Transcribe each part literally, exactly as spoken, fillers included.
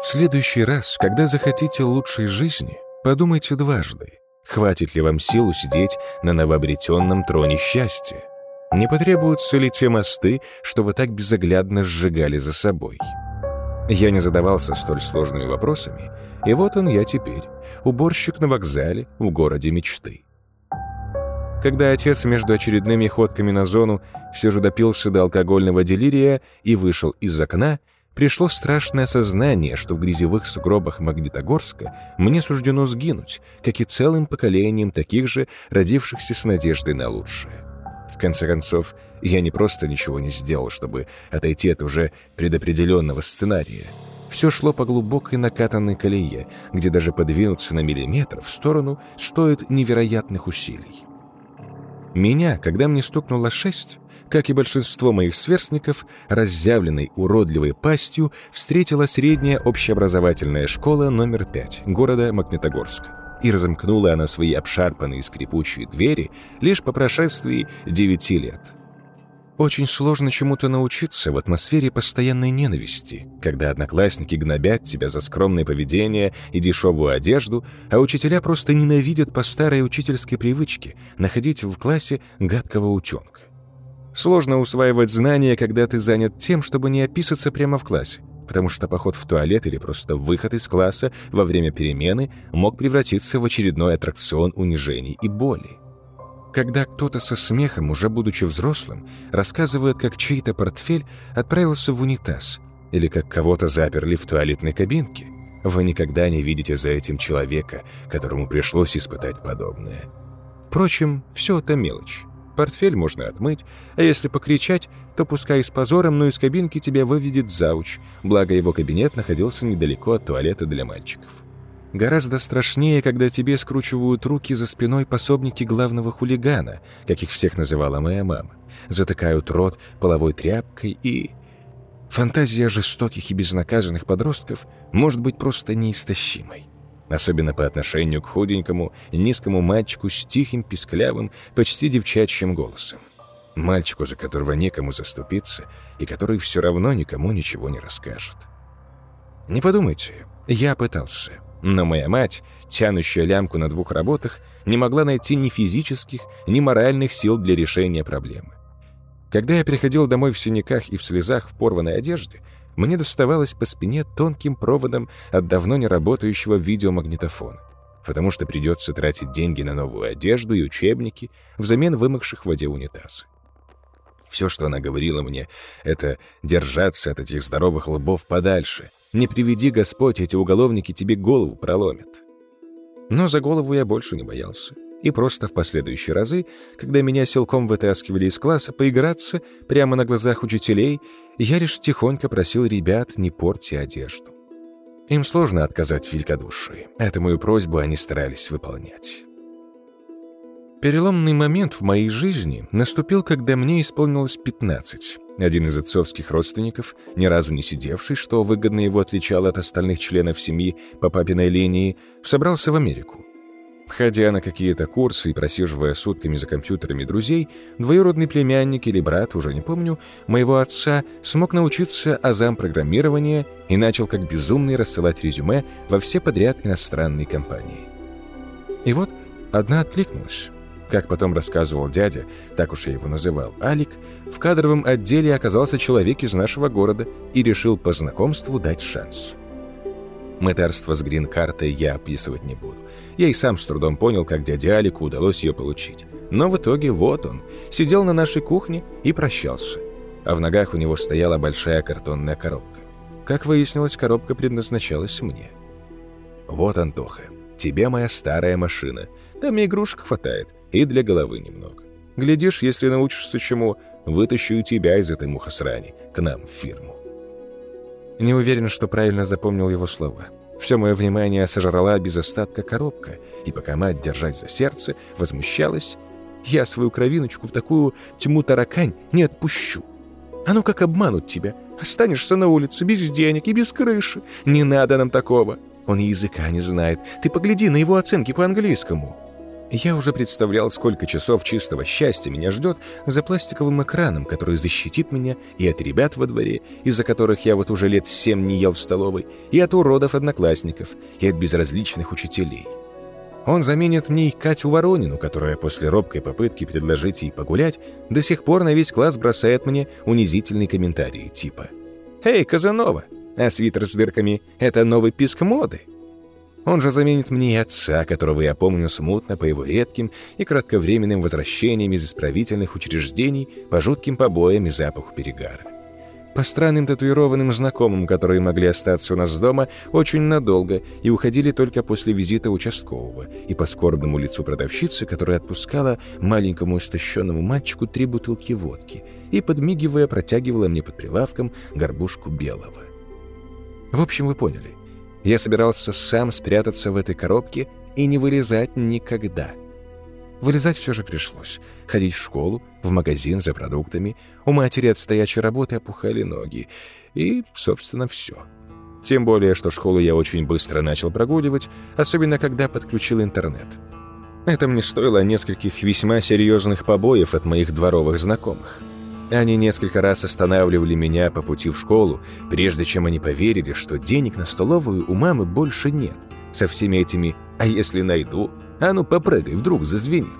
В следующий раз, когда захотите лучшей жизни, подумайте дважды, хватит ли вам сил усидеть на новообретенном троне счастья. Не потребуются ли те мосты, что вы так безоглядно сжигали за собой? Я не задавался столь сложными вопросами, и вот он я теперь, уборщик на вокзале в городе мечты. Когда отец между очередными ходками на зону все же допился до алкогольного делирия и вышел из окна, пришло страшное сознание, что в грязевых сугробах Магнитогорска мне суждено сгинуть, как и целым поколением таких же, родившихся с надеждой на лучшее. В конце концов, я не просто ничего не сделал, чтобы отойти от уже предопределенного сценария. Все шло по глубокой накатанной колее, где даже подвинуться на миллиметр в сторону стоит невероятных усилий. Меня, когда мне стукнуло шесть, как и большинство моих сверстников, разъявленной уродливой пастью встретила средняя общеобразовательная школа номер пять города Магнитогорска. И разомкнула она свои обшарпанные скрипучие двери лишь по прошествии девяти лет. Очень сложно чему-то научиться в атмосфере постоянной ненависти, когда одноклассники гнобят тебя за скромное поведение и дешевую одежду, а учителя просто ненавидят по старой учительской привычке находить в классе гадкого утенка. Сложно усваивать знания, когда ты занят тем, чтобы не описаться прямо в классе, потому что поход в туалет или просто выход из класса во время перемены мог превратиться в очередной аттракцион унижений и боли. Когда кто-то со смехом, уже будучи взрослым, рассказывает, как чей-то портфель отправился в унитаз или как кого-то заперли в туалетной кабинке, вы никогда не видите за этим человека, которому пришлось испытать подобное. Впрочем, все это мелочь. Портфель можно отмыть, а если покричать, то пускай с позором, но из кабинки тебя выведет зауч, благо его кабинет находился недалеко от туалета для мальчиков. Гораздо страшнее, когда тебе скручивают руки за спиной пособники главного хулигана, как их всех называла моя мама, затыкают рот половой тряпкой и... Фантазия жестоких и безнаказанных подростков может быть просто неистощимой. Особенно по отношению к худенькому, низкому мальчику с тихим, писклявым, почти девчачьим голосом. Мальчику, за которого некому заступиться, и который все равно никому ничего не расскажет. Не подумайте, я пытался, но моя мать, тянущая лямку на двух работах, не могла найти ни физических, ни моральных сил для решения проблемы. Когда я приходил домой в синяках и в слезах в порванной одежде, мне доставалось по спине тонким проводом от давно не работающего видеомагнитофона, потому что придется тратить деньги на новую одежду и учебники взамен вымокших в воде унитазы. Все, что она говорила мне, это держаться от этих здоровых лбов подальше. Не приведи Господь, эти уголовники тебе голову проломят. Но за голову я больше не боялся. И просто в последующие разы, когда меня силком вытаскивали из класса поиграться прямо на глазах учителей, я лишь тихонько просил ребят не портить одежду. Им сложно отказать в великодушии. Эту мою просьбу они старались выполнять. Переломный момент в моей жизни наступил, когда мне исполнилось пятнадцать. Один из отцовских родственников, ни разу не сидевший, что выгодно его отличало от остальных членов семьи по папиной линии, собрался в Америку. Ходя на какие-то курсы и просиживая сутками за компьютерами друзей, двоюродный племянник или брат, уже не помню, моего отца смог научиться азам программирования и начал как безумный рассылать резюме во все подряд иностранные компании. И вот одна откликнулась. Как потом рассказывал дядя, так уж я его называл, Алик, в кадровом отделе оказался человек из нашего города и решил по знакомству дать шанс. Мытарство с грин-картой я описывать не буду. Я и сам с трудом понял, как дяде Алику удалось ее получить. Но в итоге вот он, сидел на нашей кухне и прощался. А в ногах у него стояла большая картонная коробка. Как выяснилось, коробка предназначалась мне. «Вот, Антоха, тебе моя старая машина. Там и игрушек хватает, и для головы немного. Глядишь, если научишься чему, вытащу и тебя из этой мухосрани к нам в фирму». Не уверен, что правильно запомнил его слова. Все мое внимание сожрала без остатка коробка, и пока мать, держась за сердце, возмущалась, я свою кровиночку в такую тьму таракань не отпущу. А ну как обманут тебя? Останешься на улице без денег и без крыши. Не надо нам такого. Он языка не знает. Ты погляди на его оценки по английскому. Я уже представлял, сколько часов чистого счастья меня ждет за пластиковым экраном, который защитит меня и от ребят во дворе, из-за которых я вот уже лет семь не ел в столовой, и от уродов-одноклассников, и от безразличных учителей. Он заменит мне и Катю Воронину, которая после робкой попытки предложить ей погулять до сих пор на весь класс бросает мне унизительные комментарии типа «Эй, Казанова, а свитер с дырками — это новый писк моды?» Он же заменит мне и отца, которого я помню смутно по его редким и кратковременным возвращениям из исправительных учреждений по жутким побоям и запаху перегара. По странным татуированным знакомым, которые могли остаться у нас дома очень надолго и уходили только после визита участкового, и по скорбному лицу продавщицы, которая отпускала маленькому истощенному мальчику три бутылки водки и, подмигивая, протягивала мне под прилавком горбушку белого. В общем, вы поняли. Я собирался сам спрятаться в этой коробке и не вылезать никогда. Вылезать все же пришлось. Ходить в школу, в магазин за продуктами. У матери от стоячей работы опухали ноги. И, собственно, все. Тем более, что школу я очень быстро начал прогуливать, особенно когда подключил интернет. Это мне стоило нескольких весьма серьезных побоев от моих дворовых знакомых. Они несколько раз останавливали меня по пути в школу, прежде чем они поверили, что денег на столовую у мамы больше нет. Со всеми этими «а если найду? А ну попрыгай, вдруг зазвенит».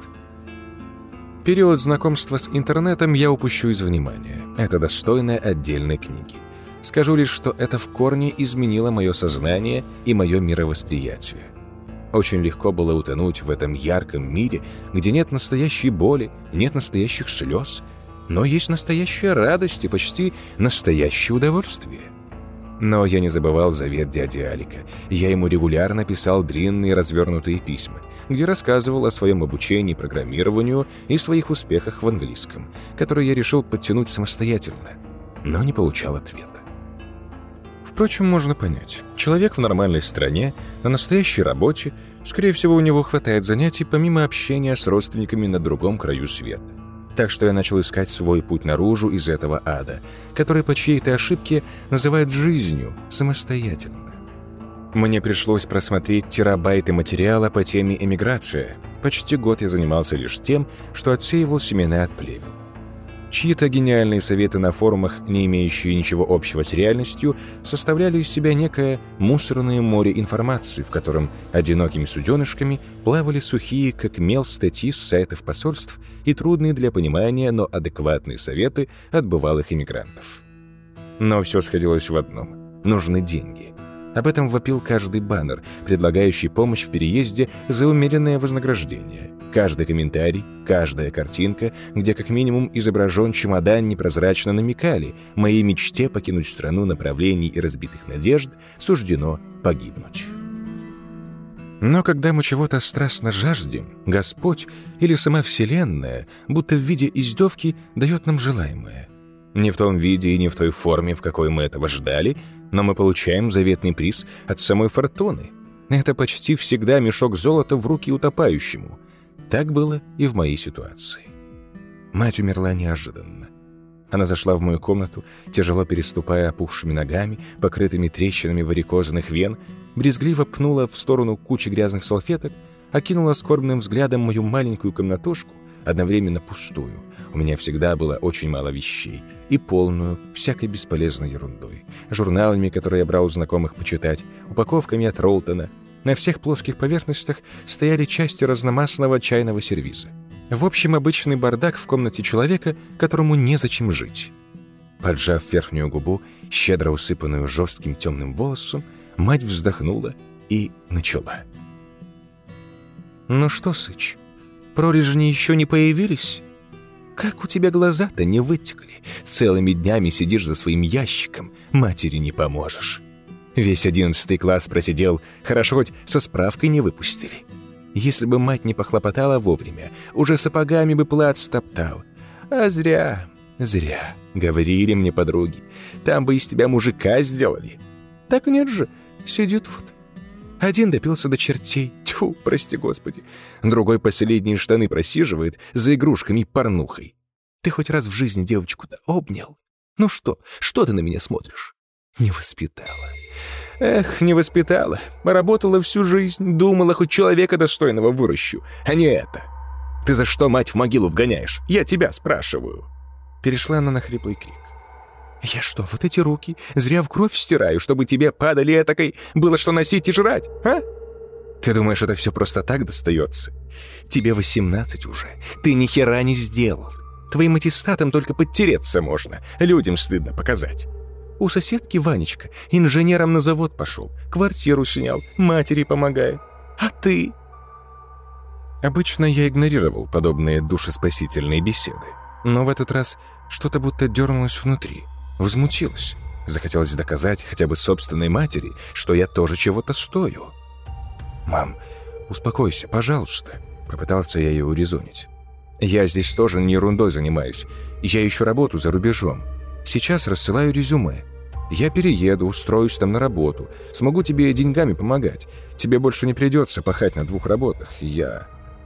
Период знакомства с интернетом я упущу из внимания. Это достойно отдельной книги. Скажу лишь, что это в корне изменило мое сознание и мое мировосприятие. Очень легко было утонуть в этом ярком мире, где нет настоящей боли, нет настоящих слез, но есть настоящая радость и почти настоящее удовольствие. Но я не забывал завет дяди Алика. Я ему регулярно писал длинные развернутые письма, где рассказывал о своем обучении программированию и своих успехах в английском, которые я решил подтянуть самостоятельно, но не получал ответа. Впрочем, можно понять. Человек в нормальной стране, на настоящей работе, скорее всего, у него хватает занятий помимо общения с родственниками на другом краю света. Так что я начал искать свой путь наружу из этого ада, который по чьей-то ошибке называют жизнью самостоятельно. Мне пришлось просмотреть терабайты материала по теме эмиграция. Почти год я занимался лишь тем, что отсеивал семена от плевел. Чьи-то гениальные советы на форумах, не имеющие ничего общего с реальностью, составляли из себя некое мусорное море информации, в котором одинокими суденышками плавали сухие, как мел, статьи с сайтов посольств и трудные для понимания, но адекватные советы от бывалых иммигрантов. Но все сходилось в одном – нужны деньги. Об этом вопил каждый баннер, предлагающий помощь в переезде за умеренное вознаграждение. Каждый комментарий, каждая картинка, где как минимум изображен чемодан, непрозрачно намекали, моей мечте покинуть страну направлений и разбитых надежд суждено погибнуть. Но когда мы чего-то страстно жаждем, Господь или сама Вселенная, будто в виде издевки, дает нам желаемое. Не в том виде и не в той форме, в какой мы этого ждали, но мы получаем заветный приз от самой фортуны. Это почти всегда мешок золота в руки утопающему. Так было и в моей ситуации. Мать умерла неожиданно. Она зашла в мою комнату, тяжело переступая опухшими ногами, покрытыми трещинами варикозных вен, брезгливо пнула в сторону кучи грязных салфеток, окинула скорбным взглядом мою маленькую комнатушку, одновременно пустую. У меня всегда было очень мало вещей, и полную всякой бесполезной ерундой. Журналами, которые я брал у знакомых почитать, упаковками от Ролтона. На всех плоских поверхностях стояли части разномастного чайного сервиза. В общем, обычный бардак в комнате человека, которому незачем жить. Поджав верхнюю губу, щедро усыпанную жестким темным волосом, мать вздохнула и начала. «Ну что, сыч, прорежни еще не появились? Как у тебя глаза-то не вытекли? Целыми днями сидишь за своим ящиком, матери не поможешь. Весь одиннадцатый класс просидел, хорошо хоть со справкой не выпустили. Если бы мать не похлопотала вовремя, уже сапогами бы плац стоптал. А зря, зря, говорили мне подруги, там бы из тебя мужика сделали. Так нет же, сидит вот. Один допился до чертей, тьфу, прости господи. Другой последние штаны просиживает за игрушками и порнухой. Ты хоть раз в жизни девочку-то обнял? Ну что, что ты на меня смотришь? Не воспитала. Эх, не воспитала. Работала всю жизнь, думала, хоть человека достойного выращу, а не это. Ты за что мать в могилу вгоняешь? Я тебя спрашиваю». Перешла она на хриплый крик. «Я что, вот эти руки зря в кровь стираю, чтобы тебе падали этакой было что носить и жрать, а? Ты думаешь, это все просто так достается? Тебе восемнадцать уже, ты ни хера не сделал. Твоим аттестатом только подтереться можно, людям стыдно показать. У соседки Ванечка инженером на завод пошел, квартиру снял, матери помогает. А ты?» Обычно я игнорировал подобные душеспасительные беседы, но в этот раз что-то будто дернулось внутри, возмутилось. Захотелось доказать хотя бы собственной матери, что я тоже чего-то стою. «Мам, успокойся, пожалуйста», — попытался я ее урезонить. «Я здесь тоже не ерундой занимаюсь. Я ищу работу за рубежом. Сейчас рассылаю резюме. Я перееду, устроюсь там на работу. Смогу тебе деньгами помогать. Тебе больше не придется пахать на двух работах. Я...»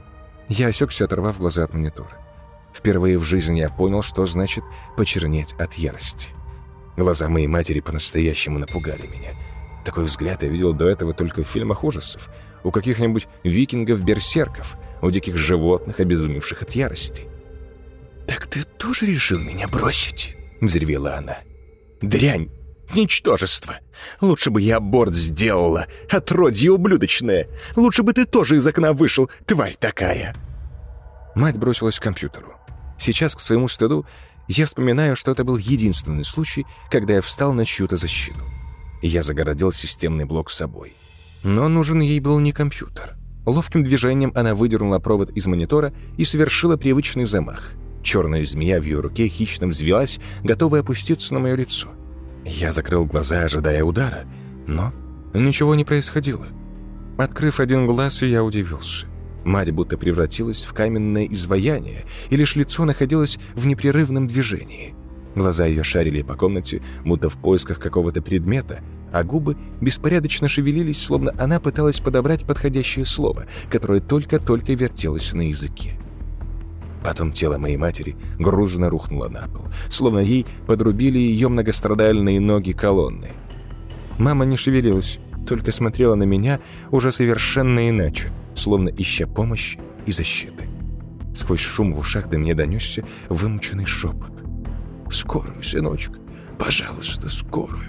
Я осекся, оторвав глаза от монитора. Впервые в жизни я понял, что значит почернеть от ярости. Глаза моей матери по-настоящему напугали меня. Такой взгляд я видел до этого только в фильмах ужасов, у каких-нибудь викингов-берсерков, у диких животных, обезумевших от ярости. «Так ты тоже решил меня бросить?» — взревела она. «Дрянь! Ничтожество! Лучше бы я аборт сделала, отродье ублюдочное! Лучше бы ты тоже из окна вышел, тварь такая!» Мать бросилась к компьютеру. Сейчас, к своему стыду, я вспоминаю, что это был единственный случай, когда я встал на чью-то защиту. Я загородил системный блок собой. Но нужен ей был не компьютер. Ловким движением она выдернула провод из монитора и совершила привычный замах. Черная змея в ее руке хищно взвилась, готовая опуститься на мое лицо. Я закрыл глаза, ожидая удара, но ничего не происходило. Открыв один глаз, я удивился. Мать будто превратилась в каменное изваяние, и лишь лицо находилось в непрерывном движении. Глаза ее шарили по комнате, будто в поисках какого-то предмета, а губы беспорядочно шевелились, словно она пыталась подобрать подходящее слово, которое только-только вертелось на языке. Потом тело моей матери грузно рухнуло на пол, словно ей подрубили ее многострадальные ноги колонны. Мама не шевелилась, только смотрела на меня уже совершенно иначе, словно ища помощи и защиты. Сквозь шум в ушах до меня донесся вымученный шепот. «Скорую, сыночек, пожалуйста, скорую».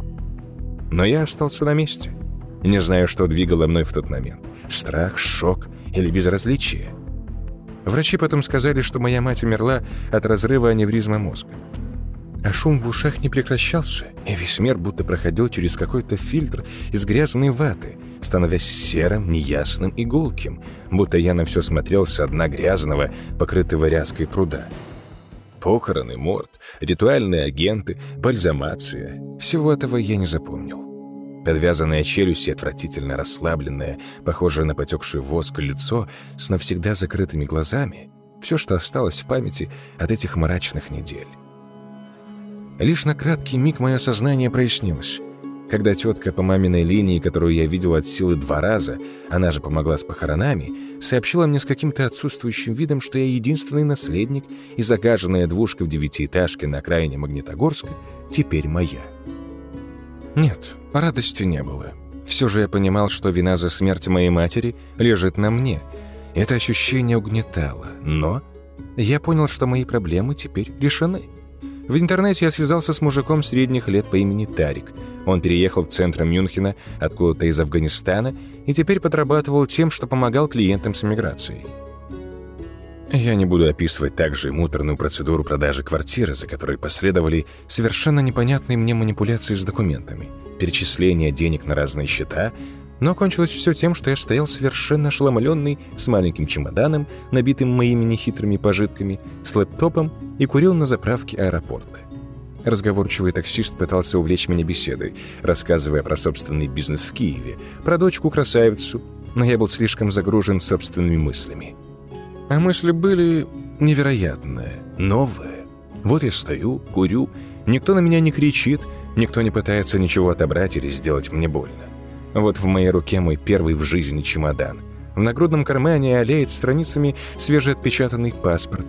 Но я остался на месте. Не знаю, что двигало мной в тот момент. Страх, шок или безразличие. Врачи потом сказали, что моя мать умерла от разрыва аневризмы мозга. А шум в ушах не прекращался, и весь мир будто проходил через какой-то фильтр из грязной ваты, становясь серым, неясным и гулким, будто я на все смотрел со дна грязного, покрытого ряской пруда. Похороны, морг, ритуальные агенты, бальзамация — всего этого я не запомнил. Подвязанная челюсть и отвратительно расслабленное, похожее на потекший воск лицо с навсегда закрытыми глазами — все, что осталось в памяти от этих мрачных недель. Лишь на краткий миг мое сознание прояснилось, когда тетка по маминой линии, которую я видел от силы два раза, она же помогла с похоронами, сообщила мне с каким-то отсутствующим видом, что я единственный наследник, и загаженная двушка в девятиэтажке на окраине Магнитогорска теперь моя. Нет, радости не было. Все же я понимал, что вина за смерть моей матери лежит на мне. Это ощущение угнетало, но я понял, что мои проблемы теперь решены. В интернете я связался с мужиком средних лет по имени Тарик. Он переехал в центр Мюнхена, откуда-то из Афганистана, и теперь подрабатывал тем, что помогал клиентам с эмиграцией. Я не буду описывать также муторную процедуру продажи квартиры, за которой последовали совершенно непонятные мне манипуляции с документами, перечисление денег на разные счета, но кончилось все тем, что я стоял совершенно ошеломленный, с маленьким чемоданом, набитым моими нехитрыми пожитками, с лэптопом и курил на заправке аэропорта. Разговорчивый таксист пытался увлечь меня беседой, рассказывая про собственный бизнес в Киеве, про дочку-красавицу, но я был слишком загружен собственными мыслями. А мысли были невероятные, новые. Вот я стою, курю, никто на меня не кричит, никто не пытается ничего отобрать или сделать мне больно. Вот в моей руке мой первый в жизни чемодан. В нагрудном кармане олеет страницами свежеотпечатанный паспорт.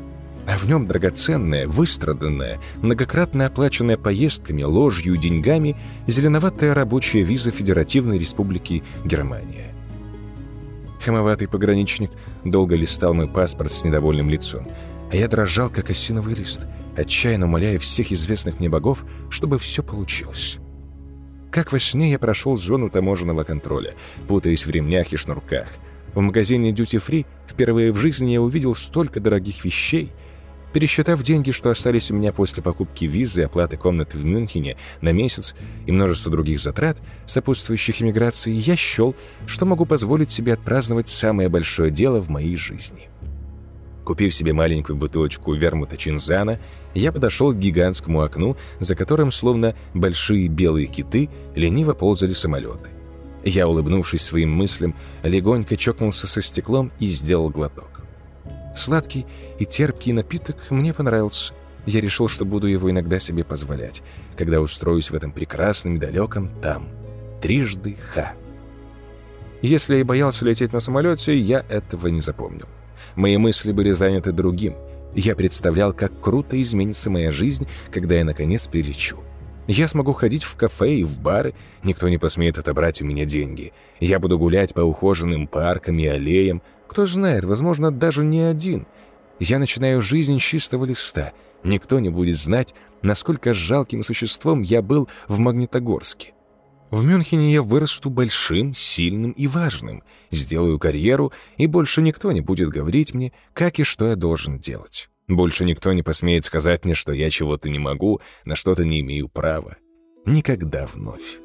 а в нем драгоценная, выстраданная, многократно оплаченная поездками, ложью и деньгами зеленоватая рабочая виза Федеративной Республики Германия. Хамоватый пограничник долго листал мой паспорт с недовольным лицом, а я дрожал, как осиновый лист, отчаянно умоляя всех известных мне богов, чтобы все получилось. Как во сне я прошел зону таможенного контроля, путаясь в ремнях и шнурках. В магазине Duty Free впервые в жизни я увидел столько дорогих вещей. Пересчитав деньги, что остались у меня после покупки визы и оплаты комнаты в Мюнхене на месяц и множество других затрат, сопутствующих эмиграции, я счел, что могу позволить себе отпраздновать самое большое дело в моей жизни. Купив себе маленькую бутылочку вермута Чинзана, я подошел к гигантскому окну, за которым, словно большие белые киты, лениво ползали самолеты. Я, улыбнувшись своим мыслям, легонько чокнулся со стеклом и сделал глоток. Сладкий и терпкий напиток мне понравился. Я решил, что буду его иногда себе позволять, когда устроюсь в этом прекрасном и далеком там. Трижды ха. Если я и боялся лететь на самолете, я этого не запомнил. Мои мысли были заняты другим. Я представлял, как круто изменится моя жизнь, когда я, наконец, прилечу. Я смогу ходить в кафе и в бары, никто не посмеет отобрать у меня деньги. Я буду гулять по ухоженным паркам и аллеям. Кто знает, возможно, даже не один. Я начинаю жизнь с чистого листа. Никто не будет знать, насколько жалким существом я был в Магнитогорске. В Мюнхене я вырасту большим, сильным и важным, сделаю карьеру, и больше никто не будет говорить мне, как и что я должен делать. Больше никто не посмеет сказать мне, что я чего-то не могу, на что-то не имею права. Никогда вновь.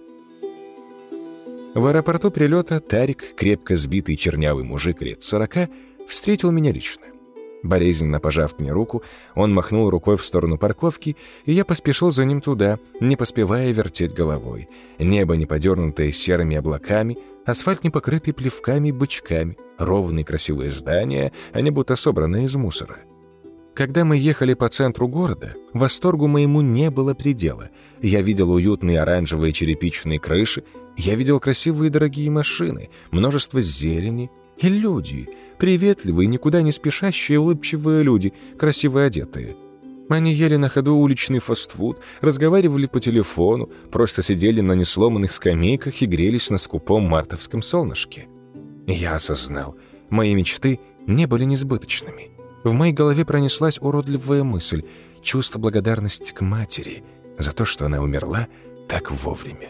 В аэропорту прилета Тарик, крепко сбитый чернявый мужик лет сорока, встретил меня лично. Болезненно пожав мне руку, он махнул рукой в сторону парковки, и я поспешил за ним туда, не поспевая вертеть головой. Небо, не подернутое серыми облаками, асфальт, не покрытый плевками и бычками, ровные красивые здания, они будто собраны из мусора. Когда мы ехали по центру города, восторгу моему не было предела. Я видел уютные оранжевые черепичные крыши, я видел красивые дорогие машины, множество зелени и люди, приветливые, никуда не спешащие, улыбчивые люди, красиво одетые. Они ели на ходу уличный фастфуд, разговаривали по телефону, просто сидели на несломанных скамейках и грелись на скупом мартовском солнышке. Я осознал, мои мечты не были несбыточными. В моей голове пронеслась уродливая мысль, чувство благодарности к матери за то, что она умерла так вовремя.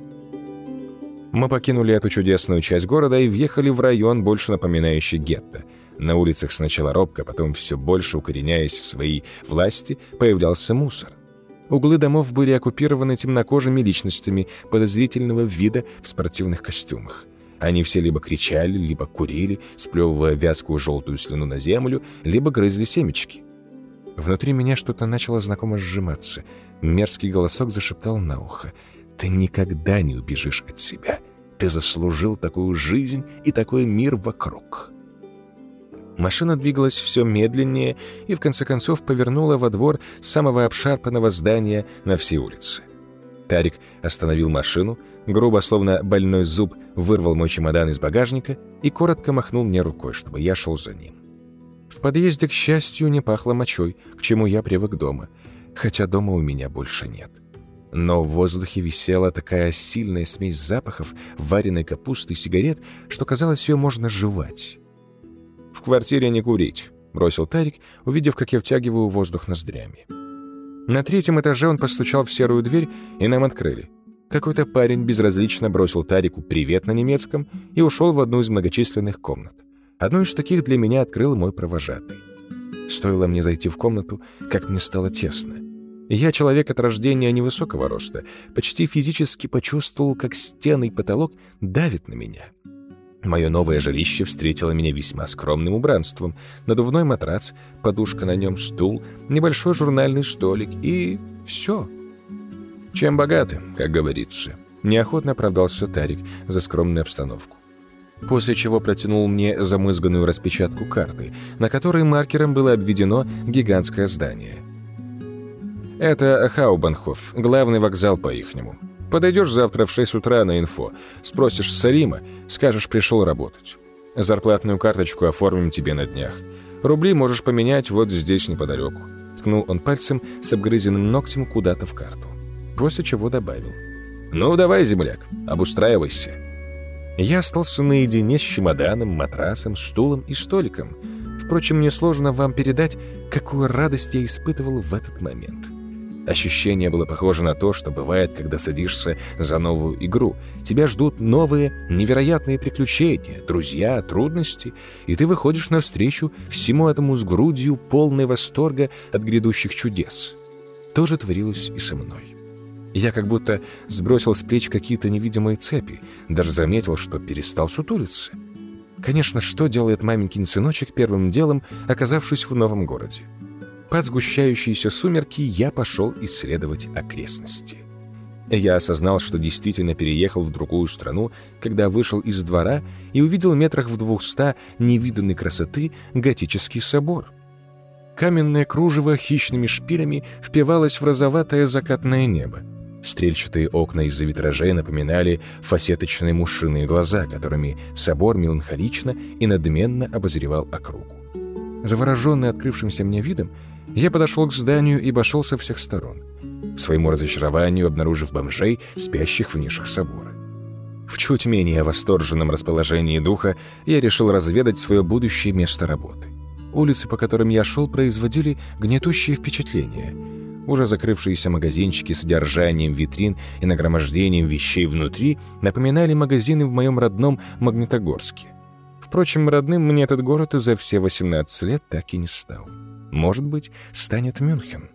Мы покинули эту чудесную часть города и въехали в район, больше напоминающий гетто. На улицах сначала робко, потом все больше укореняясь в своей власти, появлялся мусор. Углы домов были оккупированы темнокожими личностями подозрительного вида в спортивных костюмах. Они все либо кричали, либо курили, сплевывая вязкую желтую слюну на землю, либо грызли семечки. Внутри меня что-то начало знакомо сжиматься. Мерзкий голосок зашептал на ухо: «Ты никогда не убежишь от себя. Ты заслужил такую жизнь и такой мир вокруг». Машина двигалась все медленнее и в конце концов повернула во двор самого обшарпанного здания на всей улице. Тарик остановил машину, грубо, словно больной зуб, вырвал мой чемодан из багажника и коротко махнул мне рукой, чтобы я шел за ним. В подъезде, к счастью, не пахло мочой, к чему я привык дома, хотя дома у меня больше нет. Но в воздухе висела такая сильная смесь запахов вареной капусты и сигарет, что казалось, ее можно жевать. «В квартире не курить», — бросил Тарик, увидев, как я втягиваю воздух ноздрями. На третьем этаже он постучал в серую дверь, и нам открыли. Какой-то парень безразлично бросил Тарику привет на немецком и ушел в одну из многочисленных комнат. Одну из таких для меня открыл мой провожатый. Стоило мне зайти в комнату, как мне стало тесно. Я, человек от рождения невысокого роста, почти физически почувствовал, как стены и потолок давят на меня. Мое новое жилище встретило меня весьма скромным убранством. Надувной матрац, подушка на нем, стул, небольшой журнальный столик и все. Чем богаты, как говорится. Неохотно оправдался Тарик за скромную обстановку. После чего протянул мне замызганную распечатку карты, на которой маркером было обведено гигантское здание. Это Хаубанхоф, главный вокзал по-ихнему. Подойдешь завтра в шесть утра на инфо, спросишь Сарима, скажешь, пришел работать. Зарплатную карточку оформим тебе на днях. Рубли можешь поменять вот здесь неподалеку». Ткнул он пальцем с обгрызенным ногтем куда-то в карту. После чего добавил: «Ну, давай, земляк, обустраивайся». Я остался наедине с чемоданом, матрасом, стулом и столиком. Впрочем, мне сложно вам передать, какую радость я испытывал в этот момент. Ощущение было похоже на то, что бывает, когда садишься за новую игру. Тебя ждут новые, невероятные приключения, друзья, трудности, и ты выходишь навстречу всему этому с грудью, полной восторга от грядущих чудес. То же творилось и со мной. Я как будто сбросил с плеч какие-то невидимые цепи, даже заметил, что перестал сутулиться. Конечно, что делает маменькин сыночек первым делом, оказавшись в новом городе? Под сгущающиеся сумерки я пошел исследовать окрестности. Я осознал, что действительно переехал в другую страну, когда вышел из двора и увидел метрах в двухста невиданной красоты готический собор. Каменное кружево хищными шпилями впивалось в розоватое закатное небо. Стрельчатые окна из-за витражей напоминали фасеточные мушиные глаза, которыми собор меланхолично и надменно обозревал округу. Завороженный открывшимся мне видом, я подошел к зданию и обошел со всех сторон, к своему разочарованию обнаружив бомжей, спящих в нишах собора. В чуть менее восторженном расположении духа я решил разведать свое будущее место работы. Улицы, по которым я шел, производили гнетущее впечатление. Уже закрывшиеся магазинчики с содержанием витрин и нагромождением вещей внутри напоминали магазины в моем родном Магнитогорске. Впрочем, родным мне этот город за все восемнадцать лет так и не стал. Может быть, станет Мюнхен.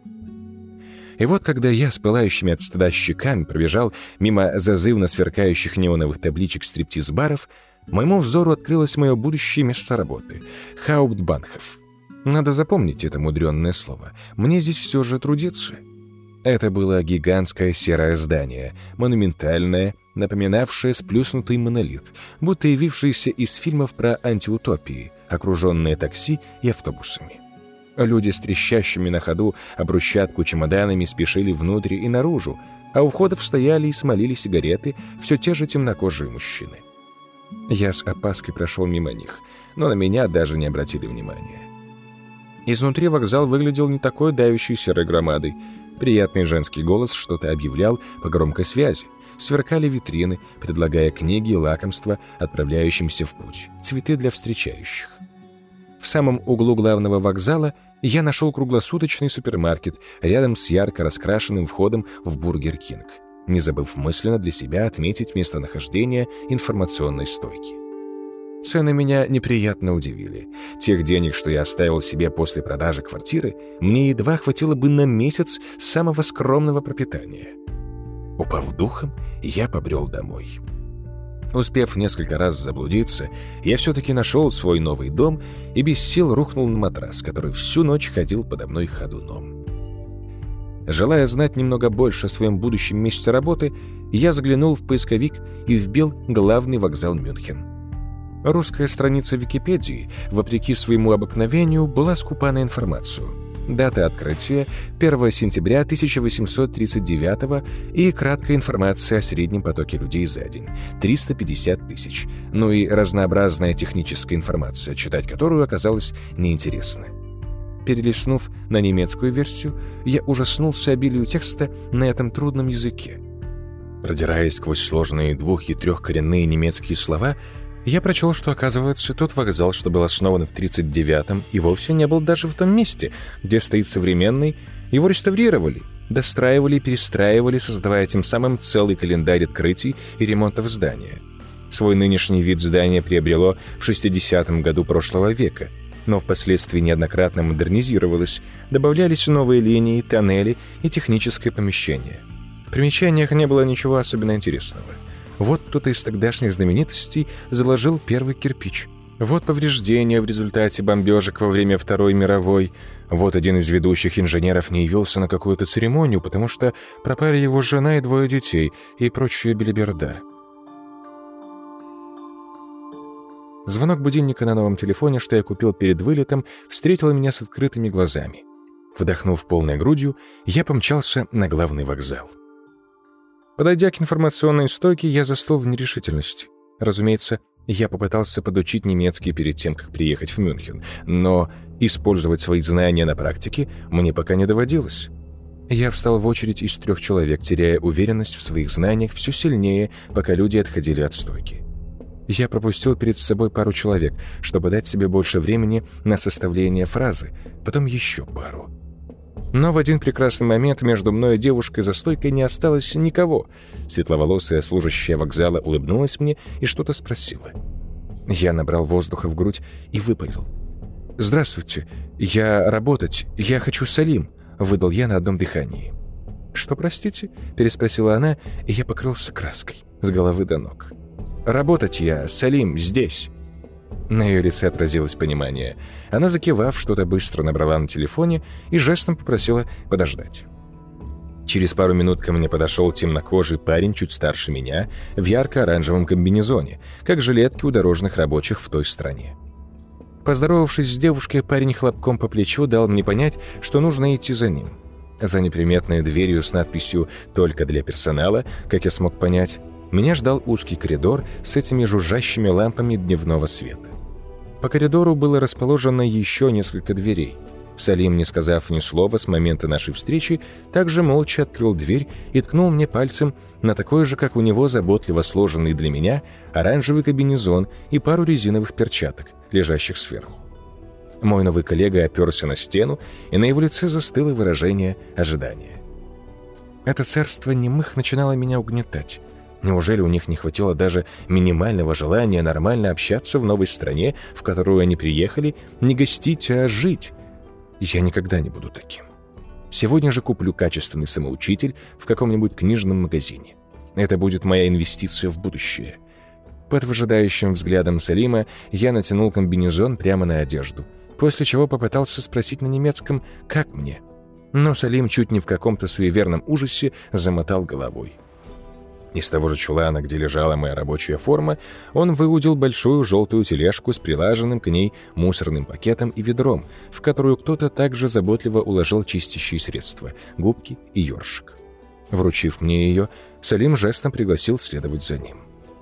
И вот, когда я с пылающими от стыда щеками пробежал мимо зазывно сверкающих неоновых табличек стриптиз-баров, моему взору открылось мое будущее место работы — Хауптбанхоф. Надо запомнить это мудрённое слово. Мне здесь все же трудиться. Это было гигантское серое здание, монументальное, напоминавшее сплюснутый монолит, будто явившееся из фильмов про антиутопии, окруженное такси и автобусами. Люди с трещащими на ходу обрусчатку чемоданами спешили внутрь и наружу, а у входов стояли и смолили сигареты все те же темнокожие мужчины. Я с опаской прошел мимо них, но на меня даже не обратили внимания. Изнутри вокзал выглядел не такой давящей серой громадой. Приятный женский голос что-то объявлял по громкой связи. Сверкали витрины, предлагая книги и лакомства, отправляющимся в путь, цветы для встречающих. В самом углу главного вокзала я нашел круглосуточный супермаркет рядом с ярко раскрашенным входом в Бургер Кинг, не забыв мысленно для себя отметить местонахождение информационной стойки. Цены меня неприятно удивили. Тех денег, что я оставил себе после продажи квартиры, мне едва хватило бы на месяц самого скромного пропитания. Упав духом, я побрел домой. Успев несколько раз заблудиться, я все-таки нашел свой новый дом и без сил рухнул на матрас, который всю ночь ходил подо мной ходуном. Желая знать немного больше о своем будущем месте работы, я заглянул в поисковик и вбил главный вокзал Мюнхен. Русская страница Википедии, вопреки своему обыкновению, была скупа на информацию. Дата открытия — первого сентября тысяча восемьсот тридцать девятого и краткая информация о среднем потоке людей за день — триста пятьдесят тысяч, ну и разнообразная техническая информация, читать которую оказалось неинтересно. Перелистнув на немецкую версию, я ужаснулся обилию текста на этом трудном языке. Продираясь сквозь сложные двух- и трехкоренные немецкие слова, я прочел, что, оказывается, тот вокзал, что был основан в тридцать девятом, и вовсе не был даже в том месте, где стоит современный. Его реставрировали, достраивали и перестраивали, создавая тем самым целый календарь открытий и ремонтов здания. Свой нынешний вид здания приобрело в шестидесятом году прошлого века, но впоследствии неоднократно модернизировалось, добавлялись новые линии, тоннели и техническое помещение. В примечаниях не было ничего особенно интересного. Вот кто-то из тогдашних знаменитостей заложил первый кирпич. Вот повреждения в результате бомбежек во время Второй мировой. Вот один из ведущих инженеров не явился на какую-то церемонию, потому что пропали его жена и двое детей, и прочая белиберда. Звонок будильника на новом телефоне, что я купил перед вылетом, встретил меня с открытыми глазами. Вдохнув полной грудью, я помчался на главный вокзал. Подойдя к информационной стойке, я застыл в нерешительности. Разумеется, Я попытался подучить немецкий перед тем, как приехать в Мюнхен, но использовать свои знания на практике мне пока не доводилось. Я встал в очередь из трех человек, теряя уверенность в своих знаниях все сильнее, пока люди отходили от стойки. Я пропустил перед собой пару человек, чтобы дать себе больше времени на составление фразы, потом еще пару. Но в один прекрасный момент между мной и девушкой за стойкой не осталось никого. Светловолосая служащая вокзала улыбнулась мне и что-то спросила. Я набрал воздуха в грудь и выпалил. «Здравствуйте, я работать, я хочу Салим», — выдал я на одном дыхании. «Что, простите?» — переспросила она, и я покрылся краской с головы до ног. «Работать я, Салим, здесь». На ее лице отразилось понимание. Она, закивав, что-то быстро набрала на телефоне и жестом попросила подождать. Через пару минут ко мне подошел темнокожий парень, чуть старше меня, в ярко-оранжевом комбинезоне, как жилетки у дорожных рабочих в той стране. Поздоровавшись с девушкой, парень хлопком по плечу дал мне понять, что нужно идти за ним. За неприметной дверью с надписью «Только для персонала», как я смог понять, меня ждал узкий коридор с этими жужжащими лампами дневного света. По коридору было расположено еще несколько дверей. Салим, не сказав ни слова с момента нашей встречи, также молча открыл дверь и ткнул мне пальцем на такой же, как у него, заботливо сложенный для меня оранжевый комбинезон и пару резиновых перчаток, лежащих сверху. Мой новый коллега оперся на стену, и на его лице застыло выражение ожидания. Это царство немых начинало меня угнетать. Неужели у них не хватило даже минимального желания нормально общаться в новой стране, в которую они приехали, не гостить, а жить? Я никогда не буду таким. Сегодня же куплю качественный самоучитель в каком-нибудь книжном магазине. Это будет моя инвестиция в будущее. Под выжидающим взглядом Салима я натянул комбинезон прямо на одежду, после чего попытался спросить на немецком «как мне?». Но Салим чуть не в каком-то суеверном ужасе замотал головой. Из того же чулана, где лежала моя рабочая форма, он выудил большую желтую тележку с прилаженным к ней мусорным пакетом и ведром, в которую кто-то также заботливо уложил чистящие средства, губки и ёршик. Вручив мне ее, Салим жестом пригласил следовать за ним.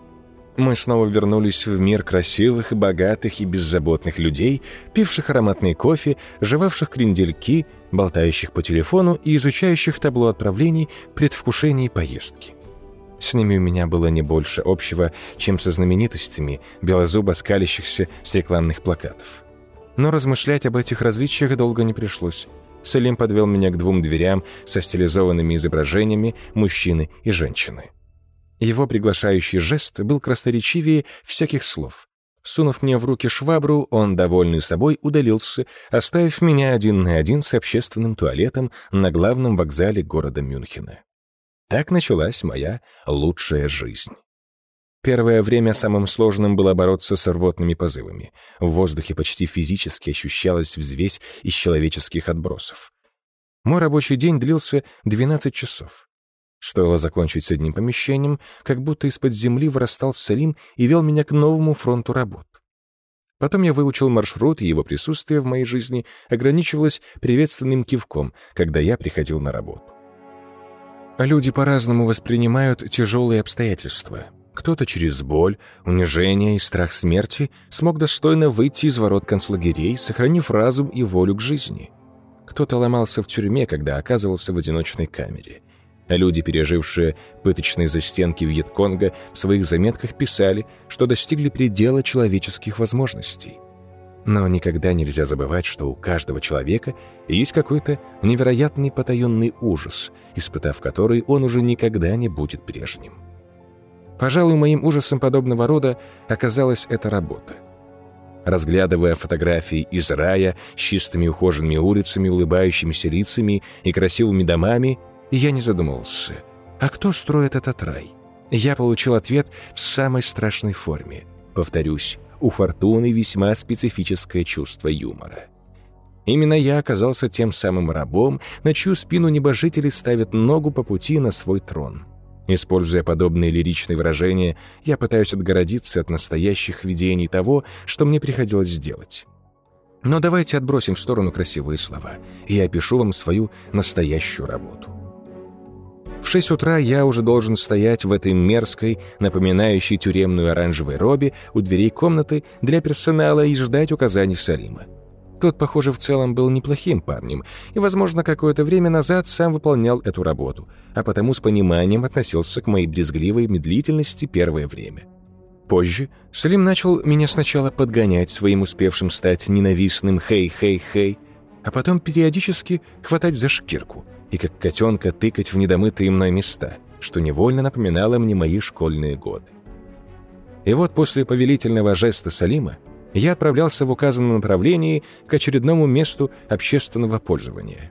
Мы снова вернулись в мир красивых, богатых и беззаботных людей, пивших ароматный кофе, жевавших крендельки, болтающих по телефону и изучающих табло отправлений в предвкушении поездки. С ними у меня было не больше общего, чем со знаменитостями, белозубо скалящихся с рекламных плакатов. Но размышлять об этих различиях долго не пришлось. Салим подвел меня к двум дверям со стилизованными изображениями мужчины и женщины. Его приглашающий жест был красноречивее всяких слов. Сунув мне в руки швабру, он, довольный собой, удалился, оставив меня один на один с общественным туалетом на главном вокзале города Мюнхена. Так началась моя лучшая жизнь. Первое время самым сложным было бороться с рвотными позывами. В воздухе почти физически ощущалась взвесь из человеческих отбросов. Мой рабочий день длился двенадцать часов. Стоило закончить с одним помещением, как будто из-под земли вырастал Салим и вел меня к новому фронту работ. Потом я выучил маршрут, и его присутствие в моей жизни ограничивалось приветственным кивком, когда я приходил на работу. Люди по-разному воспринимают тяжелые обстоятельства. Кто-то через боль, унижение и страх смерти смог достойно выйти из ворот концлагерей, сохранив разум и волю к жизни. Кто-то ломался в тюрьме, когда оказывался в одиночной камере. А люди, пережившие пыточные застенки Вьетконга, в своих заметках писали, что достигли предела человеческих возможностей. Но никогда нельзя забывать, что у каждого человека есть какой-то невероятный потаенный ужас, испытав который, он уже никогда не будет прежним. Пожалуй, моим ужасом подобного рода оказалась эта работа. Разглядывая фотографии из рая с чистыми ухоженными улицами, улыбающимися лицами и красивыми домами, я не задумывался, а кто строит этот рай? Я получил ответ в самой страшной форме. Повторюсь, у Фортуны весьма специфическое чувство юмора. Именно я оказался тем самым рабом, на чью спину небожители ставят ногу по пути на свой трон. Используя подобные лиричные выражения, я пытаюсь отгородиться от настоящих видений того, что мне приходилось сделать. Но давайте отбросим в сторону красивые слова, и я опишу вам свою настоящую работу. В шесть утра я уже должен стоять в этой мерзкой, напоминающей тюремную оранжевой робе у дверей комнаты для персонала и ждать указаний Салима. Тот, похоже, в целом был неплохим парнем и, возможно, какое-то время назад сам выполнял эту работу, а потому с пониманием относился к моей брезгливой медлительности первое время. Позже Салим начал меня сначала подгонять своим успевшим стать ненавистным «хей-хей-хей», а потом периодически хватать за шкирку и как котенка тыкать в недомытые мной места, что невольно напоминало мне мои школьные годы. И вот после повелительного жеста Салима я отправлялся в указанном направлении к очередному месту общественного пользования.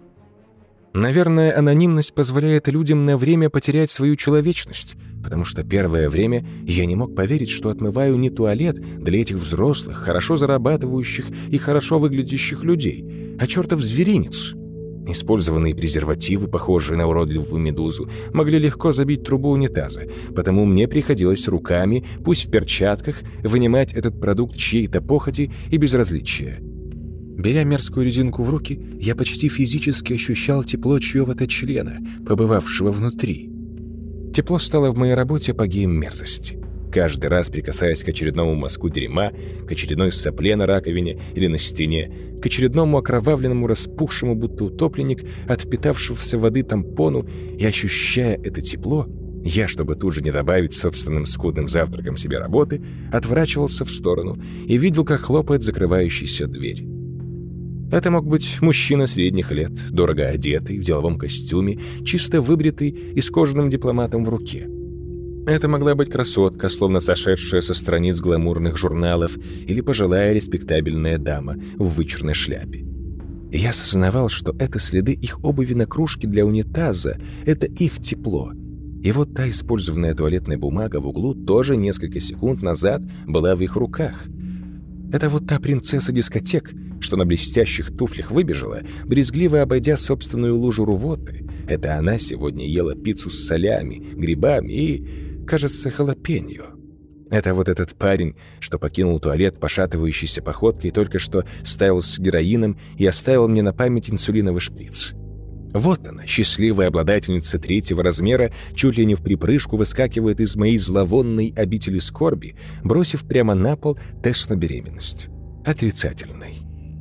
Наверное, анонимность позволяет людям на время потерять свою человечность, потому что первое время я не мог поверить, что отмываю не туалет для этих взрослых, хорошо зарабатывающих и хорошо выглядящих людей, а чертов зверинец. Использованные презервативы, похожие на уродливую медузу, могли легко забить трубу унитаза, потому мне приходилось руками, пусть в перчатках, вынимать этот продукт чьей-то похоти и безразличия. Беря мерзкую резинку в руки, я почти физически ощущал тепло чьего-то члена, побывавшего внутри. Тепло стало в моей работе апогеем мерзости. Каждый раз, прикасаясь к очередному мазку дерьма, к очередной сопле на раковине или на стене, к очередному окровавленному, распухшему, будто утопленник, от впитавшегося воды тампону, и ощущая это тепло, я, чтобы тут же не добавить собственным скудным завтраком себе работы, отворачивался в сторону и видел, как хлопает закрывающаяся дверь. Это мог быть мужчина средних лет, дорого одетый, в деловом костюме, чисто выбритый и с кожаным дипломатом в руке. Это могла быть красотка, словно сошедшая со страниц гламурных журналов, или пожилая респектабельная дама в вычурной шляпе. И я осознавал, что это следы их обуви на кружке для унитаза, это их тепло. И вот та использованная туалетная бумага в углу тоже несколько секунд назад была в их руках. Это вот та принцесса дискотек, что на блестящих туфлях выбежала, брезгливо обойдя собственную лужу рвоты. Это она сегодня ела пиццу с солями, грибами и, кажется, халапеньо. Это вот этот парень, что покинул туалет пошатывающейся походкой, только что ставился с героином и оставил мне на память инсулиновый шприц. Вот она, счастливая обладательница третьего размера, чуть ли не в припрыжку выскакивает из моей зловонной обители скорби, бросив прямо на пол тест на беременность. Отрицательный.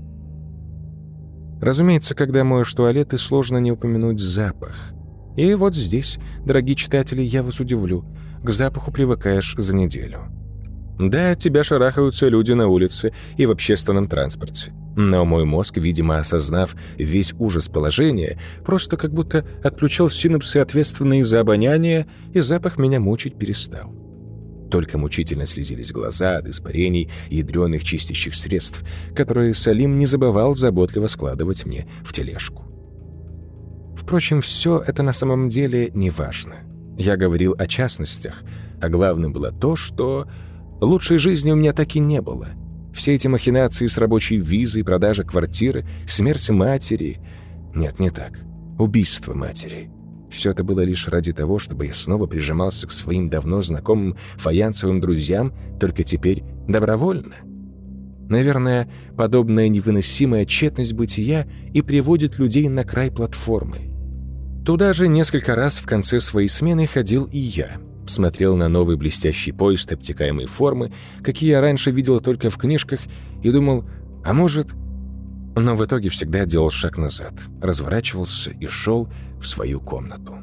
Разумеется, когда моешь туалеты, сложно не упомянуть запах. И вот здесь, дорогие читатели, я вас удивлю. К запаху привыкаешь за неделю. Да, от тебя шарахаются люди на улице и в общественном транспорте. Но мой мозг, видимо, осознав весь ужас положения, просто как будто отключил синапсы, ответственные за обоняние, и запах меня мучить перестал. Только мучительно слезились глаза от испарений ядреных чистящих средств, которые Салим не забывал заботливо складывать мне в тележку. Впрочем, все это на самом деле не важно. Я говорил о частностях, а главным было то, что лучшей жизни у меня так и не было. Все эти махинации с рабочей визой, продажа квартиры, смерть матери... Нет, не так. Убийство матери. Все это было лишь ради того, чтобы я снова прижимался к своим давно знакомым фаянсовым друзьям, только теперь добровольно. Наверное, подобная невыносимая тщетность бытия и приводит людей на край платформы. Туда же несколько раз в конце своей смены ходил и я. Смотрел на новый блестящий поезд обтекаемой формы, какие я раньше видел только в книжках, и думал, а может... Но в итоге всегда делал шаг назад, разворачивался и шел в свою комнату.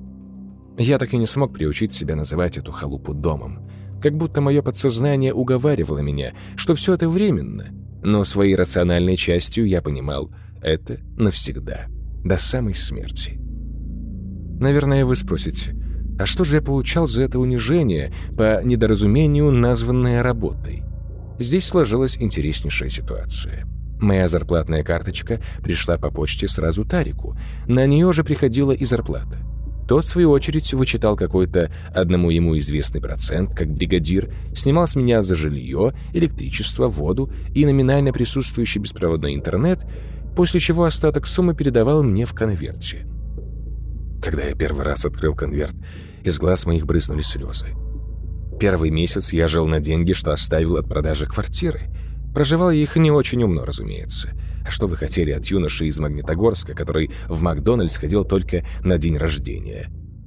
Я так и не смог приучить себя называть эту халупу домом. Как будто мое подсознание уговаривало меня, что все это временно, но своей рациональной частью я понимал, это навсегда, до самой смерти. Наверное, вы спросите, а что же я получал за это унижение, по недоразумению названное работой? Здесь сложилась интереснейшая ситуация. Моя зарплатная карточка пришла по почте сразу Тарику, на нее же приходила и зарплата. Тот, в свою очередь, вычитал какой-то одному ему известный процент, как бригадир, снимал с меня за жилье, электричество, воду и номинально присутствующий беспроводной интернет, после чего остаток суммы передавал мне в конверте. Когда я первый раз открыл конверт, из глаз моих брызнули слезы. Первый месяц я жил на деньги, что оставил от продажи квартиры. Проживал я их не очень умно, разумеется. А что вы хотели от юноши из Магнитогорска, который в Макдональдс ходил только на день рождения?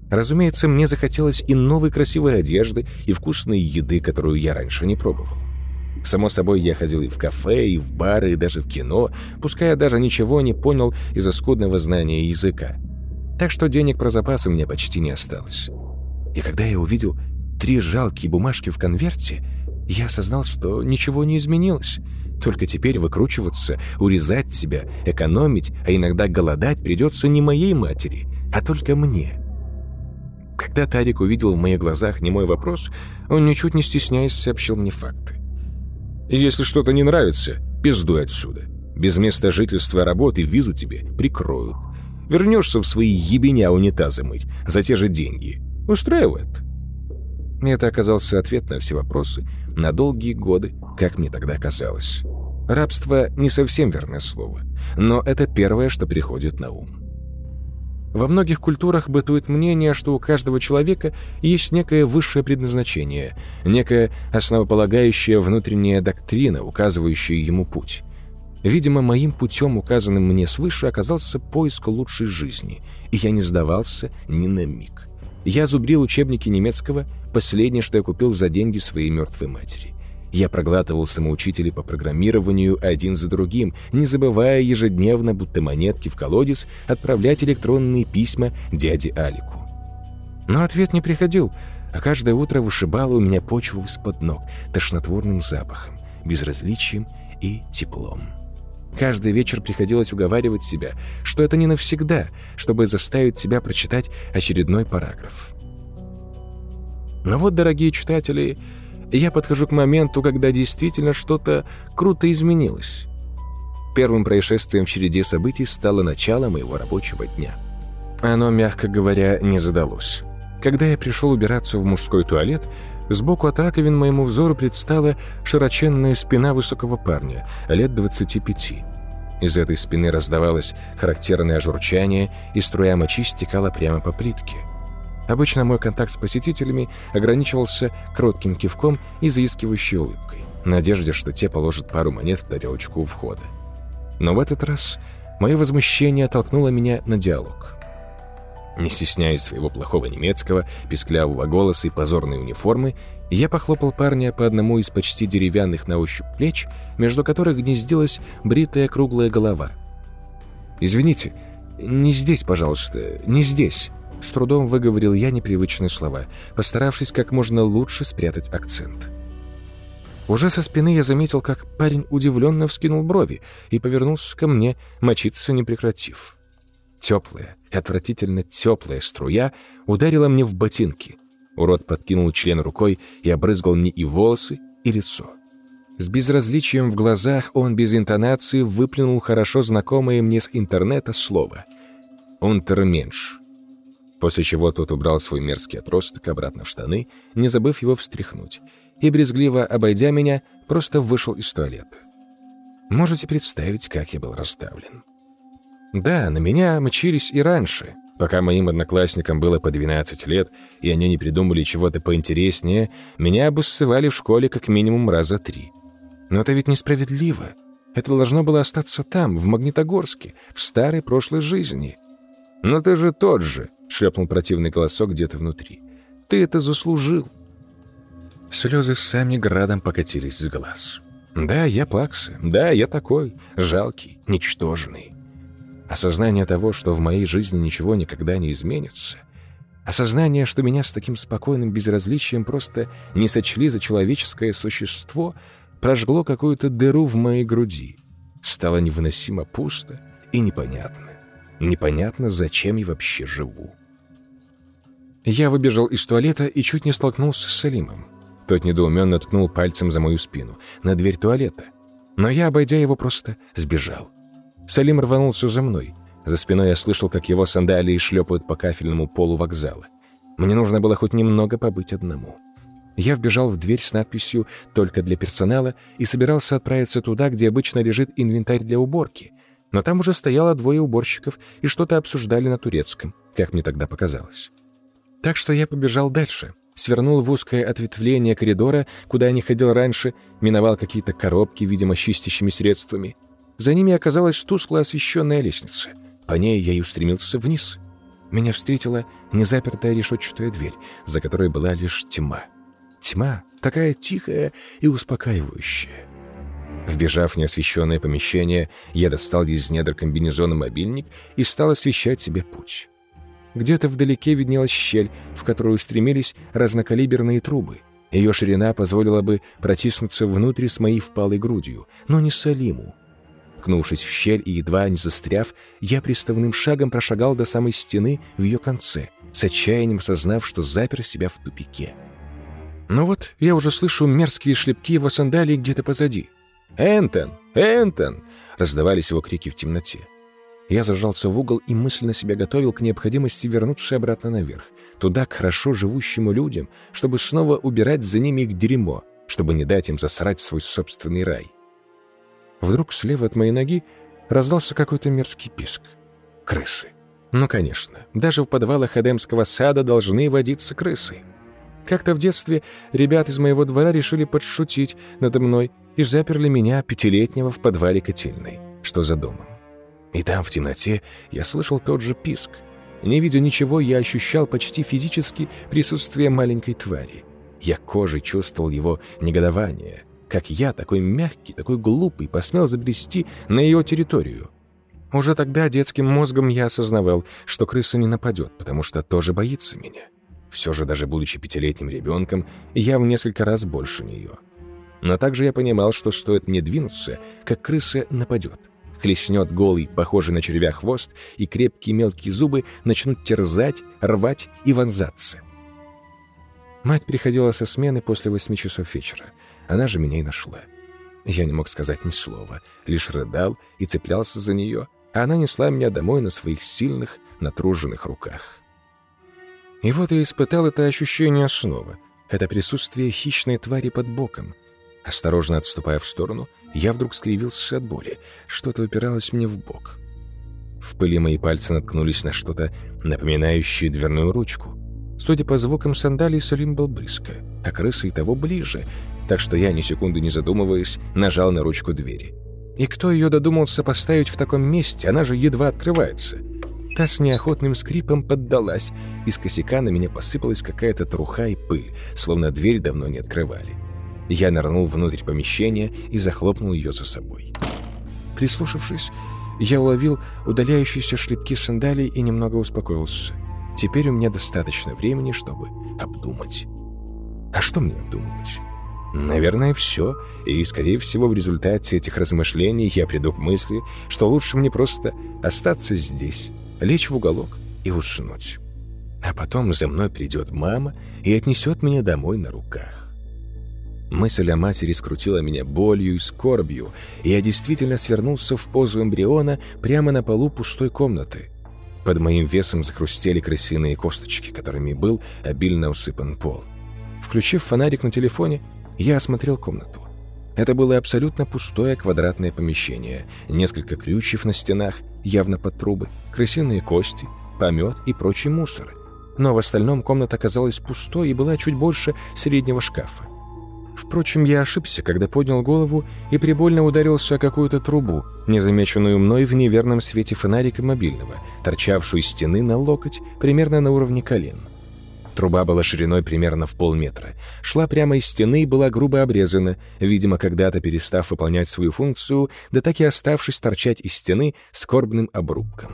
Разумеется, мне захотелось и новой красивой одежды, и вкусной еды, которую я раньше не пробовал. Само собой, я ходил и в кафе, и в бары, и даже в кино, пускай я даже ничего не понял из-за скудного знания языка. Так что денег про запас у меня почти не осталось. И когда я увидел три жалкие бумажки в конверте, я осознал, что ничего не изменилось. Только теперь выкручиваться, урезать себя, экономить, а иногда голодать придется не моей матери, а только мне. Когда Тарик увидел в моих глазах немой вопрос, он, ничуть не стесняясь, сообщил мне факты. «Если что-то не нравится, пиздуй отсюда. Без места жительства, работы, визу тебе прикроют. Вернешься в свои ебеня унитазы мыть за те же деньги. Устраивает?» Это оказался ответ на все вопросы на долгие годы, как мне тогда казалось. Рабство — не совсем верное слово, но это первое, что приходит на ум. Во многих культурах бытует мнение, что у каждого человека есть некое высшее предназначение, некая основополагающая внутренняя доктрина, указывающая ему путь. Видимо, моим путем, указанным мне свыше, оказался поиск лучшей жизни, и я не сдавался ни на миг. Я зубрил учебники немецкого, последнее, что я купил за деньги своей мертвой матери. Я проглатывал самоучителей по программированию один за другим, не забывая ежедневно, будто монетки в колодец, отправлять электронные письма дяде Алику. Но ответ не приходил, а каждое утро вышибало у меня почву из-под ног тошнотворным запахом, безразличием и теплом. Каждый вечер приходилось уговаривать себя, что это не навсегда, чтобы заставить себя прочитать очередной параграф. Но вот, дорогие читатели, я подхожу к моменту, когда действительно что-то круто изменилось. Первым происшествием в череде событий стало начало моего рабочего дня. Оно, мягко говоря, не задалось. Когда я пришел убираться в мужской туалет, сбоку от раковин моему взору предстала широченная спина высокого парня, лет двадцати пяти. Из этой спины раздавалось характерное журчание, и струя мочи стекала прямо по плитке. Обычно мой контакт с посетителями ограничивался кротким кивком и заискивающей улыбкой, в надежде, что те положат пару монет в тарелочку у входа. Но в этот раз мое возмущение толкнуло меня на диалог. Не стесняясь своего плохого немецкого, писклявого голоса и позорной униформы, я похлопал парня по одному из почти деревянных на ощупь плеч, между которых гнездилась бритая круглая голова. «Извините, не здесь, пожалуйста, не здесь», — с трудом выговорил я непривычные слова, постаравшись как можно лучше спрятать акцент. Уже со спины я заметил, как парень удивленно вскинул брови и повернулся ко мне, мочиться не прекратив. Теплая, отвратительно теплая струя ударила мне в ботинки. Урод подкинул член рукой и обрызгал мне и волосы, и лицо. С безразличием в глазах он без интонации выплюнул хорошо знакомое мне с интернета слово «унтерменш», после чего тот убрал свой мерзкий отросток обратно в штаны, не забыв его встряхнуть, и, брезгливо обойдя меня, просто вышел из туалета. Можете представить, как я был расставлен. Да, на меня мчились и раньше, пока моим одноклассникам было по двенадцать лет, и они не придумали чего-то поинтереснее, меня обоссывали в школе как минимум раза три. Но это ведь несправедливо. Это должно было остаться там, в Магнитогорске, в старой прошлой жизни. «Но ты же тот же», — шлепнул противный голосок где-то внутри. «Ты это заслужил». Слезы сами градом покатились с глаз. Да, я плакса, да, я такой, жалкий, ничтожный. Осознание того, что в моей жизни ничего никогда не изменится, осознание, что меня с таким спокойным безразличием просто не сочли за человеческое существо, прожгло какую-то дыру в моей груди. Стало невыносимо пусто и непонятно. Непонятно, зачем я вообще живу. Я выбежал из туалета и чуть не столкнулся с Салимом. Тот недоуменно ткнул пальцем за мою спину, на дверь туалета. Но я, обойдя его, просто сбежал. Салим рванулся за мной. За спиной я слышал, как его сандалии шлепают по кафельному полу вокзала. Мне нужно было хоть немного побыть одному. Я вбежал в дверь с надписью «Только для персонала» и собирался отправиться туда, где обычно лежит инвентарь для уборки. Но там уже стояло двое уборщиков и что-то обсуждали на турецком, как мне тогда показалось. Так что я побежал дальше, свернул в узкое ответвление коридора, куда я не ходил раньше, миновал какие-то коробки, видимо, с чистящими средствами. За ними оказалась тускло освещенная лестница. По ней я и устремился вниз. Меня встретила незапертая решетчатая дверь, за которой была лишь тьма. Тьма такая тихая и успокаивающая. Вбежав в неосвещенное помещение, я достал из недр комбинезона мобильник и стал освещать себе путь. Где-то вдалеке виднелась щель, в которую стремились разнокалиберные трубы. Ее ширина позволила бы протиснуться внутрь с моей впалой грудью, но не Салиму. Ткнувшись в щель и едва не застряв, я приставным шагом прошагал до самой стены в ее конце, с отчаянием осознав, что запер себя в тупике. Но вот я уже слышу мерзкие шлепки его сандалий где-то позади. «Энтон! Энтон!» — раздавались его крики в темноте. Я зажался в угол и мысленно себя готовил к необходимости вернуться обратно наверх, туда, к хорошо живущим людям, чтобы снова убирать за ними их дерьмо, чтобы не дать им засрать свой собственный рай. Вдруг слева от моей ноги раздался какой-то мерзкий писк. Крысы. Ну, конечно, даже в подвалах Эдемского сада должны водиться крысы. Как-то в детстве ребят из моего двора решили подшутить надо мной и заперли меня, пятилетнего, в подвале котельной, что за домом. И там, в темноте, я слышал тот же писк. Не видя ничего, я ощущал почти физически присутствие маленькой твари. Я кожей чувствовал его негодование. Как я, такой мягкий, такой глупый, посмел забрести на ее территорию. Уже тогда детским мозгом я осознавал, что крыса не нападет, потому что тоже боится меня. Все же, даже будучи пятилетним ребенком, я в несколько раз больше нее. Но также я понимал, что стоит мне двинуться, как крыса нападет. Хлестнет голый, похожий на червя хвост, и крепкие мелкие зубы начнут терзать, рвать и вонзаться. Мать приходила со смены после восьми часов вечера. Она же меня и нашла. Я не мог сказать ни слова, лишь рыдал и цеплялся за нее, а она несла меня домой на своих сильных, натруженных руках. И вот я испытал это ощущение снова, это присутствие хищной твари под боком. Осторожно отступая в сторону, я вдруг скривился от боли, что-то упиралось мне в бок. В пыли мои пальцы наткнулись на что-то, напоминающее дверную ручку. Судя по звукам сандалий, Салим был близко, а крыса и того ближе, так что я, ни секунды не задумываясь, нажал на ручку двери. И кто ее додумался поставить в таком месте, она же едва открывается. Та с неохотным скрипом поддалась, из косяка на меня посыпалась какая-то труха и пыль, словно дверь давно не открывали. Я нырнул внутрь помещения и захлопнул ее за собой. Прислушавшись, я уловил удаляющиеся шлепки сандалий и немного успокоился. Теперь у меня достаточно времени, чтобы обдумать. А что мне обдумывать? Наверное, все, и, скорее всего, в результате этих размышлений я приду к мысли, что лучше мне просто остаться здесь, лечь в уголок и уснуть. А потом за мной придет мама и отнесет меня домой на руках. Мысль о матери скрутила меня болью и скорбью, и я действительно свернулся в позу эмбриона прямо на полу пустой комнаты. Под моим весом захрустели крысиные косточки, которыми был обильно усыпан пол. Включив фонарик на телефоне, я осмотрел комнату. Это было абсолютно пустое квадратное помещение, несколько крючев на стенах, явно под трубы, крысиные кости, помет и прочий мусор. Но в остальном комната казалась пустой и была чуть больше среднего шкафа. Впрочем, я ошибся, когда поднял голову и прибольно ударился о какую-то трубу, незамеченную мной в неверном свете фонарика мобильного, торчавшую из стены на локоть, примерно на уровне колен. Труба была шириной примерно в полметра, шла прямо из стены и была грубо обрезана, видимо, когда-то перестав выполнять свою функцию, да так и оставшись торчать из стены скорбным обрубком.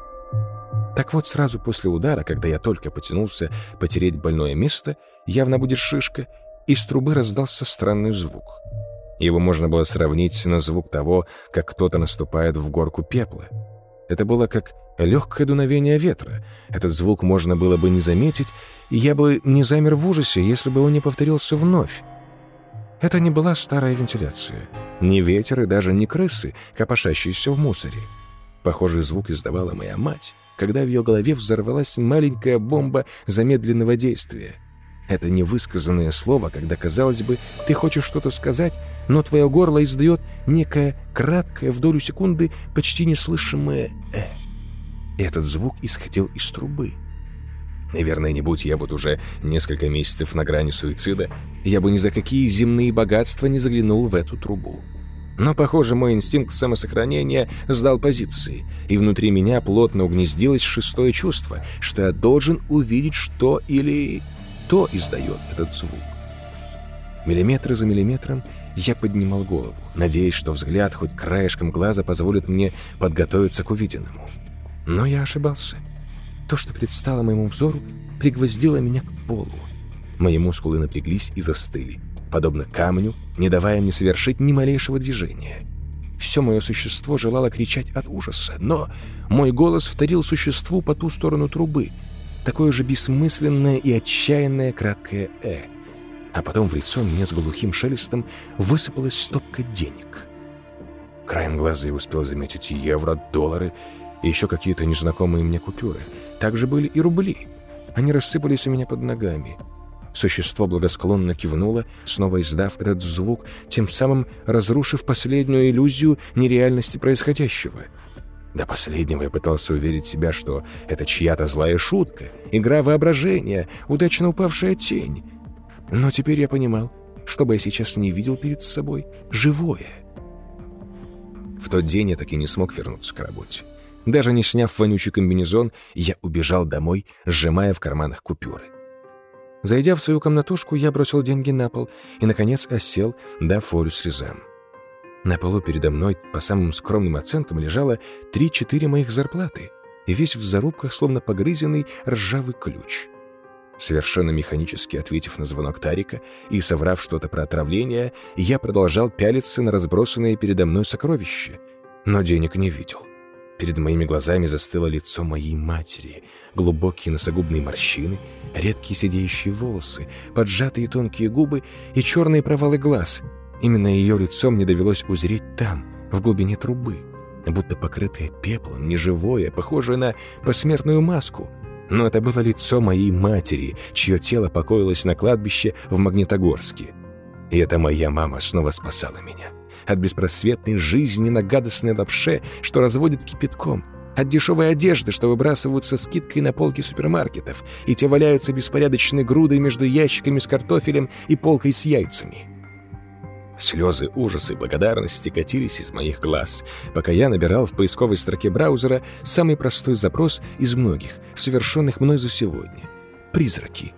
Так вот, сразу после удара, когда я только потянулся потереть больное место, явно будет шишка, из трубы раздался странный звук. Его можно было сравнить на звук того, как кто-то наступает в горку пепла. Это было как легкое дуновение ветра. Этот звук можно было бы не заметить, и я бы не замер в ужасе, если бы он не повторился вновь. Это не была старая вентиляция, не ветер и даже не крысы, копошащиеся в мусоре. Похожий звук издавала моя мать, когда в ее голове взорвалась маленькая бомба замедленного действия. Это невысказанное слово, когда, казалось бы, ты хочешь что-то сказать, но твое горло издает некое краткое в долю секунды почти неслышимое «э». Этот звук исходил из трубы. Наверное, не будь я вот уже несколько месяцев на грани суицида, я бы ни за какие земные богатства не заглянул в эту трубу. Но, похоже, мой инстинкт самосохранения сдал позиции, и внутри меня плотно угнездилось шестое чувство, что я должен увидеть, что или кто издает этот звук. Миллиметр за миллиметром я поднимал голову, надеясь, что взгляд хоть краешком глаза позволит мне подготовиться к увиденному. Но я ошибался. То, что предстало моему взору, пригвоздило меня к полу. Мои мускулы напряглись и застыли, подобно камню, не давая мне совершить ни малейшего движения. Все мое существо желало кричать от ужаса, но мой голос вторил существу по ту сторону трубы, такое же бессмысленное и отчаянное краткое «э». А потом в лицо мне с глухим шелестом высыпалась стопка денег. Краем глаза я успел заметить евро, доллары и еще какие-то незнакомые мне купюры. Также были и рубли. Они рассыпались у меня под ногами. Существо благосклонно кивнуло, снова издав этот звук, тем самым разрушив последнюю иллюзию нереальности происходящего. До последнего я пытался уверить себя, что это чья-то злая шутка, игра воображения, удачно упавшая тень. Но теперь я понимал, что бы я сейчас не видел перед собой, живое. В тот день я так и не смог вернуться к работе. Даже не сняв вонючий комбинезон, я убежал домой, сжимая в карманах купюры. Зайдя в свою комнатушку, я бросил деньги на пол и, наконец, осел, дав волю слезам. На полу передо мной, по самым скромным оценкам, лежало три-четыре моих зарплаты, и весь в зарубках, словно погрызенный ржавый ключ. Совершенно механически ответив на звонок Тарика и соврав что-то про отравление, я продолжал пялиться на разбросанные передо мной сокровища, но денег не видел. Перед моими глазами застыло лицо моей матери, глубокие носогубные морщины, редкие сидеющие волосы, поджатые тонкие губы и черные провалы глаз. Именно ее лицо мне довелось узреть там, в глубине трубы, будто покрытое пеплом, неживое, похожее на посмертную маску. Но это было лицо моей матери, чье тело покоилось на кладбище в Магнитогорске. И это моя мама снова спасала меня от беспросветной жизни на гадостной лапше, что разводит кипятком, от дешевой одежды, что выбрасываются скидкой на полки супермаркетов, и те валяются беспорядочной грудой между ящиками с картофелем и полкой с яйцами. Слезы ужаса и благодарности катились из моих глаз, пока я набирал в поисковой строке браузера самый простой запрос из многих, совершенных мной за сегодня — «Призраки».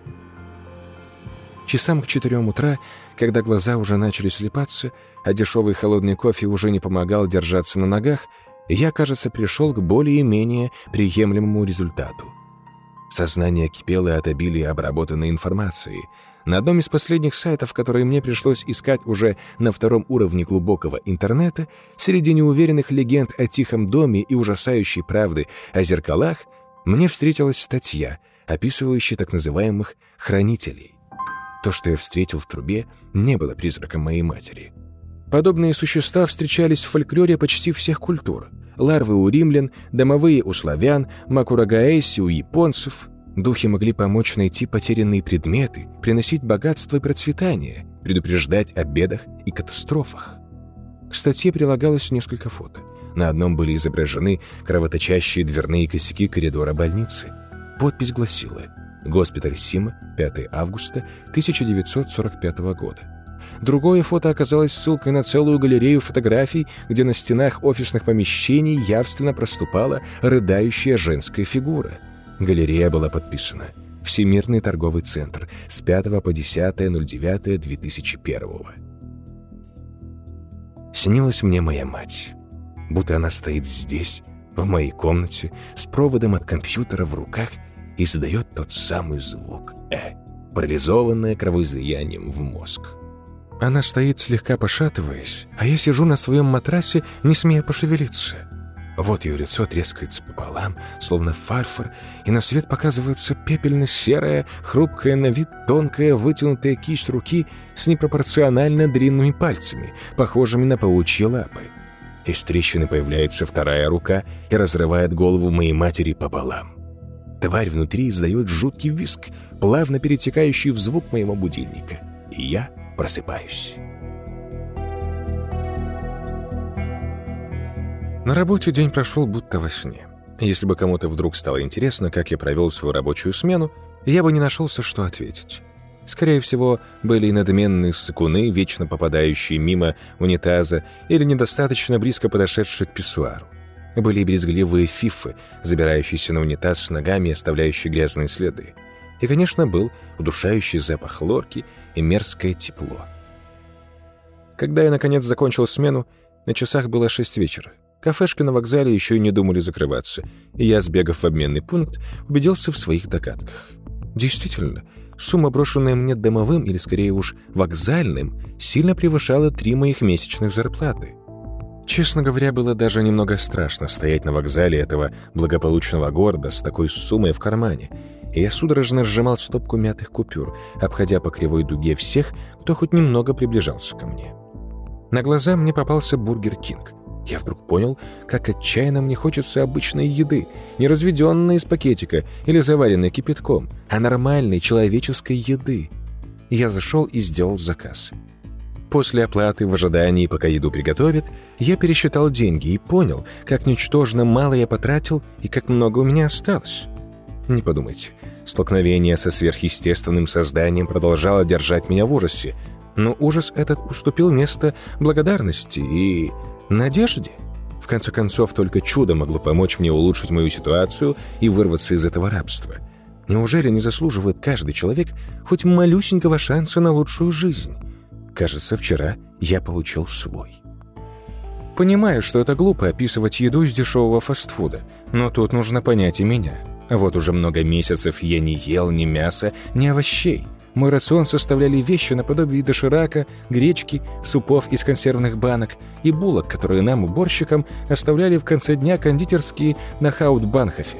Часам к четырем утра, когда глаза уже начали слипаться, а дешевый холодный кофе уже не помогал держаться на ногах, я, кажется, пришел к более-менее приемлемому результату. Сознание кипело от обилия обработанной информации. На одном из последних сайтов, которые мне пришлось искать уже на втором уровне глубокого интернета, среди неуверенных легенд о тихом доме и ужасающей правды о зеркалах, мне встретилась статья, описывающая так называемых «хранителей». То, что я встретил в трубе, не было призраком моей матери. Подобные существа встречались в фольклоре почти всех культур. Ларвы у римлян, домовые у славян, макурагаэси у японцев. Духи могли помочь найти потерянные предметы, приносить богатство и процветание, предупреждать о бедах и катастрофах. К статье прилагалось несколько фото. На одном были изображены кровоточащие дверные косяки коридора больницы. Подпись гласила: «Госпиталь Сима, пятого августа тысяча девятьсот сорок пятого года». Другое фото оказалось ссылкой на целую галерею фотографий, где на стенах офисных помещений явственно проступала рыдающая женская фигура. Галерея была подписана «Всемирный торговый центр» с пятого по десятое ноль девятое две тысячи первого. Снилась мне моя мать, будто она стоит здесь, в моей комнате, с проводом от компьютера в руках и издает тот самый звук «э», парализованное кровоизлиянием в мозг. Она стоит, слегка пошатываясь, а я сижу на своем матрасе, не смея пошевелиться. Вот ее лицо трескается пополам, словно фарфор, и на свет показывается пепельно-серая, хрупкая на вид тонкая вытянутая кисть руки с непропорционально длинными пальцами, похожими на паучьи лапы. Из трещины появляется вторая рука и разрывает голову моей матери пополам. Тварь внутри издает жуткий визг, плавно перетекающий в звук моего будильника, и я просыпаюсь. На работе день прошел будто во сне. Если бы кому-то вдруг стало интересно, как я провел свою рабочую смену, я бы не нашелся, что ответить. Скорее всего, были и надменные ссыкуны, вечно попадающие мимо унитаза или недостаточно близко подошедшие к писсуару. Были и брезгливые фифы, забирающиеся на унитаз с ногами и оставляющие грязные следы. И, конечно, был удушающий запах лорки и мерзкое тепло. Когда я, наконец, закончил смену, на часах было шесть вечера. Кафешки на вокзале еще и не думали закрываться, и я, сбегав в обменный пункт, убедился в своих догадках. Действительно, сумма, брошенная мне домовым, или скорее уж вокзальным, сильно превышала три моих месячных зарплаты. Честно говоря, было даже немного страшно стоять на вокзале этого благополучного города с такой суммой в кармане, и я судорожно сжимал стопку мятых купюр, обходя по кривой дуге всех, кто хоть немного приближался ко мне. На глаза мне попался Бургер Кинг. Я вдруг понял, как отчаянно мне хочется обычной еды, не разведенной из пакетика или заваренной кипятком, а нормальной человеческой еды. Я зашел и сделал заказ. После оплаты, в ожидании, пока еду приготовят, я пересчитал деньги и понял, как ничтожно мало я потратил и как много у меня осталось. Не подумайте, столкновение со сверхъестественным созданием продолжало держать меня в ужасе, но ужас этот уступил место благодарности и надежде. В конце концов, только чудо могло помочь мне улучшить мою ситуацию и вырваться из этого рабства. Неужели не заслуживает каждый человек хоть малюсенького шанса на лучшую жизнь? Кажется, вчера я получил свой. Понимаю, что это глупо описывать еду из дешевого фастфуда, но тут нужно понять и меня. Вот уже много месяцев я не ел ни мяса, ни овощей. Мой рацион составляли вещи наподобие доширака, гречки, супов из консервных банок и булок, которые нам, уборщикам, оставляли в конце дня кондитерские на Хаут-Банхофе.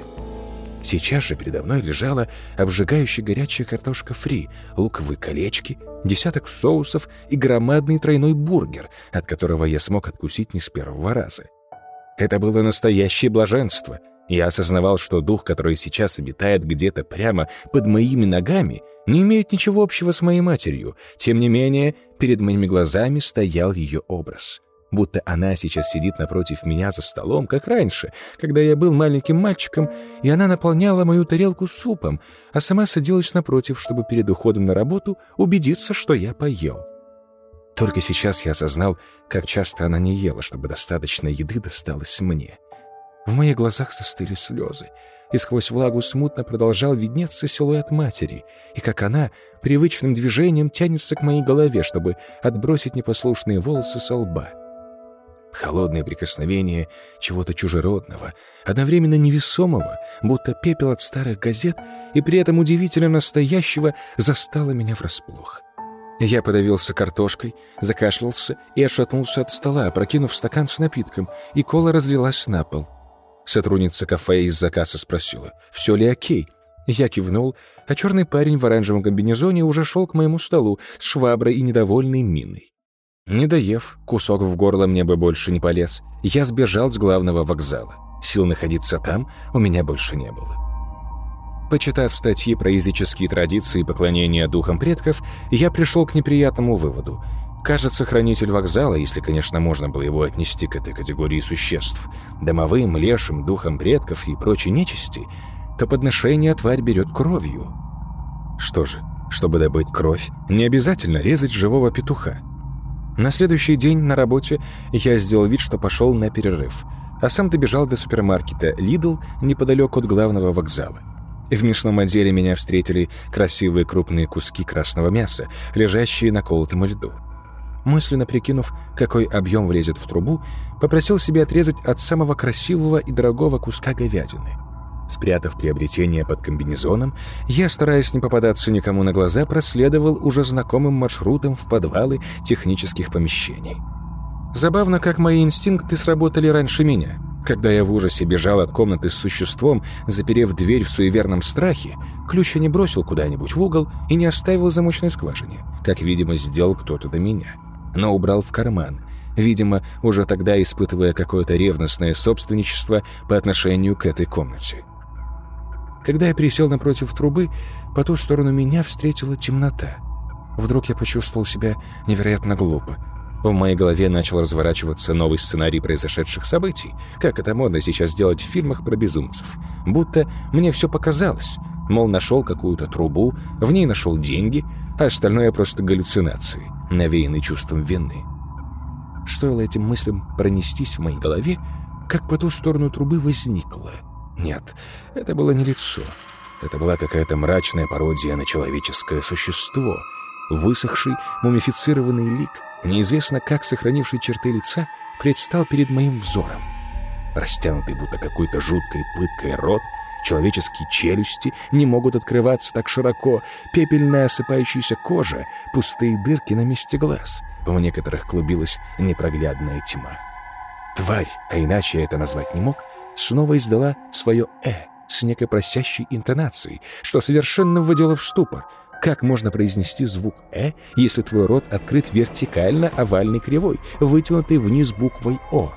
Сейчас же передо мной лежала обжигающая горячая картошка фри, луковые колечки, десяток соусов и громадный тройной бургер, от которого я смог откусить не с первого раза. Это было настоящее блаженство. Я осознавал, что дух, который сейчас обитает где-то прямо под моими ногами, не имеет ничего общего с моей матерью. Тем не менее, перед моими глазами стоял ее образ. Будто она сейчас сидит напротив меня за столом, как раньше, когда я был маленьким мальчиком, и она наполняла мою тарелку супом, а сама садилась напротив, чтобы перед уходом на работу убедиться, что я поел. Только сейчас я осознал, как часто она не ела, чтобы достаточно еды досталось мне. В моих глазах застыли слезы, и сквозь влагу смутно продолжал виднеться силуэт матери, и как она привычным движением тянется к моей голове, чтобы отбросить непослушные волосы со лба. Холодное прикосновение чего-то чужеродного, одновременно невесомого, будто пепел от старых газет, и при этом удивительно настоящего, застало меня врасплох. Я подавился картошкой, закашлялся и отшатнулся от стола, опрокинув стакан с напитком, и кола разлилась на пол. Сотрудница кафе из заказа спросила, все ли окей. Я кивнул, а черный парень в оранжевом комбинезоне уже шел к моему столу с шваброй и недовольной миной. Не доев, кусок в горло мне бы больше не полез, я сбежал с главного вокзала. Сил находиться там у меня больше не было. Почитав статьи про языческие традиции и поклонения духам предков, я пришел к неприятному выводу. Кажется, хранитель вокзала, если, конечно, можно было его отнести к этой категории существ, домовым, лешим, духам предков и прочей нечисти, то подношение тварь берет кровью. Что же, чтобы добыть кровь, не обязательно резать живого петуха. На следующий день на работе я сделал вид, что пошел на перерыв, а сам добежал до супермаркета «Лидл» неподалеку от главного вокзала. В мясном отделе меня встретили красивые крупные куски красного мяса, лежащие на колотом льду. Мысленно прикинув, какой объем влезет в трубу, попросил себе отрезать от самого красивого и дорогого куска говядины. Спрятав приобретение под комбинезоном, я, стараясь не попадаться никому на глаза, проследовал уже знакомым маршрутом в подвалы технических помещений. Забавно, как мои инстинкты сработали раньше меня. Когда я в ужасе бежал от комнаты с существом, заперев дверь в суеверном страхе, ключ я не бросил куда-нибудь в угол и не оставил в замочной скважине, как, видимо, сделал кто-то до меня, но убрал в карман, видимо, уже тогда испытывая какое-то ревностное собственничество по отношению к этой комнате. Когда я присел напротив трубы, по ту сторону меня встретила темнота. Вдруг я почувствовал себя невероятно глупо. В моей голове начал разворачиваться новый сценарий произошедших событий, как это модно сейчас делать в фильмах про безумцев. Будто мне все показалось. Мол, нашел какую-то трубу, в ней нашел деньги, а остальное просто галлюцинации, навеянные чувством вины. Стоило этим мыслям пронестись в моей голове, как по ту сторону трубы возникло. Нет, это было не лицо. Это была какая-то мрачная пародия на человеческое существо. Высохший, мумифицированный лик, неизвестно как сохранивший черты лица, предстал перед моим взором. Растянутый будто какой-то жуткой пыткой рот, человеческие челюсти не могут открываться так широко, пепельная осыпающаяся кожа, пустые дырки на месте глаз. В некоторых клубилась непроглядная тьма. Тварь, а иначе я это назвать не мог, снова издала свое «э» с некой просящей интонацией, что совершенно вводило в ступор. Как можно произнести звук «э», если твой рот открыт вертикально овальной кривой, вытянутой вниз буквой «о»?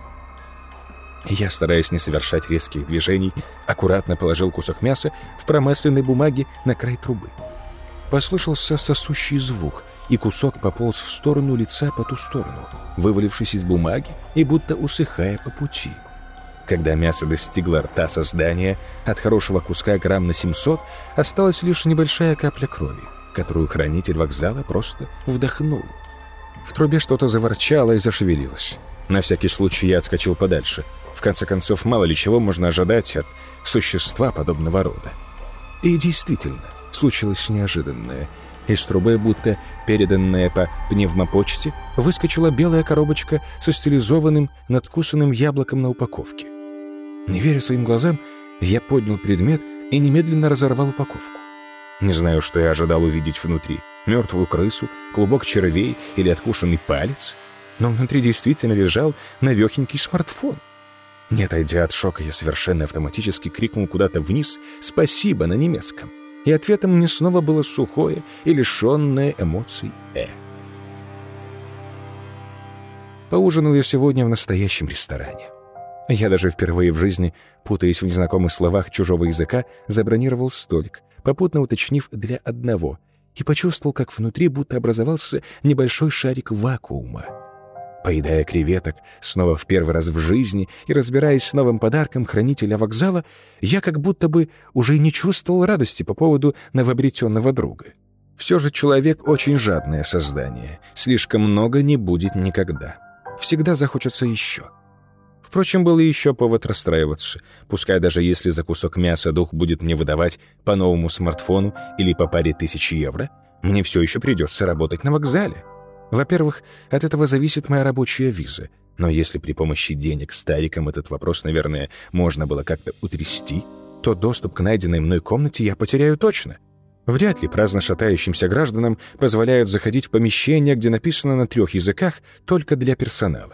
Я, стараясь не совершать резких движений, аккуратно положил кусок мяса в промасленной бумаге на край трубы. Послышался сосущий звук, и кусок пополз в сторону лица по ту сторону, вывалившись из бумаги и будто усыхая по пути. Когда мясо достигло рта создания, от хорошего куска грамм на семьсот осталась лишь небольшая капля крови, которую хранитель вокзала просто вдохнул. В трубе что-то заворчало и зашевелилось. На всякий случай я отскочил подальше. В конце концов, мало ли чего можно ожидать от существа подобного рода. И действительно, случилось неожиданное. Из трубы, будто переданная по пневмопочте, выскочила белая коробочка со стилизованным, надкусанным яблоком на упаковке. Не веря своим глазам, я поднял предмет и немедленно разорвал упаковку. Не знаю, что я ожидал увидеть внутри. Мертвую крысу, клубок червей или откушенный палец. Но внутри действительно лежал навехенький смартфон. Не отойдя от шока, я совершенно автоматически крикнул куда-то вниз «Спасибо» на немецком. И ответом мне снова было сухое и лишенное эмоций «э». Поужинал я сегодня в настоящем ресторане. Я даже впервые в жизни, путаясь в незнакомых словах чужого языка, забронировал столик, попутно уточнив для одного, и почувствовал, как внутри будто образовался небольшой шарик вакуума. Поедая креветок снова в первый раз в жизни и разбираясь с новым подарком хранителя вокзала, я как будто бы уже не чувствовал радости по поводу новообретенного друга. Все же человек очень жадное создание, слишком много не будет никогда. Всегда захочется еще. Впрочем, был и еще повод расстраиваться. Пускай даже если за кусок мяса дух будет мне выдавать по новому смартфону или по паре тысяч евро, мне все еще придется работать на вокзале. Во-первых, от этого зависит моя рабочая виза. Но если при помощи денег старикам этот вопрос, наверное, можно было как-то утрясти, то доступ к найденной мной комнате я потеряю точно. Вряд ли праздно шатающимся гражданам позволяют заходить в помещение, где написано на трех языках, только для персонала.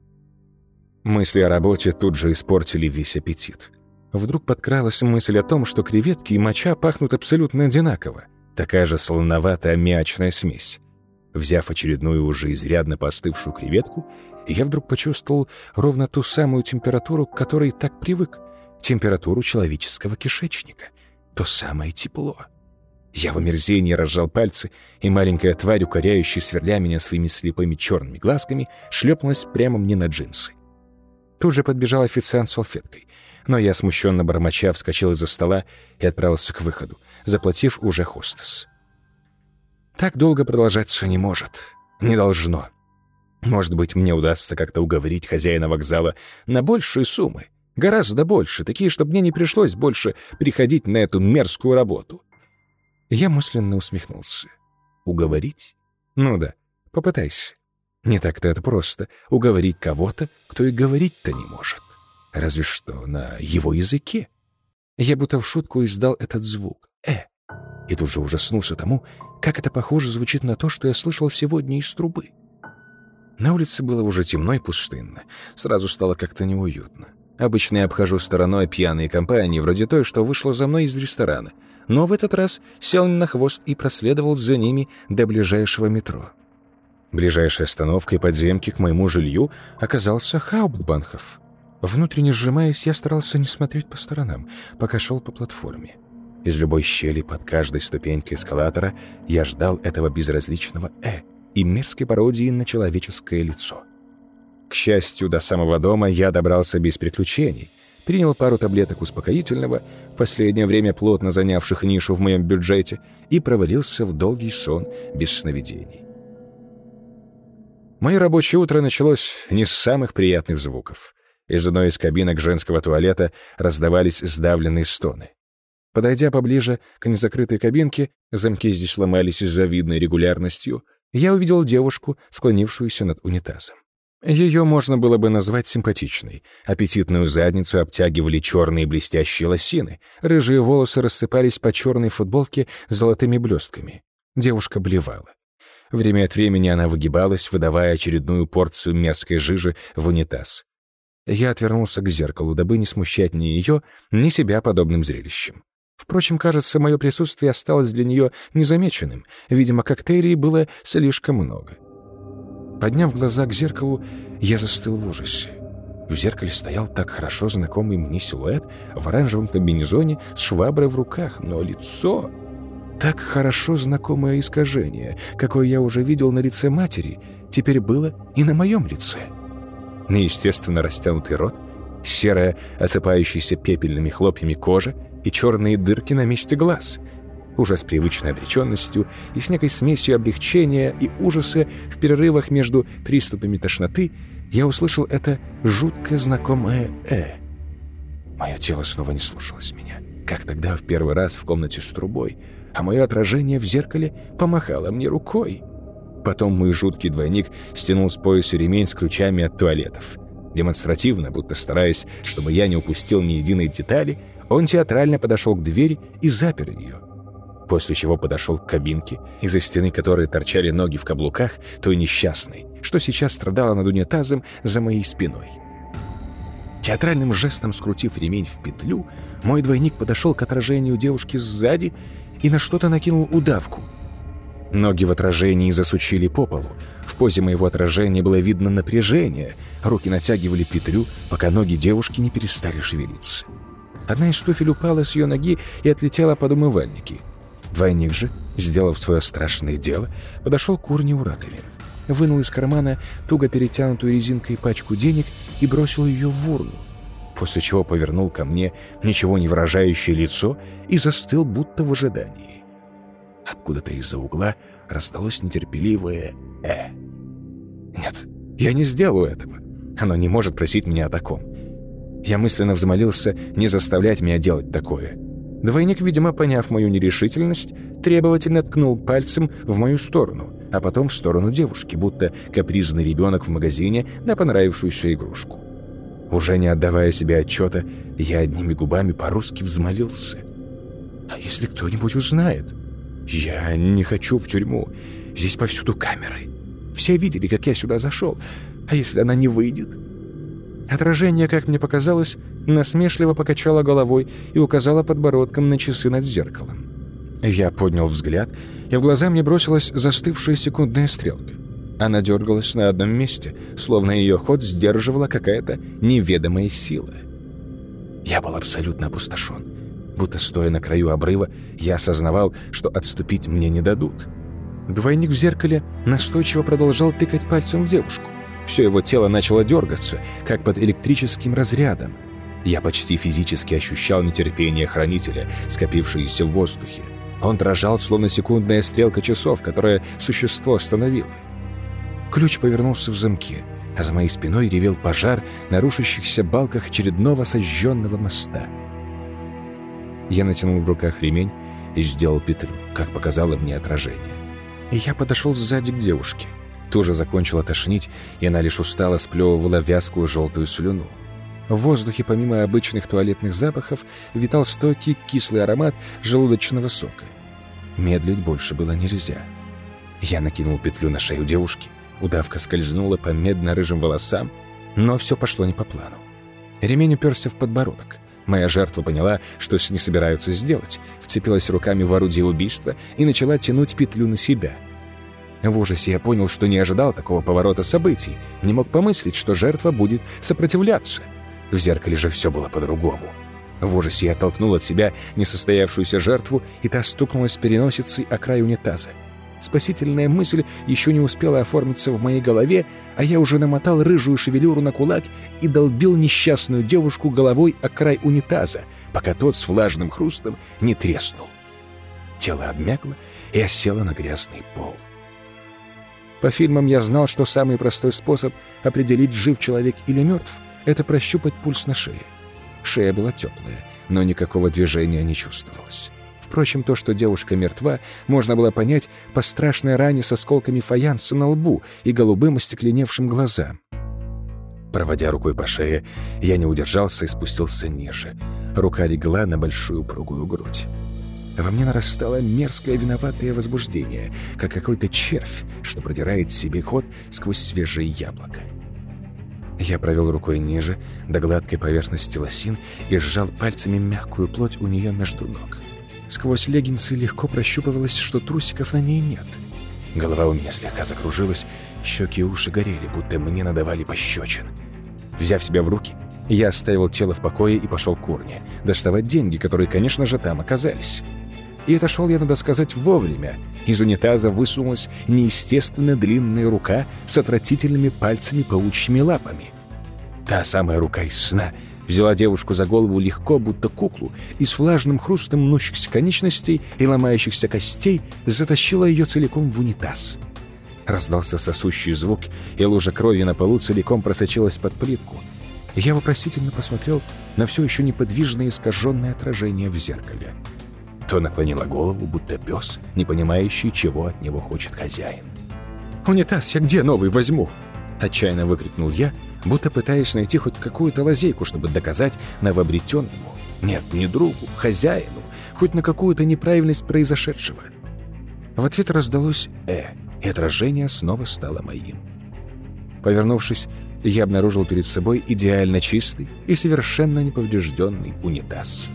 Мысли о работе тут же испортили весь аппетит. Вдруг подкралась мысль о том, что креветки и моча пахнут абсолютно одинаково. Такая же солоноватая аммиачная смесь. Взяв очередную уже изрядно поостывшую креветку, я вдруг почувствовал ровно ту самую температуру, к которой так привык. Температуру человеческого кишечника. То самое тепло. Я в омерзении разжал пальцы, и маленькая тварь, укоряющая, сверля меня своими слепыми черными глазками, шлепнулась прямо мне на джинсы. Тут же подбежал официант с салфеткой, но я, смущенно бормоча, вскочил из-за стола и отправился к выходу, заплатив уже хостес. Так долго продолжаться не может. Не должно. Может быть, мне удастся как-то уговорить хозяина вокзала на большие суммы. Гораздо больше, такие, чтобы мне не пришлось больше приходить на эту мерзкую работу. Я мысленно усмехнулся. Уговорить? Ну да, попытайся. Не так-то это просто — уговорить кого-то, кто и говорить-то не может. Разве что на его языке. Я будто в шутку издал этот звук «э». И тут же ужаснулся тому, как это похоже звучит на то, что я слышал сегодня из трубы. На улице было уже темно и пустынно. Сразу стало как-то неуютно. Обычно я обхожу стороной пьяные компании, вроде той, что вышла за мной из ресторана. Но в этот раз сел на хвост и проследовал за ними до ближайшего метро. Ближайшей остановкой подземки к моему жилью оказался Хауптбанхоф. Внутренне сжимаясь, я старался не смотреть по сторонам, пока шел по платформе. Из любой щели под каждой ступенькой эскалатора я ждал этого безразличного «э» и мерзкой пародии на человеческое лицо. К счастью, до самого дома я добрался без приключений, принял пару таблеток успокоительного, в последнее время плотно занявших нишу в моем бюджете, и провалился в долгий сон без сновидений. Мое рабочее утро началось не с самых приятных звуков. Из одной из кабинок женского туалета раздавались сдавленные стоны. Подойдя поближе к незакрытой кабинке, замки здесь ломались с завидной регулярностью, я увидел девушку, склонившуюся над унитазом. Ее можно было бы назвать симпатичной. Аппетитную задницу обтягивали черные блестящие лосины, рыжие волосы рассыпались по черной футболке с золотыми блестками. Девушка блевала. Время от времени она выгибалась, выдавая очередную порцию мерзкой жижи в унитаз. Я отвернулся к зеркалу, дабы не смущать ни ее, ни себя подобным зрелищем. Впрочем, кажется, мое присутствие осталось для нее незамеченным. Видимо, коктейлей было слишком много. Подняв глаза к зеркалу, я застыл в ужасе. В зеркале стоял так хорошо знакомый мне силуэт в оранжевом комбинезоне с шваброй в руках, но лицо... Так хорошо знакомое искажение, какое я уже видел на лице матери, теперь было и на моем лице. Неестественно растянутый рот, серая, осыпающаяся пепельными хлопьями кожа и черные дырки на месте глаз. Уже с привычной обреченностью и с некой смесью облегчения и ужаса в перерывах между приступами тошноты я услышал это жутко знакомое «э». Мое тело снова не слушалось меня, как тогда в первый раз в комнате с трубой, а мое отражение в зеркале помахало мне рукой. Потом мой жуткий двойник стянул с пояса ремень с ключами от туалетов. Демонстративно, будто стараясь, чтобы я не упустил ни единой детали, он театрально подошел к двери и запер ее. После чего подошел к кабинке, из-за стены которой торчали ноги в каблуках той несчастной, что сейчас страдала над унитазом за моей спиной. Театральным жестом скрутив ремень в петлю, мой двойник подошел к отражению девушки сзади и на что-то накинул удавку. Ноги в отражении засучили по полу. В позе моего отражения было видно напряжение. Руки натягивали петлю, пока ноги девушки не перестали шевелиться. Одна из туфель упала с ее ноги и отлетела под умывальники. Двойник же, сделав свое страшное дело, подошел к урне у раковин, вынул из кармана туго перетянутую резинкой пачку денег и бросил ее в урну, после чего повернул ко мне ничего не выражающее лицо и застыл, будто в ожидании. Откуда-то из-за угла раздалось нетерпеливое «э». Нет, я не сделаю этого. Оно не может просить меня о таком. Я мысленно взмолился не заставлять меня делать такое. Двойник, видимо, поняв мою нерешительность, требовательно ткнул пальцем в мою сторону, а потом в сторону девушки, будто капризный ребенок в магазине на понравившуюся игрушку. Уже не отдавая себе отчета, я одними губами по-русски взмолился. «А если кто-нибудь узнает? Я не хочу в тюрьму. Здесь повсюду камеры. Все видели, как я сюда зашел. А если она не выйдет?» Отражение, как мне показалось, насмешливо покачало головой и указало подбородком на часы над зеркалом. Я поднял взгляд, и в глаза мне бросилась застывшая секундная стрелка. Она дергалась на одном месте, словно ее ход сдерживала какая-то неведомая сила. Я был абсолютно опустошен. Будто стоя на краю обрыва, я осознавал, что отступить мне не дадут. Двойник в зеркале настойчиво продолжал тыкать пальцем в девушку. Все его тело начало дергаться, как под электрическим разрядом. Я почти физически ощущал нетерпение хранителя, скопившееся в воздухе. Он дрожал, словно секундная стрелка часов, которое существо остановило. Ключ повернулся в замке, а за моей спиной ревел пожар на рушащихся балках очередного сожженного моста. Я натянул в руках ремень и сделал петлю, как показало мне отражение. И я подошел сзади к девушке. Тоже закончила тошнить, и она лишь устало сплевывала вязкую желтую слюну. В воздухе, помимо обычных туалетных запахов, витал стойкий кислый аромат желудочного сока. Медлить больше было нельзя. Я накинул петлю на шею девушки, удавка скользнула по медно-рыжим волосам, но все пошло не по плану. Ремень уперся в подбородок. Моя жертва поняла, что с ней собираются сделать, вцепилась руками в орудие убийства и начала тянуть петлю на себя. В ужасе я понял, что не ожидал такого поворота событий, не мог помыслить, что жертва будет сопротивляться. В зеркале же все было по-другому. В ужасе я оттолкнул от себя несостоявшуюся жертву, и та стукнулась переносицей о край унитаза. Спасительная мысль еще не успела оформиться в моей голове, а я уже намотал рыжую шевелюру на кулак и долбил несчастную девушку головой о край унитаза, пока тот с влажным хрустом не треснул. Тело обмякло и осело на грязный пол. По фильмам я знал, что самый простой способ определить, жив человек или мертв, это прощупать пульс на шее. Шея была теплая, но никакого движения не чувствовалось. Впрочем, то, что девушка мертва, можно было понять по страшной ране с осколками фаянса на лбу и голубым остекленевшим глазам. Проводя рукой по шее, я не удержался и спустился ниже. Рука легла на большую упругую грудь. Во мне нарастало мерзкое виноватое возбуждение, как какой-то червь, что продирает себе ход сквозь свежее яблоко. Я провел рукой ниже, до гладкой поверхности лосин, и сжал пальцами мягкую плоть у нее между ног. Сквозь леггинсы легко прощупывалось, что трусиков на ней нет. Голова у меня слегка закружилась, щеки и уши горели, будто мне надавали пощечин. Взяв себя в руки, я оставил тело в покое и пошел к урне, доставать деньги, которые, конечно же, там оказались. И отошел я, надо сказать, вовремя. Из унитаза высунулась неестественно длинная рука с отвратительными пальцами паучьими лапами. Та самая рука из сна взяла девушку за голову легко, будто куклу, и с влажным хрустом мнущихся конечностей и ломающихся костей затащила ее целиком в унитаз. Раздался сосущий звук, и лужа крови на полу целиком просочилась под плитку. Я вопросительно посмотрел на все еще неподвижное искаженное отражение в зеркале. То наклонила голову, будто пес, не понимающий, чего от него хочет хозяин. «Унитаз я где новый возьму?» — отчаянно выкрикнул я, будто пытаясь найти хоть какую-то лазейку, чтобы доказать новообретенному, нет, не другу, хозяину, хоть на какую-то неправильность произошедшего. В ответ раздалось «э», и отражение снова стало моим. Повернувшись, я обнаружил перед собой идеально чистый и совершенно неповрежденный унитаз.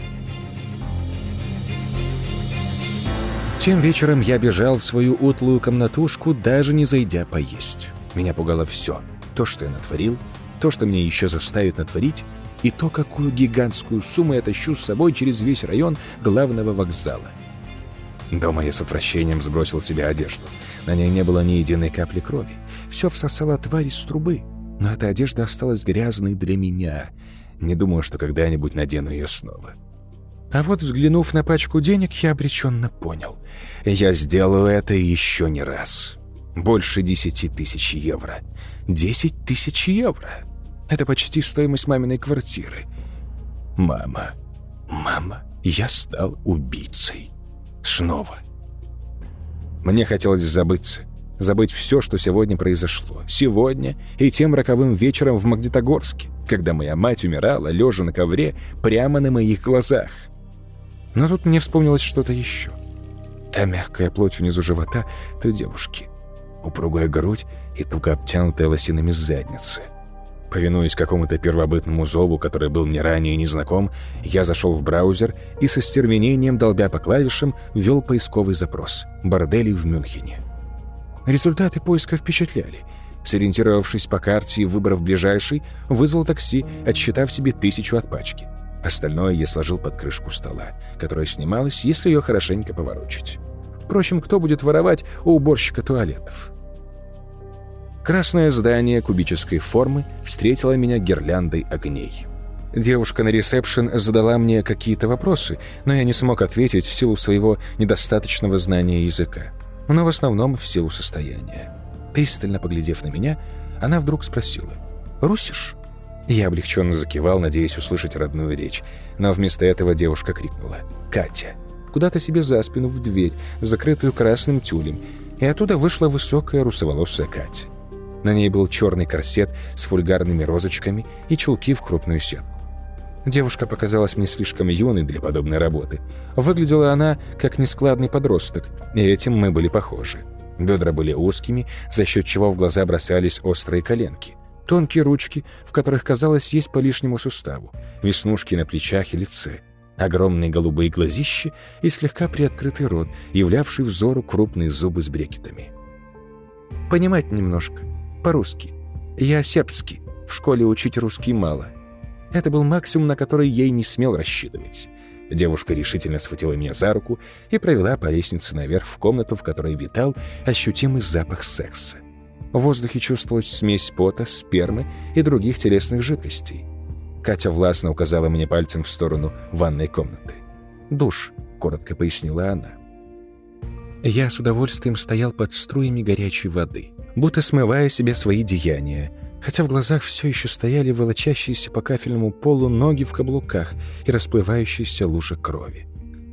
Тем вечером я бежал в свою утлую комнатушку, даже не зайдя поесть. Меня пугало все. То, что я натворил, то, что мне еще заставит натворить, и то, какую гигантскую сумму я тащу с собой через весь район главного вокзала. Дома я с отвращением сбросил с себя одежду. На ней не было ни единой капли крови. Все всосала тварь из трубы. Но эта одежда осталась грязной для меня. Не думаю, что когда-нибудь надену ее снова. А вот, взглянув на пачку денег, я обреченно понял. Я сделаю это еще не раз. Больше десяти тысяч евро. Десять тысяч евро. Это почти стоимость маминой квартиры. Мама, мама, я стал убийцей. Снова. Мне хотелось забыться. Забыть все, что сегодня произошло. Сегодня и тем роковым вечером в Магнитогорске, когда моя мать умирала, лежа на ковре, прямо на моих глазах. Но тут мне вспомнилось что-то еще. Та мягкая плоть внизу живота той девушки. Упругая грудь и туго обтянутая лосинами задницы. Повинуясь какому-то первобытному зову, который был мне ранее незнаком, я зашел в браузер и со стервенением, долбя по клавишам, ввел поисковый запрос «Бордели в Мюнхене». Результаты поиска впечатляли. Сориентировавшись по карте и выбрав ближайший, вызвал такси, отсчитав себе тысячу от пачки. Остальное я сложил под крышку стола, которая снималась, если ее хорошенько поворочить. Впрочем, кто будет воровать у уборщика туалетов? Красное здание кубической формы встретило меня гирляндой огней. Девушка на ресепшн задала мне какие-то вопросы, но я не смог ответить в силу своего недостаточного знания языка, но в основном в силу состояния. Пристально поглядев на меня, она вдруг спросила: «Русишь?» Я облегченно закивал, надеясь услышать родную речь, но вместо этого девушка крикнула: «Катя!» куда-то себе за спину в дверь, закрытую красным тюлем, и оттуда вышла высокая русоволосая Катя. На ней был черный корсет с фульгарными розочками и чулки в крупную сетку. Девушка показалась мне слишком юной для подобной работы. Выглядела она как нескладный подросток, и этим мы были похожи. Бедра были узкими, за счет чего в глаза бросались острые коленки. Тонкие ручки, в которых, казалось, есть по лишнему суставу, веснушки на плечах и лице, огромные голубые глазища и слегка приоткрытый рот, являвший взору крупные зубы с брекетами. «Понимать немножко. По-русски. Я сербский. В школе учить русский мало». Это был максимум, на который я и не смел рассчитывать. Девушка решительно схватила меня за руку и провела по лестнице наверх в комнату, в которой витал ощутимый запах секса. В воздухе чувствовалась смесь пота, спермы и других телесных жидкостей. Катя властно указала мне пальцем в сторону ванной комнаты. «Душ», — коротко пояснила она. Я с удовольствием стоял под струями горячей воды, будто смывая себе свои деяния, хотя в глазах все еще стояли волочащиеся по кафельному полу ноги в каблуках и расплывающаяся лужа крови.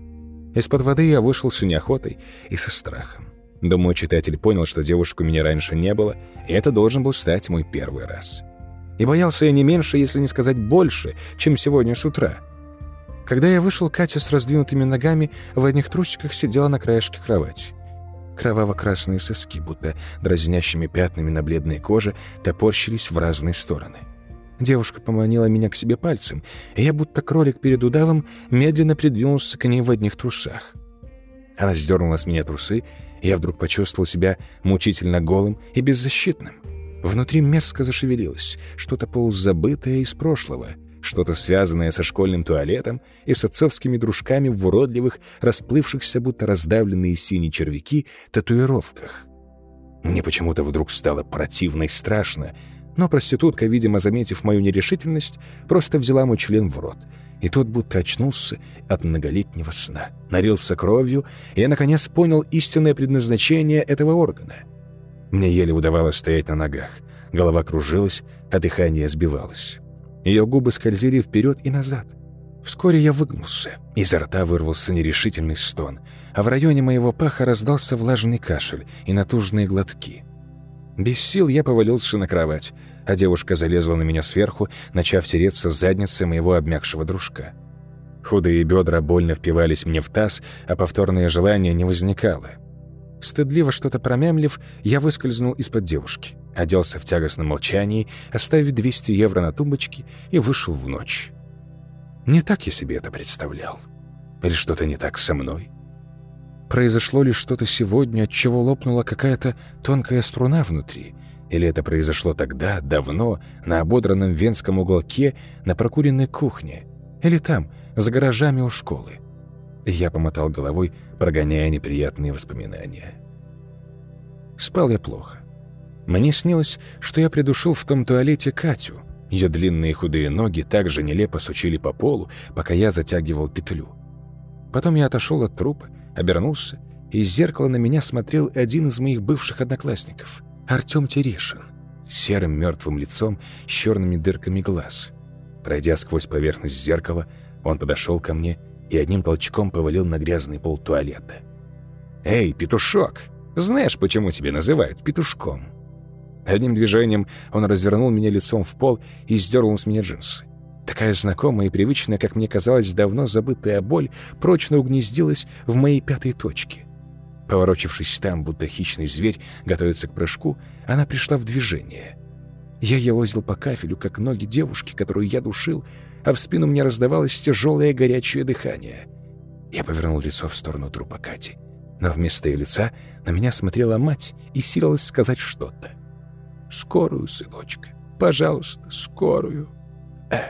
Из-под воды я вышел с неохотой и со страхом. Думаю, читатель понял, что девушек у меня раньше не было, и это должен был стать мой первый раз. И боялся я не меньше, если не сказать больше, чем сегодня с утра. Когда я вышел, Катя с раздвинутыми ногами в одних трусиках сидела на краешке кровати. Кроваво-красные соски, будто дразнящими пятнами на бледной коже, топорщились в разные стороны. Девушка поманила меня к себе пальцем, и я, будто кролик перед удавом, медленно придвинулся к ней в одних трусах. Она сдернула с меня трусы, и я вдруг почувствовал себя мучительно голым и беззащитным. Внутри мерзко зашевелилось что-то полузабытое из прошлого, что-то связанное со школьным туалетом и с отцовскими дружками в уродливых, расплывшихся, будто раздавленные синие червяки, татуировках. Мне почему-то вдруг стало противно и страшно, но проститутка, видимо, заметив мою нерешительность, просто взяла мой член в рот, и тот будто очнулся от многолетнего сна, налился кровью, и я, наконец, понял истинное предназначение этого органа. Мне еле удавалось стоять на ногах, голова кружилась, а дыхание сбивалось. Ее губы скользили вперед и назад. Вскоре я выгнулся, изо рта вырвался нерешительный стон, а в районе моего паха раздался влажный кашель и натужные глотки. Без сил я повалился на кровать, а девушка залезла на меня сверху, начав тереться с задницы моего обмякшего дружка. Худые бедра больно впивались мне в таз, а повторное желание не возникало. Стыдливо что-то промямлив, я выскользнул из-под девушки, оделся в тягостном молчании, оставив двести евро на тумбочке и вышел в ночь. Не так я себе это представлял. Или что-то не так со мной? Произошло ли что-то сегодня, от чего лопнула какая-то тонкая струна внутри? Или это произошло тогда, давно, на ободранном венском уголке, на прокуренной кухне? Или там, за гаражами у школы? Я помотал головой, прогоняя неприятные воспоминания. Спал я плохо. Мне снилось, что я придушил в том туалете Катю. Ее длинные худые ноги также нелепо сучили по полу, пока я затягивал петлю. Потом я отошел от трупа, обернулся, и из зеркала на меня смотрел один из моих бывших одноклассников, Артем Терешин, с серым мертвым лицом с черными дырками глаз. Пройдя сквозь поверхность зеркала, он подошел ко мне и одним толчком повалил на грязный пол туалета. «Эй, петушок, знаешь, почему тебя называют петушком?» Одним движением он развернул меня лицом в пол и сдернул с меня джинсы. Такая знакомая и привычная, как мне казалось, давно забытая боль прочно угнездилась в моей пятой точке. Поворочившись там, будто хищный зверь готовится к прыжку, она пришла в движение. Я елозил по кафелю, как ноги девушки, которую я душил, а в спину мне раздавалось тяжелое горячее дыхание. Я повернул лицо в сторону трупа Кати, но вместо ее лица на меня смотрела мать и силилась сказать что-то. «Скорую, сыночка, пожалуйста, скорую». Э.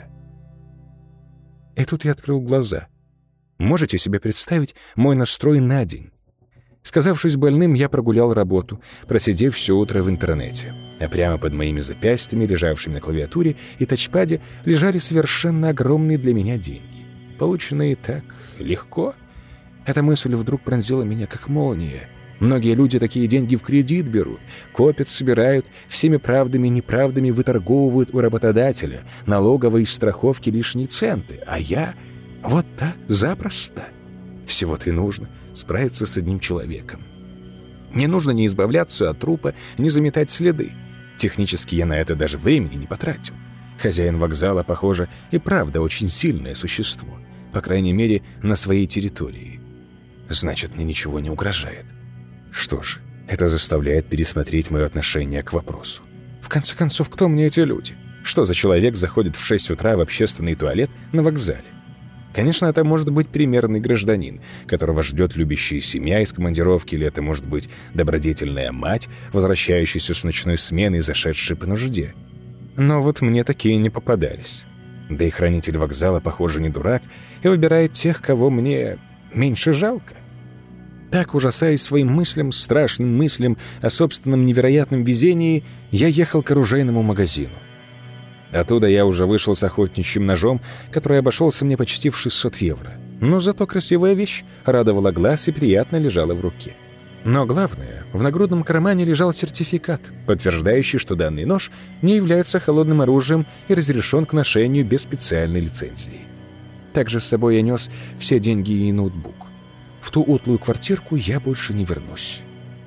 И тут я открыл глаза. Можете себе представить мой настрой на день? Сказавшись больным, я прогулял работу, просидев все утро в интернете. А прямо под моими запястьями, лежавшими на клавиатуре и тачпаде, лежали совершенно огромные для меня деньги. Полученные так легко. Эта мысль вдруг пронзила меня, как молния. Многие люди такие деньги в кредит берут, копят, собирают, всеми правдами и неправдами выторговывают у работодателя, налоговой и страховки лишние центы. А я вот так, запросто. Всего-то и нужно справиться с одним человеком. Не нужно ни избавляться от трупа, ни заметать следы. Технически я на это даже времени не потратил. Хозяин вокзала, похоже, и правда очень сильное существо. По крайней мере, на своей территории. Значит, мне ничего не угрожает. Что ж, это заставляет пересмотреть мое отношение к вопросу. В конце концов, кто мне эти люди? Что за человек заходит в шесть утра в общественный туалет на вокзале? Конечно, это может быть примерный гражданин, которого ждет любящая семья из командировки, или это может быть добродетельная мать, возвращающаяся с ночной смены и зашедшая по нужде. Но вот мне такие не попадались. Да и хранитель вокзала, похоже, не дурак и выбирает тех, кого мне меньше жалко. Так, ужасаясь своим мыслям, страшным мыслям о собственном невероятном везении, я ехал к оружейному магазину. Оттуда я уже вышел с охотничьим ножом, который обошелся мне почти в шестьсот евро. Но зато красивая вещь радовала глаз и приятно лежала в руке. Но главное, в нагрудном кармане лежал сертификат, подтверждающий, что данный нож не является холодным оружием и разрешен к ношению без специальной лицензии. Также с собой я нес все деньги и ноутбук. В ту утлую квартирку я больше не вернусь.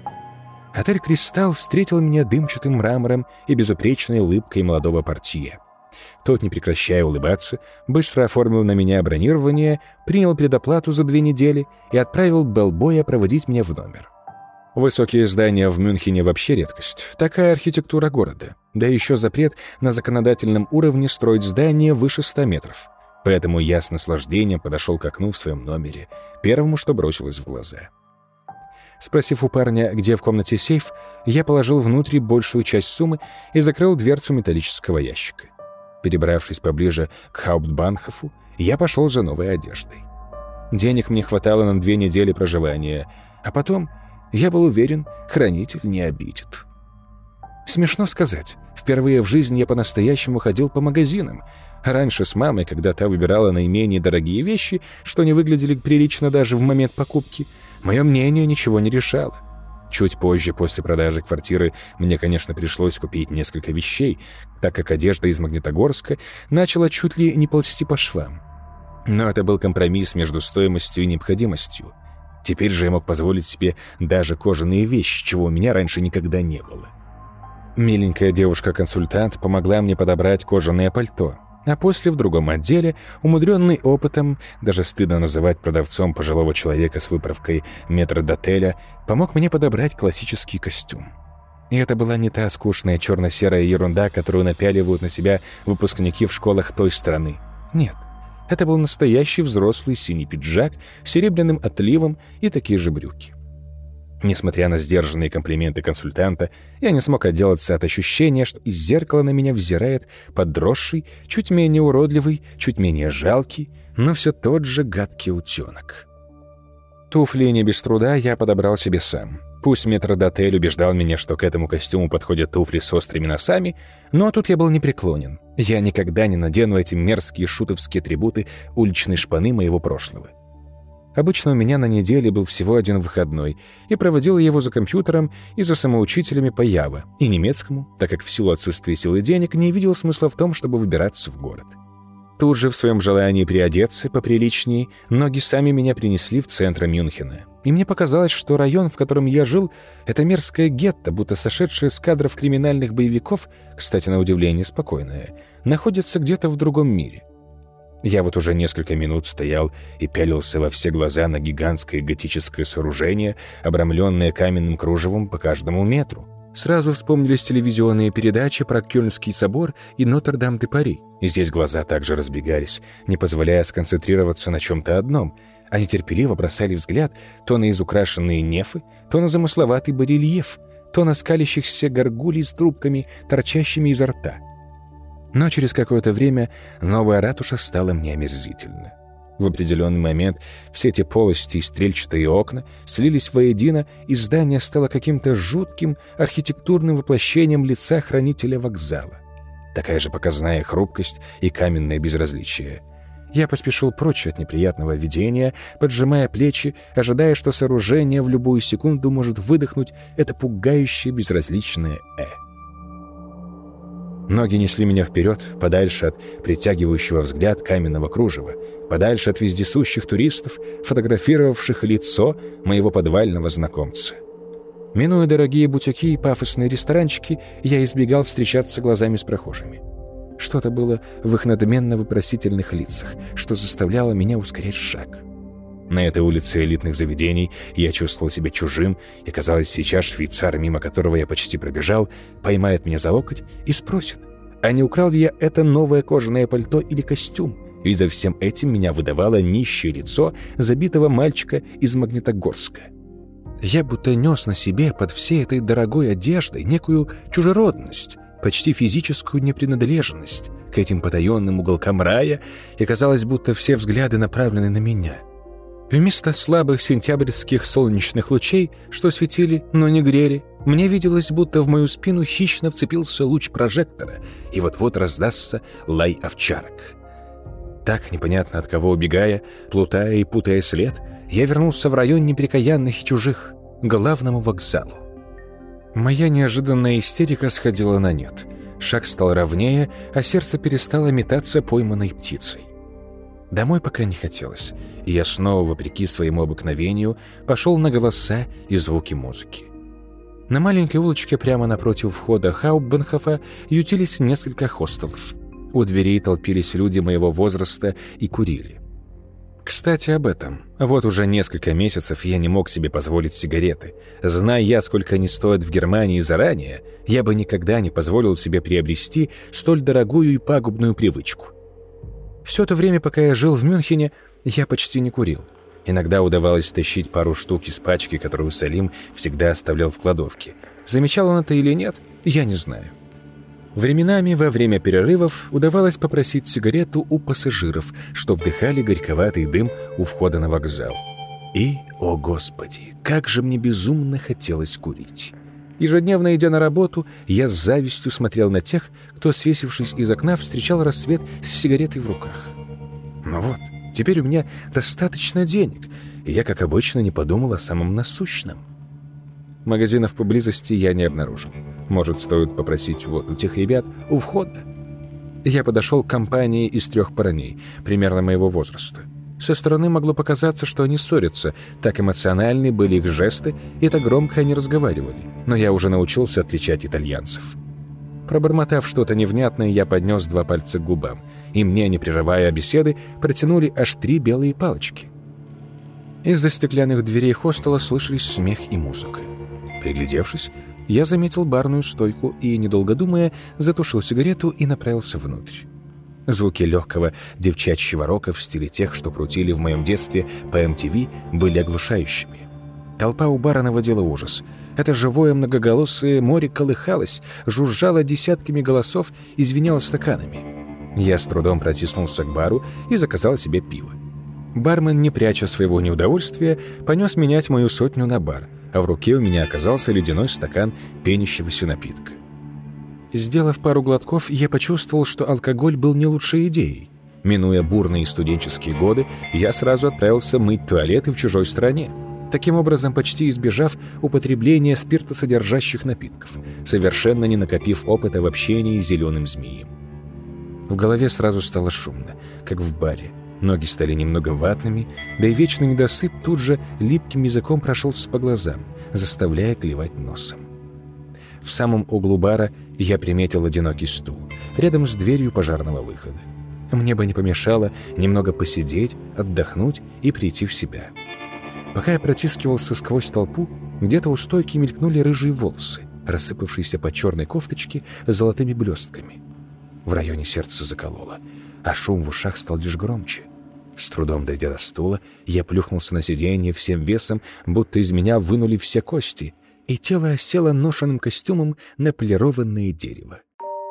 Отель «Кристалл» встретил меня дымчатым мрамором и безупречной улыбкой молодого портье. Тот, не прекращая улыбаться, быстро оформил на меня бронирование, принял предоплату за две недели и отправил белбоя проводить меня в номер. Высокие здания в Мюнхене вообще редкость. Такая архитектура города. Да еще запрет на законодательном уровне строить здания выше ста метров. Поэтому я с наслаждением подошел к окну в своем номере, первому, что бросилось в глаза. Спросив у парня, где в комнате сейф, я положил внутрь большую часть суммы и закрыл дверцу металлического ящика. Перебравшись поближе к Хауптбанхофу, я пошел за новой одеждой. Денег мне хватало на две недели проживания, а потом, я был уверен, хранитель не обидит. Смешно сказать, впервые в жизни я по-настоящему ходил по магазинам. Раньше с мамой, когда та выбирала наименее дорогие вещи, что не выглядели прилично даже в момент покупки, мое мнение ничего не решало. Чуть позже, после продажи квартиры, мне, конечно, пришлось купить несколько вещей, так как одежда из Магнитогорска начала чуть ли не ползти по швам. Но это был компромисс между стоимостью и необходимостью. Теперь же я мог позволить себе даже кожаные вещи, чего у меня раньше никогда не было. Миленькая девушка-консультант помогла мне подобрать кожаное пальто, а после в другом отделе, умудренный опытом, даже стыдно называть продавцом пожилого человека с выправкой метрдотеля, помог мне подобрать классический костюм. И это была не та скучная черно-серая ерунда, которую напяливают на себя выпускники в школах той страны. Нет, это был настоящий взрослый синий пиджак с серебряным отливом и такие же брюки. Несмотря на сдержанные комплименты консультанта, я не смог отделаться от ощущения, что из зеркала на меня взирает подросший, чуть менее уродливый, чуть менее жалкий, но все тот же гадкий утенок. Туфли не без труда я подобрал себе сам. Пусть метрдотель убеждал меня, что к этому костюму подходят туфли с острыми носами, но тут я был непреклонен. Я никогда не надену эти мерзкие шутовские атрибуты уличной шпаны моего прошлого. Обычно у меня на неделе был всего один выходной, и проводил я его за компьютером и за самоучителями по Java и немецкому, так как в силу отсутствия сил и денег не видел смысла в том, чтобы выбираться в город. Тут же в своем желании приодеться поприличнее, ноги сами меня принесли в центр Мюнхена. И мне показалось, что район, в котором я жил, это мерзкое гетто, будто сошедшее с кадров криминальных боевиков, кстати, на удивление спокойное, находится где-то в другом мире. Я вот уже несколько минут стоял и пялился во все глаза на гигантское готическое сооружение, обрамленное каменным кружевом по каждому метру. Сразу вспомнились телевизионные передачи про Кёльнский собор и Нотр-Дам-де-Пари. И здесь глаза также разбегались, не позволяя сконцентрироваться на чем-то одном. Они терпеливо бросали взгляд то на изукрашенные нефы, то на замысловатый барельеф, то на скалящихся горгулей с трубками, торчащими изо рта. Но через какое-то время новая ратуша стала мне омерзительна. В определенный момент все эти полости и стрельчатые окна слились воедино, и здание стало каким-то жутким архитектурным воплощением лица хранителя вокзала. Такая же показная хрупкость и каменное безразличие. Я поспешил прочь от неприятного видения, поджимая плечи, ожидая, что сооружение в любую секунду может выдохнуть это пугающее безразличное «э». Ноги несли меня вперед, подальше от притягивающего взгляд каменного кружева, подальше от вездесущих туристов, фотографировавших лицо моего подвального знакомца. Минуя дорогие бутики и пафосные ресторанчики, я избегал встречаться глазами с прохожими. Что-то было в их надменно-вопросительных лицах, что заставляло меня ускорять шаг. На этой улице элитных заведений я чувствовал себя чужим, и, казалось, сейчас швейцар, мимо которого я почти пробежал, поймает меня за локоть и спросит, а не украл ли я это новое кожаное пальто или костюм? И за всем этим меня выдавало нищее лицо забитого мальчика из Магнитогорска. Я будто нес на себе под всей этой дорогой одеждой некую чужеродность, почти физическую непринадлежность, к этим потаенным уголкам рая, и казалось, будто все взгляды направлены на меня. Вместо слабых сентябрьских солнечных лучей, что светили, но не грели, мне виделось, будто в мою спину хищно вцепился луч прожектора, и вот-вот раздастся лай овчарок. Так, непонятно от кого убегая, плутая и путая след, я вернулся в район неприкаянных и чужих, к главному вокзалу. Моя неожиданная истерика сходила на нет. Шаг стал ровнее, а сердце перестало метаться пойманной птицей. Домой пока не хотелось, и я снова, вопреки своему обыкновению, пошел на голоса и звуки музыки. На маленькой улочке прямо напротив входа Хаупбенхофа ютились несколько хостелов. У дверей толпились люди моего возраста и курили. Кстати, об этом. Вот уже несколько месяцев я не мог себе позволить сигареты. Зная я, сколько они стоят в Германии заранее, я бы никогда не позволил себе приобрести столь дорогую и пагубную привычку. Все то время, пока я жил в Мюнхене, я почти не курил. Иногда удавалось тащить пару штук из пачки, которую Салим всегда оставлял в кладовке. Замечал он это или нет, я не знаю. Временами во время перерывов удавалось попросить сигарету у пассажиров, что вдыхали горьковатый дым у входа на вокзал. И, о господи, как же мне безумно хотелось курить. Ежедневно идя на работу, я с завистью смотрел на тех, кто, свесившись из окна, встречал рассвет с сигаретой в руках. Ну вот, теперь у меня достаточно денег, и я, как обычно, не подумал о самом насущном. Магазинов поблизости я не обнаружил. Может, стоит попросить вот у тех ребят у входа. Я подошел к компании из трех парней, примерно моего возраста. Со стороны могло показаться, что они ссорятся, так эмоциональны были их жесты и так громко они разговаривали. Но я уже научился отличать итальянцев. Пробормотав что-то невнятное, я поднес два пальца к губам, и мне, не прерывая беседы, протянули аж три белые палочки. Из-за стеклянных дверей хостела слышались смех и музыка. Приглядевшись, я заметил барную стойку и, недолго думая, затушил сигарету и направился внутрь. Звуки легкого девчачьего рока в стиле тех, что крутили в моем детстве по эм ти ви, были оглушающими. Толпа у бара наводила ужас. Это живое многоголосое море колыхалось, жужжало десятками голосов и звенело стаканами. Я с трудом протиснулся к бару и заказал себе пиво. Бармен, не пряча своего неудовольствия, понес менять мою сотню на бар, а в руке у меня оказался ледяной стакан пенящегося напитка. Сделав пару глотков, я почувствовал, что алкоголь был не лучшей идеей. Минуя бурные студенческие годы, я сразу отправился мыть туалеты в чужой стране, таким образом почти избежав употребления спиртосодержащих напитков, совершенно не накопив опыта в общении с зеленым змеем. В голове сразу стало шумно, как в баре. Ноги стали немного ватными, да и вечный недосып тут же липким языком прошелся по глазам, заставляя клевать носом. В самом углу бара я приметил одинокий стул, рядом с дверью пожарного выхода. Мне бы не помешало немного посидеть, отдохнуть и прийти в себя. Пока я протискивался сквозь толпу, где-то у стойки мелькнули рыжие волосы, рассыпавшиеся по черной кофточке с золотыми блестками. В районе сердца закололо, а шум в ушах стал лишь громче. С трудом дойдя до стула, я плюхнулся на сиденье всем весом, будто из меня вынули все кости, и тело осело ношенным костюмом на полированное дерево.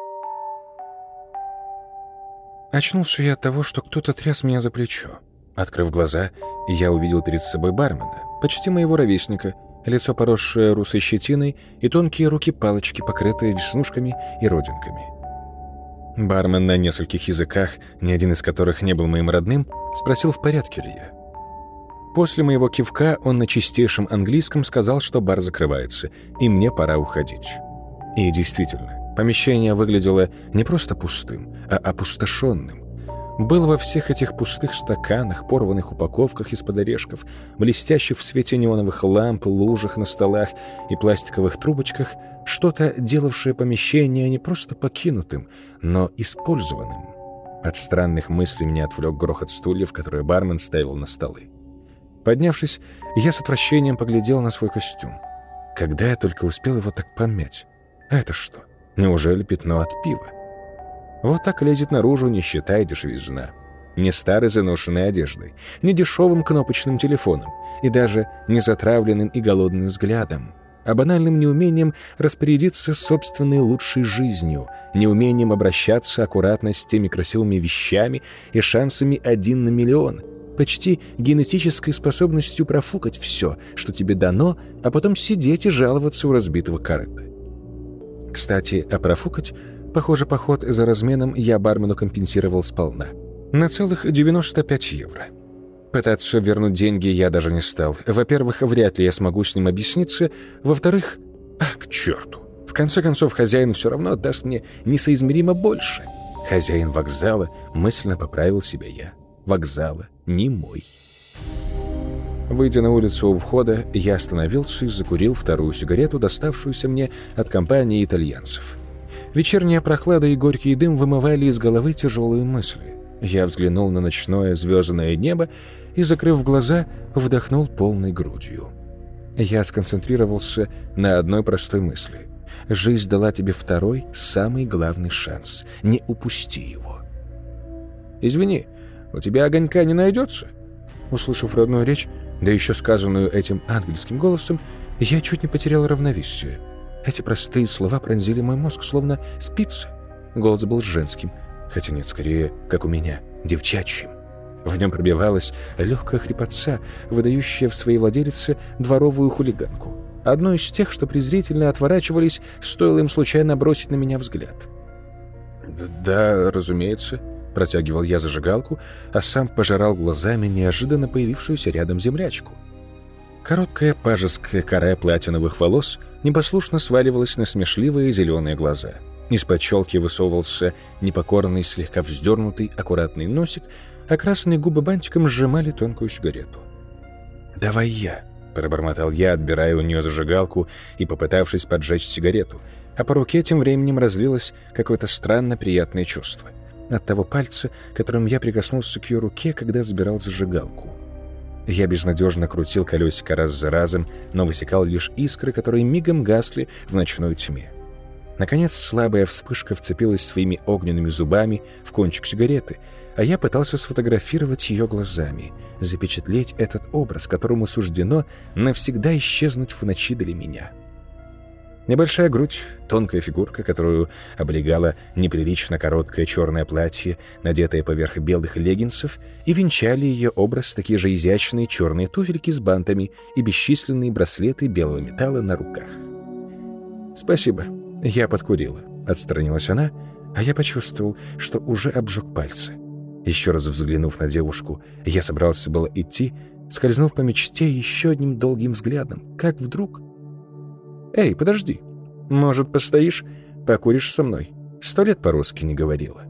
Очнулся я от того, что кто-то тряс меня за плечо. Открыв глаза, я увидел перед собой бармена, почти моего ровесника, лицо поросшее русой щетиной и тонкие руки-палочки, покрытые веснушками и родинками. Бармен на нескольких языках, ни один из которых не был моим родным, спросил, в порядке ли я. После моего кивка он на чистейшем английском сказал, что бар закрывается, и мне пора уходить. И действительно, помещение выглядело не просто пустым, а опустошенным. Был во всех этих пустых стаканах, порванных упаковках из-под орешков, блестящих в свете неоновых ламп, лужах на столах и пластиковых трубочках, что-то, делавшее помещение не просто покинутым, но использованным. От странных мыслей меня отвлек грохот стульев, которые бармен ставил на столы. Поднявшись, я с отвращением поглядел на свой костюм. Когда я только успел его так помять? А это что? Неужели пятно от пива? Вот так лезет наружу нищета и дешевизна. Не старой заношенной одеждой, не дешевым кнопочным телефоном и даже не затравленным и голодным взглядом, а банальным неумением распорядиться собственной лучшей жизнью, неумением обращаться аккуратно с теми красивыми вещами и шансами один на миллион, почти генетической способностью профукать все, что тебе дано, а потом сидеть и жаловаться у разбитого корыта. Кстати, а профукать, похоже, поход за разменом я бармену компенсировал сполна. На целых девяносто пять евро. Пытаться вернуть деньги я даже не стал. Во-первых, вряд ли я смогу с ним объясниться. Во-вторых, а, к черту. В конце концов, хозяин все равно отдаст мне несоизмеримо больше. Хозяин вокзала, мысленно поправил себя я. Вокзала не мой. Выйдя на улицу у входа, я остановился и закурил вторую сигарету, доставшуюся мне от компании итальянцев. Вечерняя прохлада и горький дым вымывали из головы тяжелые мысли. Я взглянул на ночное звездное небо и, закрыв глаза, вдохнул полной грудью. Я сконцентрировался на одной простой мысли. Жизнь дала тебе второй, самый главный шанс. Не упусти его. «Извини, у тебя огонька не найдется?» Услышав родную речь, да еще сказанную этим ангельским голосом, я чуть не потерял равновесие. Эти простые слова пронзили мой мозг, словно спицы. Голос был женским. Хотя нет, скорее, как у меня, девчачьим. В нем пробивалась легкая хрипотца, выдающая в своей владелице дворовую хулиганку. Одной из тех, что презрительно отворачивались, стоило им случайно бросить на меня взгляд. «Да, разумеется», — протягивал я зажигалку, а сам пожирал глазами неожиданно появившуюся рядом землячку. Короткая пажеская кора платиновых волос непослушно сваливалась на смешливые зеленые глаза. Из-под челки высовывался непокорный, слегка вздернутый, аккуратный носик, а красные губы бантиком сжимали тонкую сигарету. «Давай я», — пробормотал я, отбирая у нее зажигалку и попытавшись поджечь сигарету, а по руке тем временем разлилось какое-то странно приятное чувство. От того пальца, которым я прикоснулся к ее руке, когда забирал зажигалку. Я безнадежно крутил колесико раз за разом, но высекал лишь искры, которые мигом гасли в ночной тьме. Наконец, слабая вспышка вцепилась своими огненными зубами в кончик сигареты, а я пытался сфотографировать ее глазами, запечатлеть этот образ, которому суждено навсегда исчезнуть в ночи для меня. Небольшая грудь, тонкая фигурка, которую облегала неприлично короткое черное платье, надетое поверх белых леггинсов, и венчали ее образ такие же изящные черные туфельки с бантами и бесчисленные браслеты белого металла на руках. «Спасибо, я подкурила», — отстранилась она, а я почувствовал, что уже обжег пальцы. Еще раз взглянув на девушку, я собрался было идти, скользнув по мечте еще одним долгим взглядом, как вдруг... «Эй, подожди, может, постоишь, покуришь со мной? Сто лет по-русски не говорила».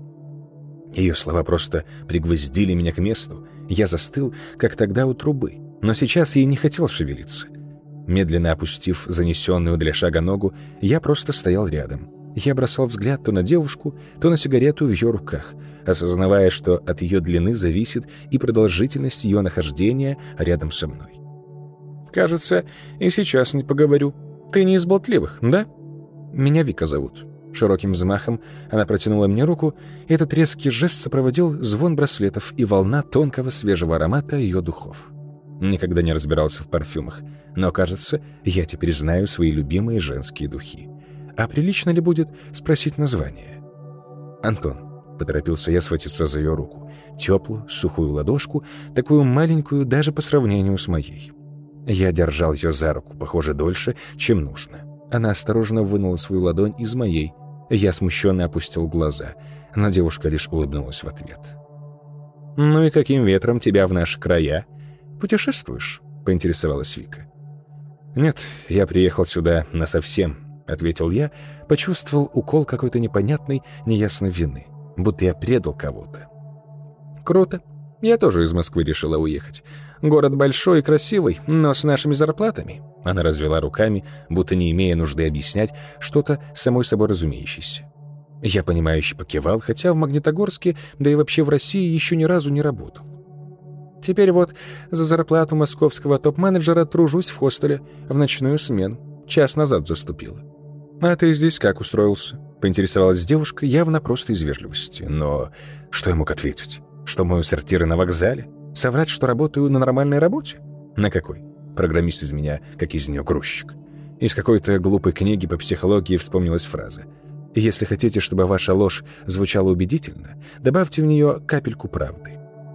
Ее слова просто пригвоздили меня к месту. Я застыл, как тогда у трубы, но сейчас я не хотел шевелиться. Медленно опустив занесенную для шага ногу, я просто стоял рядом. Я бросал взгляд то на девушку, то на сигарету в ее руках, осознавая, что от ее длины зависит и продолжительность ее нахождения рядом со мной. «Кажется, и сейчас не поговорю. Ты не из болтливых, да? Меня Вика зовут». Широким взмахом она протянула мне руку, и этот резкий жест сопроводил звон браслетов и волна тонкого свежего аромата ее духов. Никогда не разбирался в парфюмах, но, кажется, я теперь знаю свои любимые женские духи. А прилично ли будет спросить название? «Антон», — поторопился я схватиться за ее руку, теплую, сухую ладошку, такую маленькую даже по сравнению с моей. Я держал ее за руку, похоже, дольше, чем нужно. Она осторожно вынула свою ладонь из моей. Я смущенно опустил глаза, но девушка лишь улыбнулась в ответ. «Ну и каким ветром тебя в наши края? Путешествуешь?» — поинтересовалась Вика. «Нет, я приехал сюда насовсем», — ответил я, почувствовал укол какой-то непонятной, неясной вины, будто я предал кого-то. «Круто. Я тоже из Москвы решила уехать. Город большой и красивый, но с нашими зарплатами». Она развела руками, будто не имея нужды объяснять что-то самой собой разумеющееся. Я понимающе покивал, хотя в Магнитогорске, да и вообще в России еще ни разу не работал. Теперь вот за зарплату московского топ-менеджера тружусь в хостеле в ночную смену. Час назад заступила. «А ты здесь как устроился?» — поинтересовалась девушка, явно просто из вежливости. Но что я мог ответить? Что мой сортир на вокзале? Соврать, что работаю на нормальной работе? На какой? Программист из меня, как из нее грузчик. Из какой-то глупой книги по психологии вспомнилась фраза: «Если хотите, чтобы ваша ложь звучала убедительно, добавьте в нее капельку правды».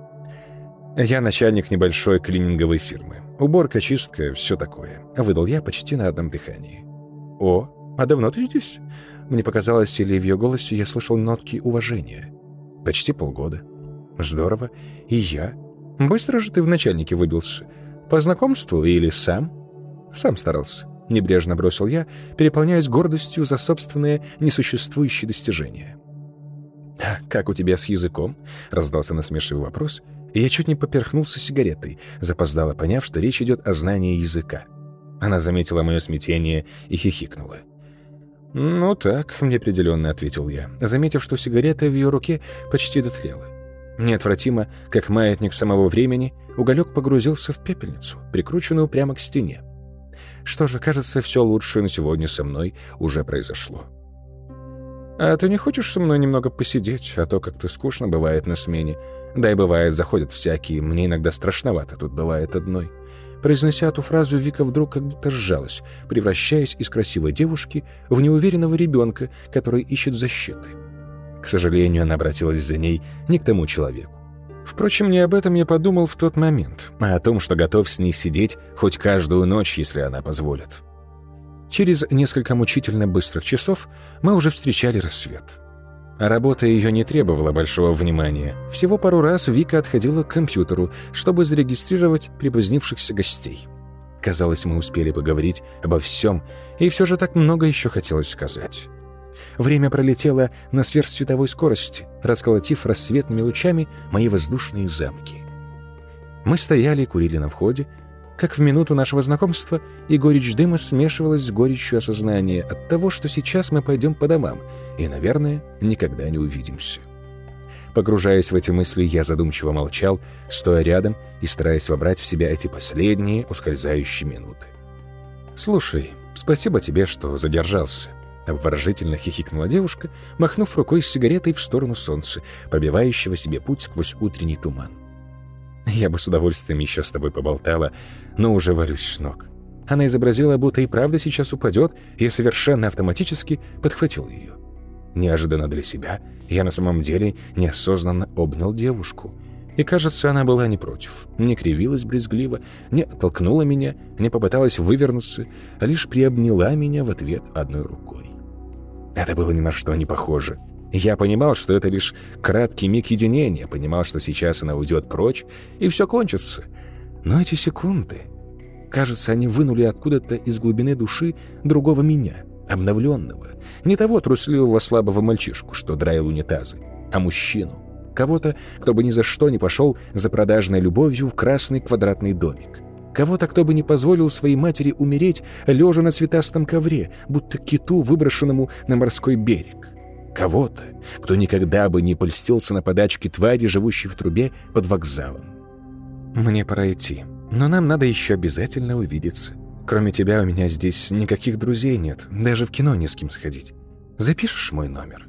«Я начальник небольшой клининговой фирмы. Уборка, чистка, все такое», — выдал я почти на одном дыхании. «О, а давно ты здесь?» Мне показалось, или в ее голосе я слышал нотки уважения. «Почти полгода». «Здорово. И я? Быстро же ты в начальнике выбился. По знакомству или сам?» «Сам старался», — небрежно бросил я, переполняясь гордостью за собственные несуществующие достижения. «Как у тебя с языком?» — раздался насмешливый вопрос, и я чуть не поперхнулся сигаретой, запоздало поняв, что речь идет о знании языка. Она заметила мое смятение и хихикнула. «Ну так», — неопределенно ответил я, заметив, что сигарета в ее руке почти дотлела. Неотвратимо, как маятник самого времени, уголек погрузился в пепельницу, прикрученную прямо к стене. Что же, кажется, все лучшее на сегодня со мной уже произошло. «А ты не хочешь со мной немного посидеть, а то как-то скучно бывает на смене? Да и бывает, заходят всякие, мне иногда страшновато тут бывает одной». Произнося эту фразу, Вика вдруг как будто сжалась, превращаясь из красивой девушки в неуверенного ребенка, который ищет защиты. К сожалению, она обратилась за ней не к тому человеку. Впрочем, не об этом я подумал в тот момент, а о том, что готов с ней сидеть хоть каждую ночь, если она позволит. Через несколько мучительно быстрых часов мы уже встречали рассвет. Работа ее не требовала большого внимания. Всего пару раз Вика отходила к компьютеру, чтобы зарегистрировать припозднившихся гостей. Казалось, мы успели поговорить обо всем, и все же так много еще хотелось сказать. Время пролетело на сверхсветовой скорости, расколотив рассветными лучами мои воздушные замки. Мы стояли и курили на входе, как в минуту нашего знакомства, и горечь дыма смешивалась с горечью осознания от того, что сейчас мы пойдем по домам и, наверное, никогда не увидимся. Погружаясь в эти мысли, я задумчиво молчал, стоя рядом и стараясь вобрать в себя эти последние ускользающие минуты. «Слушай, спасибо тебе, что задержался», — обворожительно хихикнула девушка, махнув рукой с сигаретой в сторону солнца, пробивающего себе путь сквозь утренний туман. «Я бы с удовольствием еще с тобой поболтала, но уже валюсь с ног». Она изобразила, будто и правда сейчас упадет, и я совершенно автоматически подхватил ее. Неожиданно для себя я на самом деле неосознанно обнял девушку. И, кажется, она была не против, не кривилась брезгливо, не оттолкнула меня, не попыталась вывернуться, а лишь приобняла меня в ответ одной рукой. Это было ни на что не похоже. Я понимал, что это лишь краткий миг единения, понимал, что сейчас она уйдет прочь, и все кончится. Но эти секунды, кажется, они вынули откуда-то из глубины души другого меня, обновленного, не того трусливого слабого мальчишку, что драил унитазы, а мужчину, кого-то, кто бы ни за что не пошел за продажной любовью в красный квадратный домик, кого-то, кто бы не позволил своей матери умереть, лежа на цветастом ковре, будто киту, выброшенному на морской берег. Кого-то, кто никогда бы не польстился на подачки твари, живущей в трубе под вокзалом. «Мне пора идти, но нам надо еще обязательно увидеться. Кроме тебя у меня здесь никаких друзей нет, даже в кино не с кем сходить. Запишешь мой номер?»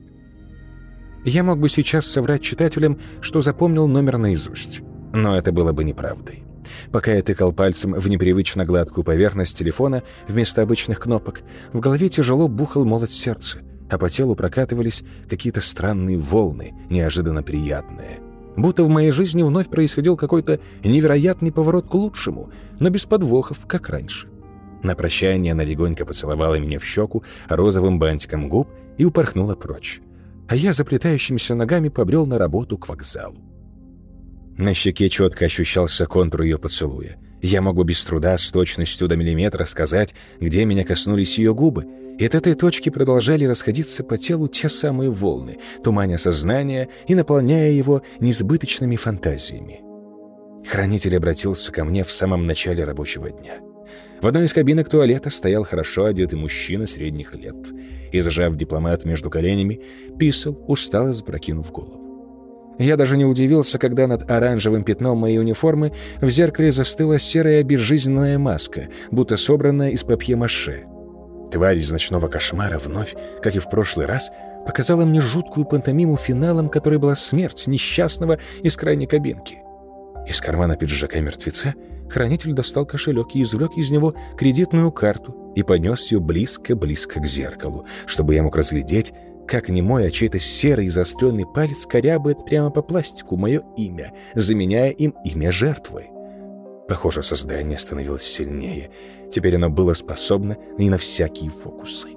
Я мог бы сейчас соврать читателям, что запомнил номер наизусть, но это было бы неправдой. Пока я тыкал пальцем в непривычно гладкую поверхность телефона вместо обычных кнопок, в голове тяжело бухал молот сердца, а по телу прокатывались какие-то странные волны, неожиданно приятные. Будто в моей жизни вновь происходил какой-то невероятный поворот к лучшему, но без подвохов, как раньше. На прощание она легонько поцеловала меня в щеку розовым бантиком губ и упорхнула прочь. А я заплетающимися ногами побрел на работу к вокзалу. На щеке четко ощущался контур ее поцелуя. Я мог бы без труда с точностью до миллиметра сказать, где меня коснулись ее губы, и от этой точки продолжали расходиться по телу те самые волны, туманя сознание и наполняя его несбыточными фантазиями. Хранитель обратился ко мне в самом начале рабочего дня. В одной из кабинок туалета стоял хорошо одетый мужчина средних лет и, зажав дипломат между коленями, писал, устало запрокинув голову. Я даже не удивился, когда над оранжевым пятном моей униформы в зеркале застыла серая безжизненная маска, будто собранная из папье-маше. Тварь из ночного кошмара вновь, как и в прошлый раз, показала мне жуткую пантомиму, финалом которой была смерть несчастного из крайней кабинки. Из кармана пиджака мертвеца хранитель достал кошелек и извлек из него кредитную карту и поднес ее близко-близко к зеркалу, чтобы я мог разглядеть, как не мой, а чей-то серый заостренный палец корябает прямо по пластику мое имя, заменяя им имя жертвы. Похоже, создание становилось сильнее. Теперь оно было способно и на всякие фокусы.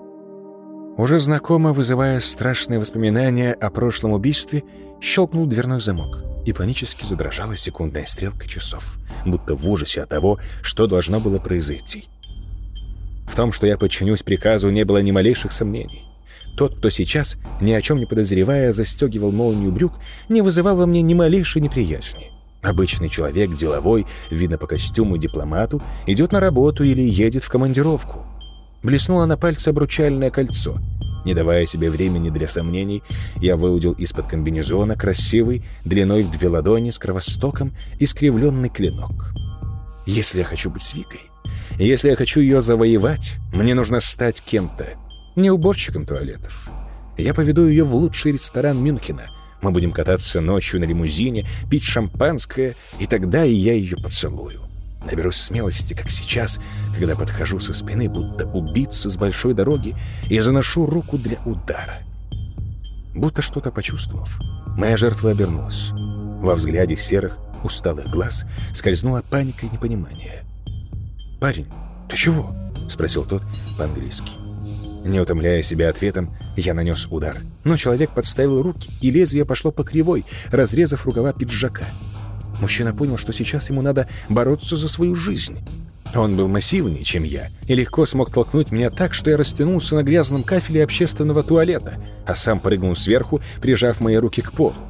Уже знакомо, вызывая страшные воспоминания о прошлом убийстве, щелкнул дверной замок, и панически задрожала секундная стрелка часов, будто в ужасе от того, что должно было произойти. В том, что я подчинюсь приказу, не было ни малейших сомнений. Тот, кто сейчас, ни о чем не подозревая, застегивал молнию брюк, не вызывал во мне ни малейшей неприязни. Обычный человек, деловой, видно по костюму дипломату, идет на работу или едет в командировку. Блеснуло на пальце обручальное кольцо. Не давая себе времени для сомнений, я выудил из-под комбинезона красивый, длиной в две ладони, с кровостоком, искривленный клинок. Если я хочу быть с Викой, если я хочу ее завоевать, мне нужно стать кем-то. Не уборщиком туалетов. Я поведу ее в лучший ресторан Мюнхена. Мы будем кататься ночью на лимузине, пить шампанское, и тогда и я ее поцелую. Наберусь смелости, как сейчас, когда подхожу со спины, будто убийца с большой дороги, и заношу руку для удара. Будто что-то почувствовав, моя жертва обернулась. Во взгляде серых, усталых глаз скользнула паника и непонимание. «Парень, ты чего?» — спросил тот по-английски. Не утомляя себя ответом, я нанес удар. Но человек подставил руки, и лезвие пошло по кривой, разрезав рукава пиджака. Мужчина понял, что сейчас ему надо бороться за свою жизнь. Он был массивнее, чем я, и легко смог толкнуть меня так, что я растянулся на грязном кафеле общественного туалета, а сам прыгнул сверху, прижав мои руки к полу.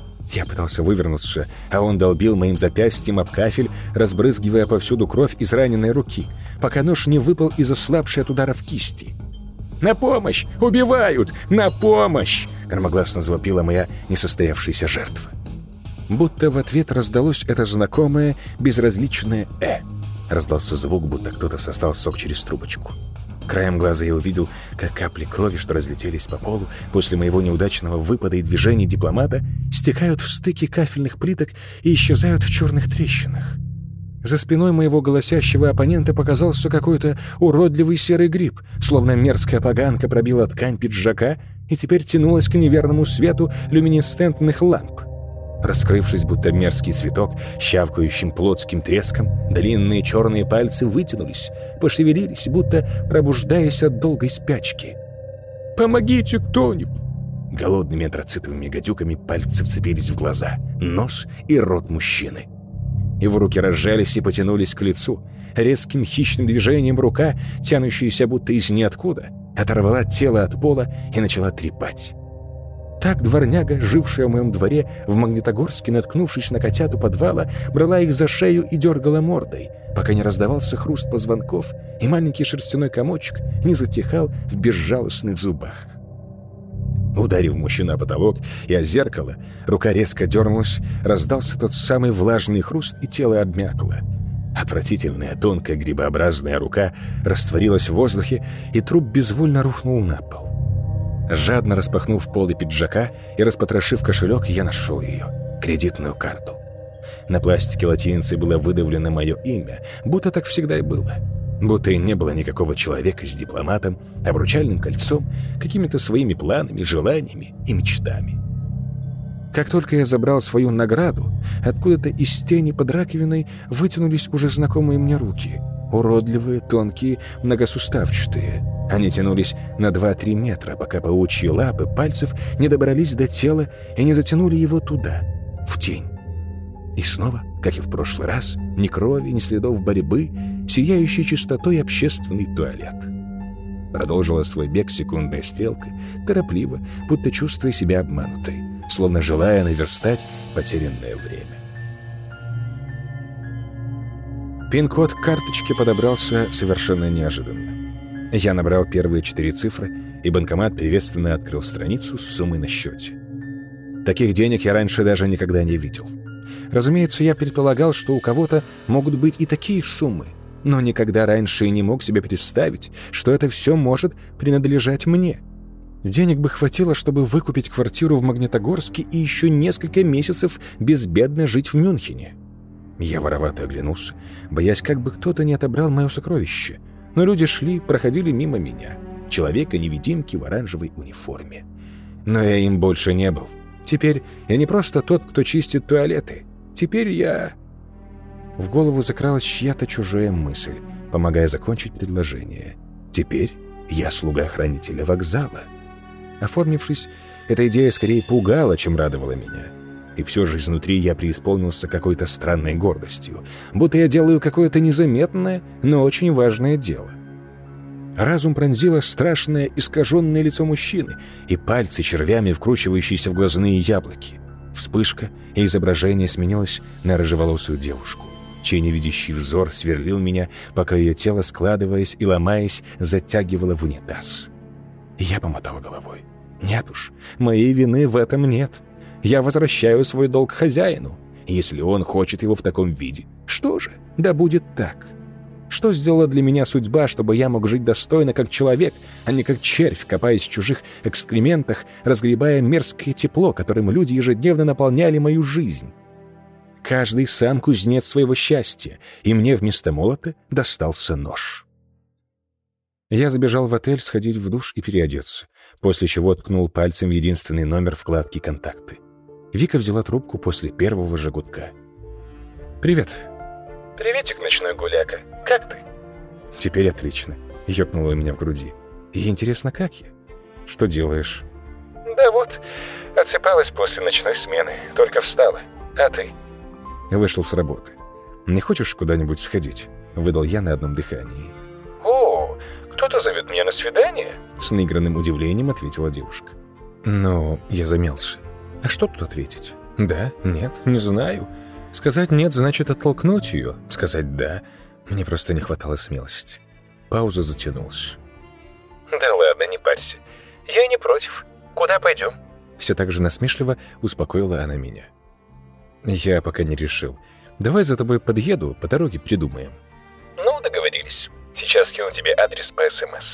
Я пытался вывернуться, а он долбил моим запястьем об кафель, разбрызгивая повсюду кровь из раненой руки, пока нож не выпал из ослабшей от ударов кисти. «На помощь! Убивают! На помощь!» — громогласно завопила моя несостоявшаяся жертва. Будто в ответ раздалось это знакомое, безразличное «э». Раздался звук, будто кто-то сосал сок через трубочку. Краем глаза я увидел, как капли крови, что разлетелись по полу после моего неудачного выпада и движений дипломата, стекают в стыки кафельных плиток и исчезают в черных трещинах. За спиной моего голосящего оппонента показался какой-то уродливый серый гриб, словно мерзкая поганка пробила ткань пиджака и теперь тянулась к неверному свету люминесцентных ламп. Раскрывшись, будто мерзкий цветок, с щавкающим плотским треском, длинные черные пальцы вытянулись, пошевелились, будто пробуждаясь от долгой спячки. «Помогите кто-нибудь!» Голодными антрацитовыми гадюками пальцы вцепились в глаза, нос и рот мужчины. Его руки разжались и потянулись к лицу. Резким хищным движением рука, тянущаяся будто из ниоткуда, оторвала тело от пола и начала трепать. Так дворняга, жившая в моем дворе в Магнитогорске, наткнувшись на котят у подвала, брала их за шею и дергала мордой, пока не раздавался хруст позвонков, и маленький шерстяной комочек не затихал в безжалостных зубах. Ударив мужчину о потолок и о зеркало, рука резко дернулась, раздался тот самый влажный хруст, и тело обмякло. Отвратительная, тонкая, грибообразная рука растворилась в воздухе, и труп безвольно рухнул на пол. Жадно распахнув полы пиджака и распотрошив кошелек, я нашел ее, кредитную карту. На пластике латиницей было выдавлено мое имя, будто так всегда и было. Будто и не было никакого человека с дипломатом, обручальным кольцом, какими-то своими планами, желаниями и мечтами. Как только я забрал свою награду, откуда-то из тени под раковиной вытянулись уже знакомые мне руки. Уродливые, тонкие, многосуставчатые. Они тянулись на два-три метра, пока паучьи лапы пальцев не добрались до тела и не затянули его туда, в тень. И снова, как и в прошлый раз, ни крови, ни следов борьбы, сияющий чистотой общественный туалет. Продолжила свой бег секундная стрелка, торопливо, будто чувствуя себя обманутой, словно желая наверстать потерянное время. Пин-код к карточке подобрался совершенно неожиданно. Я набрал первые четыре цифры, и банкомат приветственно открыл страницу с суммой на счете. Таких денег я раньше даже никогда не видел. Разумеется, я предполагал, что у кого-то могут быть и такие суммы, но никогда раньше и не мог себе представить, что это все может принадлежать мне. Денег бы хватило, чтобы выкупить квартиру в Магнитогорске и еще несколько месяцев безбедно жить в Мюнхене. Я воровато оглянулся, боясь, как бы кто-то не отобрал мое сокровище. Но люди шли, проходили мимо меня. Человека-невидимки в оранжевой униформе. Но я им больше не был. Теперь я не просто тот, кто чистит туалеты. Теперь я... В голову закралась чья-то чужая мысль, помогая закончить предложение. Теперь я слуга хранителя вокзала. Оформившись, эта идея скорее пугала, чем радовала меня. И все же изнутри я преисполнился какой-то странной гордостью, будто я делаю какое-то незаметное, но очень важное дело. Разум пронзило страшное искаженное лицо мужчины и пальцы червями, вкручивающиеся в глазные яблоки. Вспышка, и изображение сменилось на рыжеволосую девушку, чей невидящий взор сверлил меня, пока ее тело, складываясь и ломаясь, затягивало в унитаз. Я помотал головой. Нет уж, моей вины в этом нет. Я возвращаю свой долг хозяину. Если он хочет его в таком виде, что же, да будет так. Что сделала для меня судьба, чтобы я мог жить достойно как человек, а не как червь, копаясь в чужих экскрементах, разгребая мерзкое тепло, которым люди ежедневно наполняли мою жизнь? Каждый сам кузнец своего счастья, и мне вместо молота достался нож. Я забежал в отель сходить в душ и переодеться, после чего ткнул пальцем в единственный номер вкладки «Контакты». Вика взяла трубку после первого же гудка. «Привет». «Приветик, ночной гуляка. Как ты?» «Теперь отлично», — ёкнуло у меня в груди. «И интересно, как я? Что делаешь?» «Да вот, отсыпалась после ночной смены, только встала. А ты?» «Вышел с работы. Не хочешь куда-нибудь сходить?» — выдал я на одном дыхании. «О, кто-то зовет меня на свидание?» С наигранным удивлением ответила девушка. Но я замялся. А что тут ответить? Да, нет, не знаю. Сказать «нет» значит оттолкнуть ее. Сказать «да» мне просто не хватало смелости. Пауза затянулась. «Да ладно, не парься. Я не против. Куда пойдем?» Все так же насмешливо успокоила она меня. Я пока не решил. Давай за тобой подъеду, по дороге придумаем. Ну, договорились. Сейчас кину тебе адрес по СМС.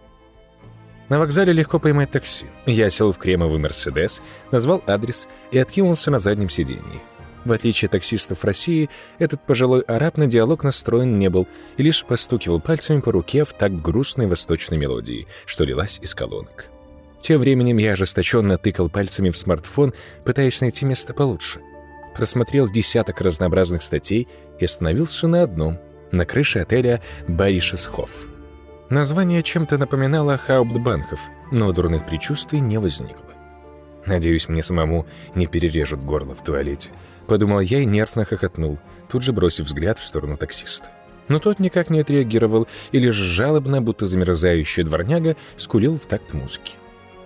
На вокзале легко поймать такси. Я сел в кремовый «Мерседес», назвал адрес и откинулся на заднем сидении. В отличие от таксистов России, этот пожилой араб на диалог настроен не был и лишь постукивал пальцами по руке в такт грустной восточной мелодии, что лилась из колонок. Тем временем я ожесточенно тыкал пальцами в смартфон, пытаясь найти место получше. Просмотрел десяток разнообразных статей и остановился на одном — на крыше отеля «Баришесхоф». Название чем-то напоминало Хауптбанхоф, но дурных предчувствий не возникло. «Надеюсь, мне самому не перережут горло в туалете», — подумал я и нервно хохотнул, тут же бросив взгляд в сторону таксиста. Но тот никак не отреагировал и лишь жалобно, будто замерзающая дворняга, скулил в такт музыки.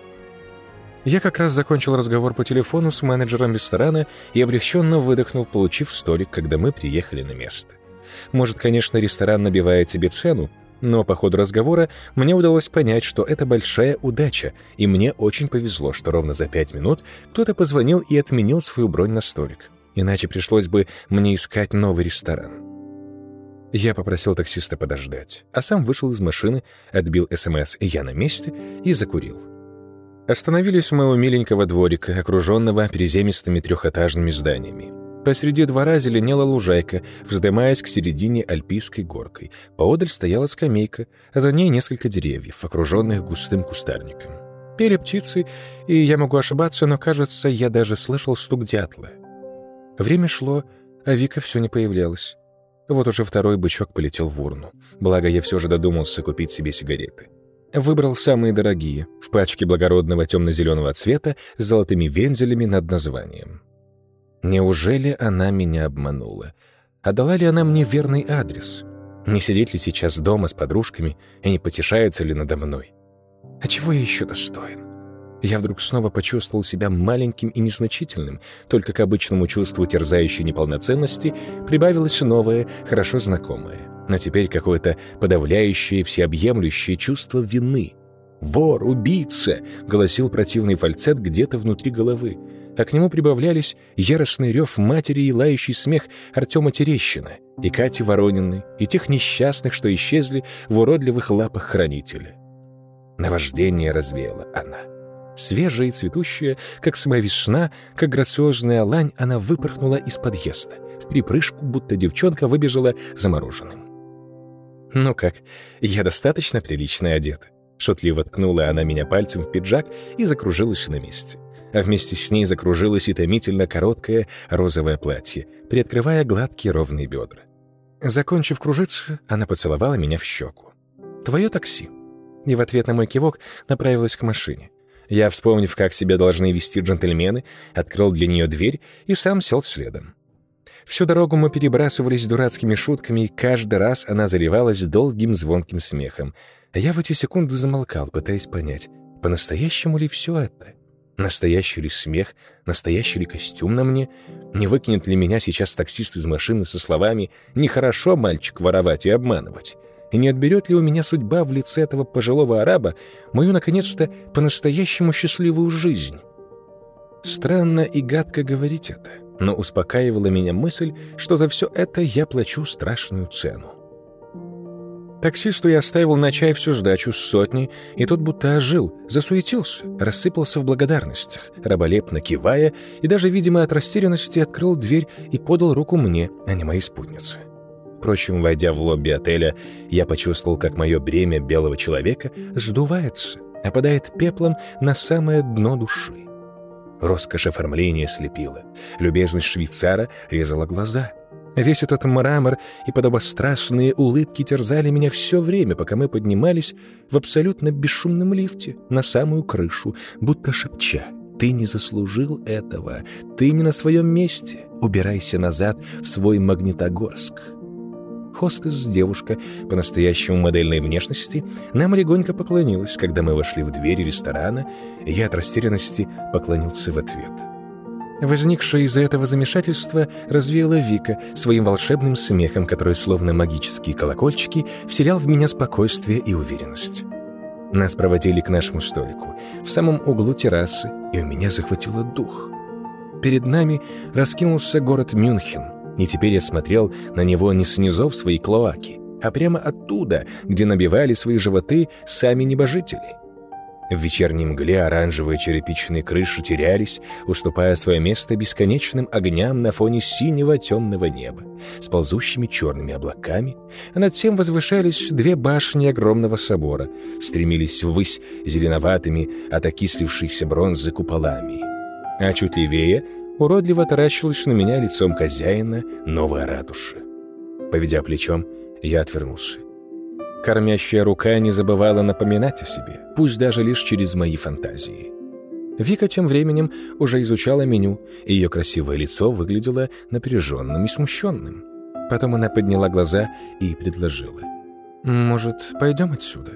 Я как раз закончил разговор по телефону с менеджером ресторана и облегченно выдохнул, получив столик, когда мы приехали на место. Может, конечно, ресторан набивает себе цену, но по ходу разговора мне удалось понять, что это большая удача, и мне очень повезло, что ровно за пять минут кто-то позвонил и отменил свою бронь на столик. Иначе пришлось бы мне искать новый ресторан. Я попросил таксиста подождать, а сам вышел из машины, отбил СМС «Я на месте» и закурил. Остановились у моего миленького дворика, окруженного приземистыми трехэтажными зданиями. Посреди двора зеленела лужайка, вздымаясь к середине альпийской горкой. Поодаль стояла скамейка, а за ней несколько деревьев, окруженных густым кустарником. Пели птицы, и я могу ошибаться, но, кажется, я даже слышал стук дятла. Время шло, а Вика все не появлялась. Вот уже второй бычок полетел в урну. Благо, я все же додумался купить себе сигареты. Выбрал самые дорогие, в пачке благородного темно-зеленого цвета с золотыми вензелями над названием. Неужели она меня обманула? А дала ли она мне верный адрес? Не сидеть ли сейчас дома с подружками и не потешается ли надо мной? А чего я еще достоин? Я вдруг снова почувствовал себя маленьким и незначительным, только к обычному чувству терзающей неполноценности прибавилось новое, хорошо знакомое, но теперь какое-то подавляющее, всеобъемлющее чувство вины. «Вор, убийца!» — голосил противный фальцет где-то внутри головы, а к нему прибавлялись яростный рев матери и лающий смех Артема Терещина и Кати Ворониной, и тех несчастных, что исчезли в уродливых лапах хранителя. Наваждение развеяла она. Свежая и цветущая, как сама весна, как грациозная лань, она выпорхнула из подъезда, в припрыжку, будто девчонка выбежала за мороженым. «Ну как, я достаточно прилично одета?» Шутливо ткнула она меня пальцем в пиджак и закружилась на месте. А вместе с ней закружилось и томительно короткое розовое платье, приоткрывая гладкие ровные бедра. Закончив кружиться, она поцеловала меня в щеку. «Твое такси». И в ответ на мой кивок направилась к машине. Я, вспомнив, как себя должны вести джентльмены, открыл для нее дверь и сам сел следом. Всю дорогу мы перебрасывались дурацкими шутками, и каждый раз она заливалась долгим звонким смехом. А я в эти секунды замолкал, пытаясь понять, по-настоящему ли все это? Настоящий ли смех? Настоящий ли костюм на мне? Не выкинет ли меня сейчас таксист из машины со словами «Нехорошо, мальчик, воровать и обманывать»? И не отберет ли у меня судьба в лице этого пожилого араба мою, наконец-то, по-настоящему счастливую жизнь? Странно и гадко говорить это, но успокаивала меня мысль, что за все это я плачу страшную цену. Таксисту я оставил на чай всю сдачу с сотни, и тот будто ожил, засуетился, рассыпался в благодарностях, раболепно кивая, и даже, видимо, от растерянности открыл дверь и подал руку мне, а не моей спутнице. Впрочем, войдя в лобби отеля, я почувствовал, как мое бремя белого человека сдувается, опадает пеплом на самое дно души. Роскошь оформления слепила, любезность швейцара резала глаза. Весь этот мрамор и подобострастные улыбки терзали меня все время, пока мы поднимались в абсолютно бесшумном лифте на самую крышу, будто шепча: «Ты не заслужил этого, ты не на своем месте, убирайся назад в свой Магнитогорск». Хостес, девушка по-настоящему модельной внешности, нам легонько поклонилась, когда мы вошли в двери ресторана, и я от растерянности поклонился в ответ. Возникшее из-за этого замешательства развеяла Вика своим волшебным смехом, который, словно магические колокольчики, вселял в меня спокойствие и уверенность. Нас проводили к нашему столику, в самом углу террасы, и у меня захватило дух. Перед нами раскинулся город Мюнхен, и теперь я смотрел на него не с низов своей клоаки, а прямо оттуда, где набивали свои животы сами небожители. В вечерней мгле оранжевые черепичные крыши терялись, уступая свое место бесконечным огням на фоне синего темного неба, с ползущими черными облаками, а над тем возвышались две башни огромного собора, стремились ввысь зеленоватыми от окислившейся бронзы куполами. А чуть левее уродливо таращилось на меня лицом хозяина новая ратуша. Поведя плечом, я отвернулся. Кормящая рука не забывала напоминать о себе, пусть даже лишь через мои фантазии. Вика тем временем уже изучала меню, и ее красивое лицо выглядело напряженным и смущенным. Потом она подняла глаза и предложила: «Может, пойдем отсюда?»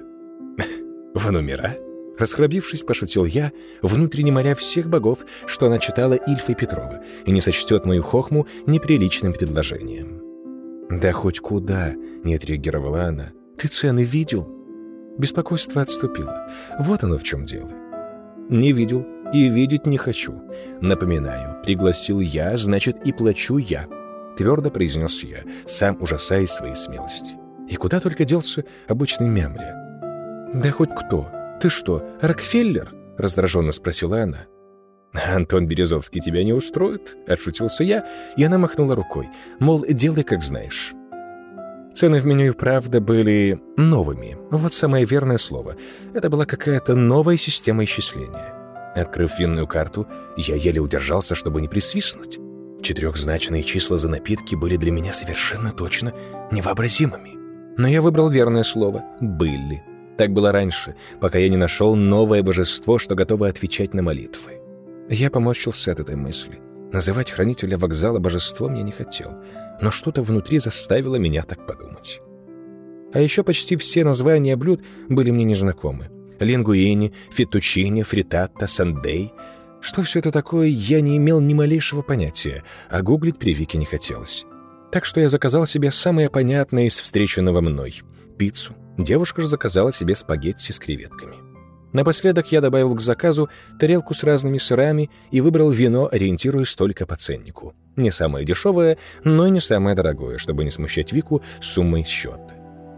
«В номера?» Расхрабившись, пошутил я, внутренне моля всех богов, что она читала Ильфа и Петрова и не сочтет мою хохму неприличным предложением. «Да хоть куда!» — не отреагировала она. «Ты цены видел?» Беспокойство отступило. Вот оно в чем дело. «Не видел и видеть не хочу. Напоминаю, пригласил я, значит, и плачу я», — твердо произнес я, сам ужасаясь своей смелости. И куда только делся обычный мямля. «Да хоть кто. Ты что, Рокфеллер?» — раздраженно спросила она. «Антон Березовский тебя не устроит?» — отшутился я, и она махнула рукой, мол, делай как знаешь. Цены в меню и правда были новыми. Вот самое верное слово. Это была какая-то новая система исчисления. Открыв винную карту, я еле удержался, чтобы не присвистнуть. Четырехзначные числа за напитки были для меня совершенно точно невообразимыми. Но я выбрал верное слово — «были». Так было раньше, пока я не нашел новое божество, что готово отвечать на молитвы. Я поморщился от этой мысли. Называть хранителя вокзала божеством я не хотел, но что-то внутри заставило меня так подумать. А еще почти все названия блюд были мне незнакомы. Лингуини, феттучини, фриттата, сандей. Что все это такое, я не имел ни малейшего понятия, а гуглить при Вике не хотелось. Так что я заказал себе самое понятное из встреченного мной — пиццу. Девушка же заказала себе спагетти с креветками. Напоследок я добавил к заказу тарелку с разными сырами и выбрал вино, ориентируясь только по ценнику. Не самое дешевое, но и не самое дорогое, чтобы не смущать Вику суммой счета.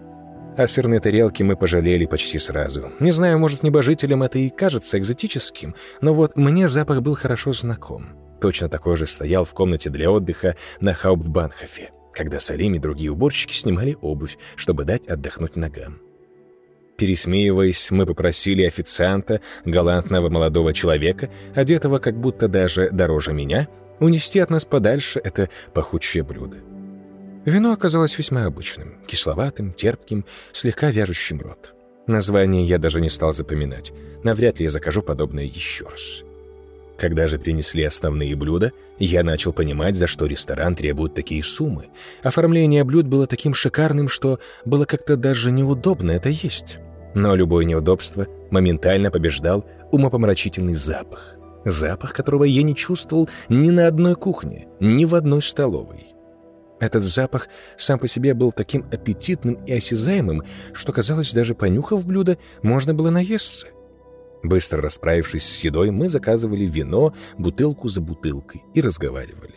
О сырной тарелке мы пожалели почти сразу. Не знаю, может, небожителям это и кажется экзотическим, но вот мне запах был хорошо знаком. точно такой же стоял в комнате для отдыха на Хауптбанхофе, когда Салим и другие уборщики снимали обувь, чтобы дать отдохнуть ногам. Пересмеиваясь, мы попросили официанта, галантного молодого человека, одетого как будто даже дороже меня, унести от нас подальше это пахучее блюдо. Вино оказалось весьма обычным, кисловатым, терпким, слегка вяжущим рот. Название я даже не стал запоминать, навряд ли я закажу подобное еще раз. Когда же принесли основные блюда, я начал понимать, за что ресторан требует такие суммы. Оформление блюд было таким шикарным, что было как-то даже неудобно это есть. Но любое неудобство моментально побеждал умопомрачительный запах. Запах, которого я не чувствовал ни на одной кухне, ни в одной столовой. Этот запах сам по себе был таким аппетитным и осязаемым, что, казалось, даже понюхав блюдо, можно было наесться. Быстро расправившись с едой, мы заказывали вино, бутылку за бутылкой, и разговаривали.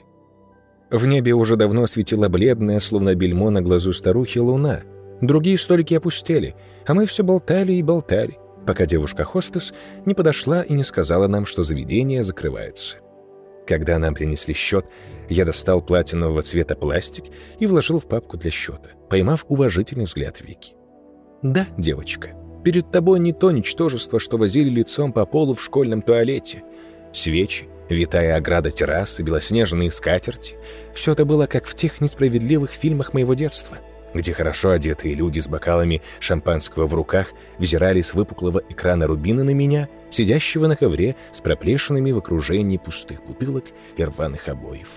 В небе уже давно светила бледная, словно бельмо на глазу старухи, луна. Другие столики опустели, а мы все болтали и болтали, пока девушка-хостес не подошла и не сказала нам, что заведение закрывается. Когда нам принесли счет, я достал платинового цвета пластик и вложил в папку для счета, поймав уважительный взгляд Вики. «Да, девочка, перед тобой не то ничтожество, что возили лицом по полу в школьном туалете. Свечи, витая ограда террасы, белоснежные скатерти — все это было как в тех несправедливых фильмах моего детства, где хорошо одетые люди с бокалами шампанского в руках взирали с выпуклого экрана рубина на меня, сидящего на ковре с проплешинами в окружении пустых бутылок и рваных обоев.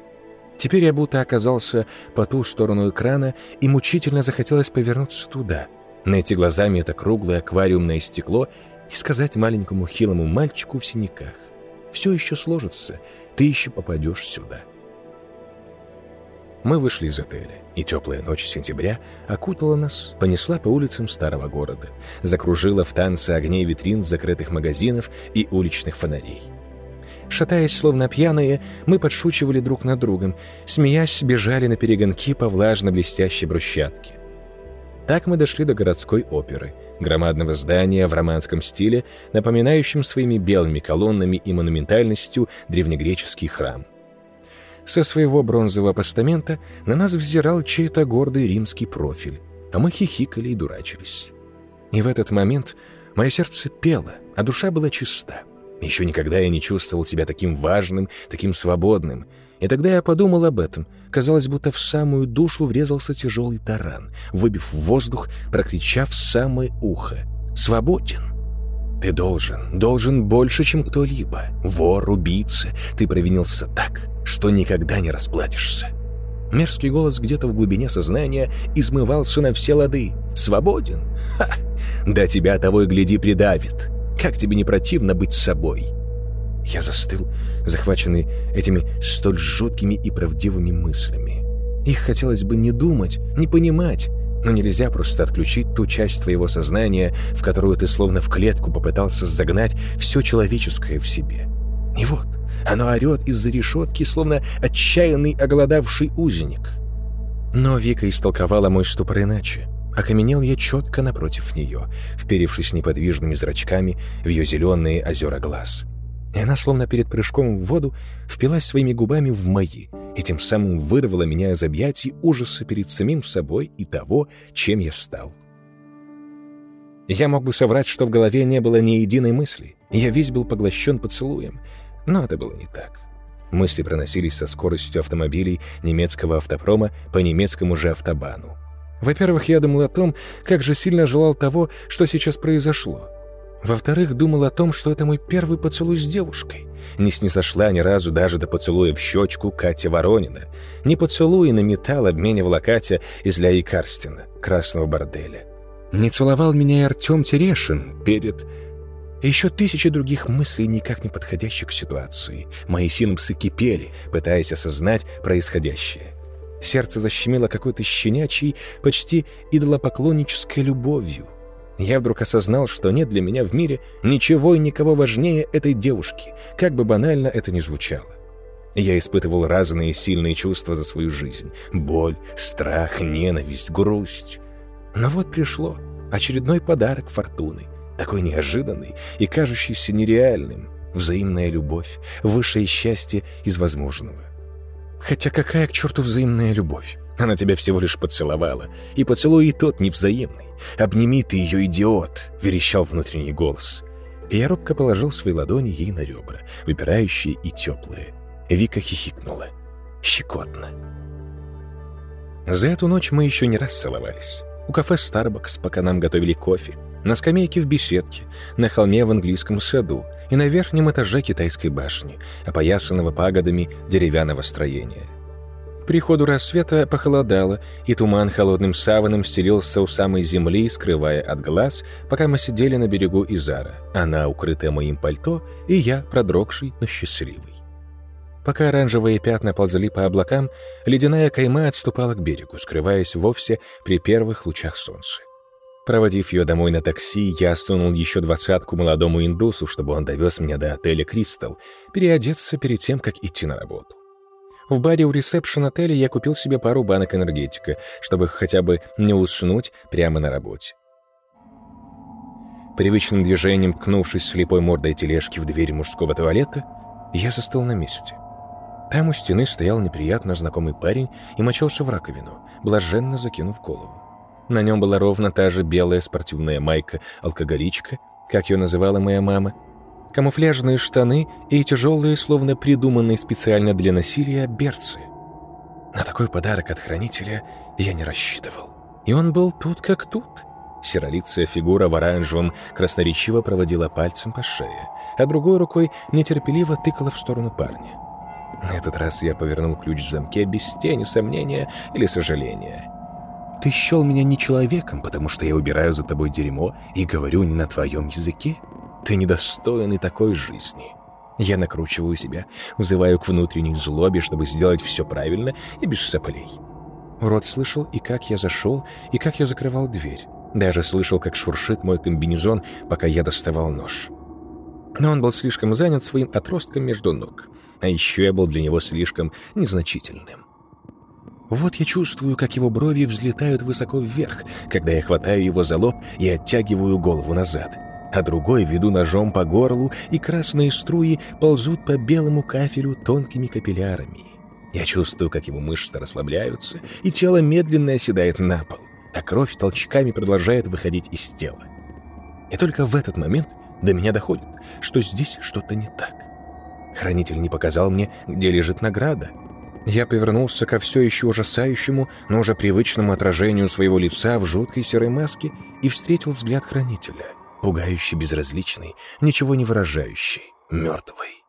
Теперь я будто оказался по ту сторону экрана, и мучительно захотелось повернуться туда, найти глазами это круглое аквариумное стекло и сказать маленькому хилому мальчику в синяках: «Все еще сложится, ты еще попадешь сюда». Мы вышли из отеля, и теплая ночь сентября окутала нас, понесла по улицам старого города, закружила в танце огней витрин закрытых магазинов и уличных фонарей. Шатаясь, словно пьяные, мы подшучивали друг над другом, смеясь, бежали на перегонки по влажно-блестящей брусчатке. Так мы дошли до городской оперы, громадного здания в романском стиле, напоминающем своими белыми колоннами и монументальностью древнегреческий храм. Со своего бронзового постамента на нас взирал чей-то гордый римский профиль, а мы хихикали и дурачились. И в этот момент мое сердце пело, а душа была чиста. Еще никогда я не чувствовал себя таким важным, таким свободным. И тогда я подумал об этом. Казалось, будто в самую душу врезался тяжелый таран, выбив в воздух, прокричав в самое ухо: «Свободен! Ты должен, должен больше, чем кто-либо. Вор, убийца, ты провинился так, что никогда не расплатишься». Мерзкий голос где-то в глубине сознания измывался на все лады. «Свободен? Ха! Да тебя того и гляди придавит. Как тебе не противно быть собой?» Я застыл, захваченный этими столь жуткими и правдивыми мыслями. Их хотелось бы не думать, не понимать, но нельзя просто отключить ту часть твоего сознания, в которую ты словно в клетку попытался загнать все человеческое в себе. И вот оно орет из-за решетки, словно отчаянный оголодавший узник. Но Вика истолковала мой ступор иначе. Окаменел я четко напротив нее, вперевшись неподвижными зрачками в ее зеленые озера глаз. И она, словно перед прыжком в воду, впилась своими губами в мои, и тем самым вырвала меня из объятий ужаса перед самим собой и того, чем я стал. Я мог бы соврать, что в голове не было ни единой мысли, и я весь был поглощен поцелуем, но это было не так. Мысли проносились со скоростью автомобилей немецкого автопрома по немецкому же автобану. Во-первых, я думал о том, как же сильно желал того, что сейчас произошло. Во-вторых, думал о том, что это мой первый поцелуй с девушкой. Не снизошла ни разу даже до поцелуя в щечку Катя Воронина. Не поцелуи на металл обменивала Катя из Ляи Карстина, красного борделя. Не целовал меня и Артем Терешин перед... И еще тысячи других мыслей, никак не подходящих к ситуации. Мои синапсы кипели, пытаясь осознать происходящее. Сердце защемило какой-то щенячьей, почти идолопоклоннической любовью. Я вдруг осознал, что нет для меня в мире ничего и никого важнее этой девушки, как бы банально это ни звучало. Я испытывал разные сильные чувства за свою жизнь: боль, страх, ненависть, грусть. Но вот пришло очередной подарок фортуны, такой неожиданный и кажущийся нереальным. взаимная любовь, высшее счастье из возможного. Хотя какая к черту взаимная любовь? Она тебя всего лишь поцеловала, и поцелуй и тот невзаимный. «Обними ты ее, идиот!» — верещал внутренний голос. И я робко положил свои ладони ей на ребра, выпирающие и теплые. Вика хихикнула. Щекотно. За эту ночь мы еще не раз целовались. У кафе Starbucks, пока нам готовили кофе, на скамейке в беседке, на холме в английском саду и на верхнем этаже китайской башни, опоясанного пагодами деревянного строения. К приходу рассвета похолодало, и туман холодным саваном стелился у самой земли, скрывая от глаз, пока мы сидели на берегу Изара, она, укрытая моим пальто, и я, продрогший, но счастливый. Пока оранжевые пятна ползали по облакам, ледяная кайма отступала к берегу, скрываясь вовсе при первых лучах солнца. Проводив ее домой на такси, я сунул еще двадцатку молодому индусу, чтобы он довез меня до отеля «Кристалл», переодеться перед тем, как идти на работу. В баре у ресепшн отеля я купил себе пару банок энергетика, чтобы хотя бы не уснуть прямо на работе. Привычным движением, ткнувшись слепой мордой тележки в дверь мужского туалета, я застыл на месте. Там у стены стоял неприятно знакомый парень и мочился в раковину, блаженно закинув голову. На нем была ровно та же белая спортивная майка-алкоголичка, как ее называла моя мама, камуфляжные штаны и тяжелые, словно придуманные специально для насилия, берцы. На такой подарок от хранителя я не рассчитывал. И он был тут как тут. Серолицая фигура в оранжевом красноречиво проводила пальцем по шее, а другой рукой нетерпеливо тыкала в сторону парня. На этот раз я повернул ключ в замке без тени сомнения или сожаления. «Ты счел меня не человеком, потому что я убираю за тобой дерьмо и говорю не на твоем языке? Ты недостоин и такой жизни». Я накручиваю себя, вызываю к внутренней злобе, чтобы сделать все правильно и без соплей. Урод слышал и как я зашел, и как я закрывал дверь. Даже слышал, как шуршит мой комбинезон, пока я доставал нож. Но он был слишком занят своим отростком между ног. А еще я был для него слишком незначительным. Вот я чувствую, как его брови взлетают высоко вверх, когда я хватаю его за лоб и оттягиваю голову назад, а другой веду ножом по горлу, и красные струи ползут по белому кафелю тонкими капиллярами. Я чувствую, как его мышцы расслабляются, и тело медленно оседает на пол, а кровь толчками продолжает выходить из тела. И только в этот момент до меня доходит, что здесь что-то не так. Хранитель не показал мне, где лежит награда. Я повернулся ко все еще ужасающему, но уже привычному отражению своего лица в жуткой серой маске и встретил взгляд хранителя, пугающе безразличный, ничего не выражающий, мертвый.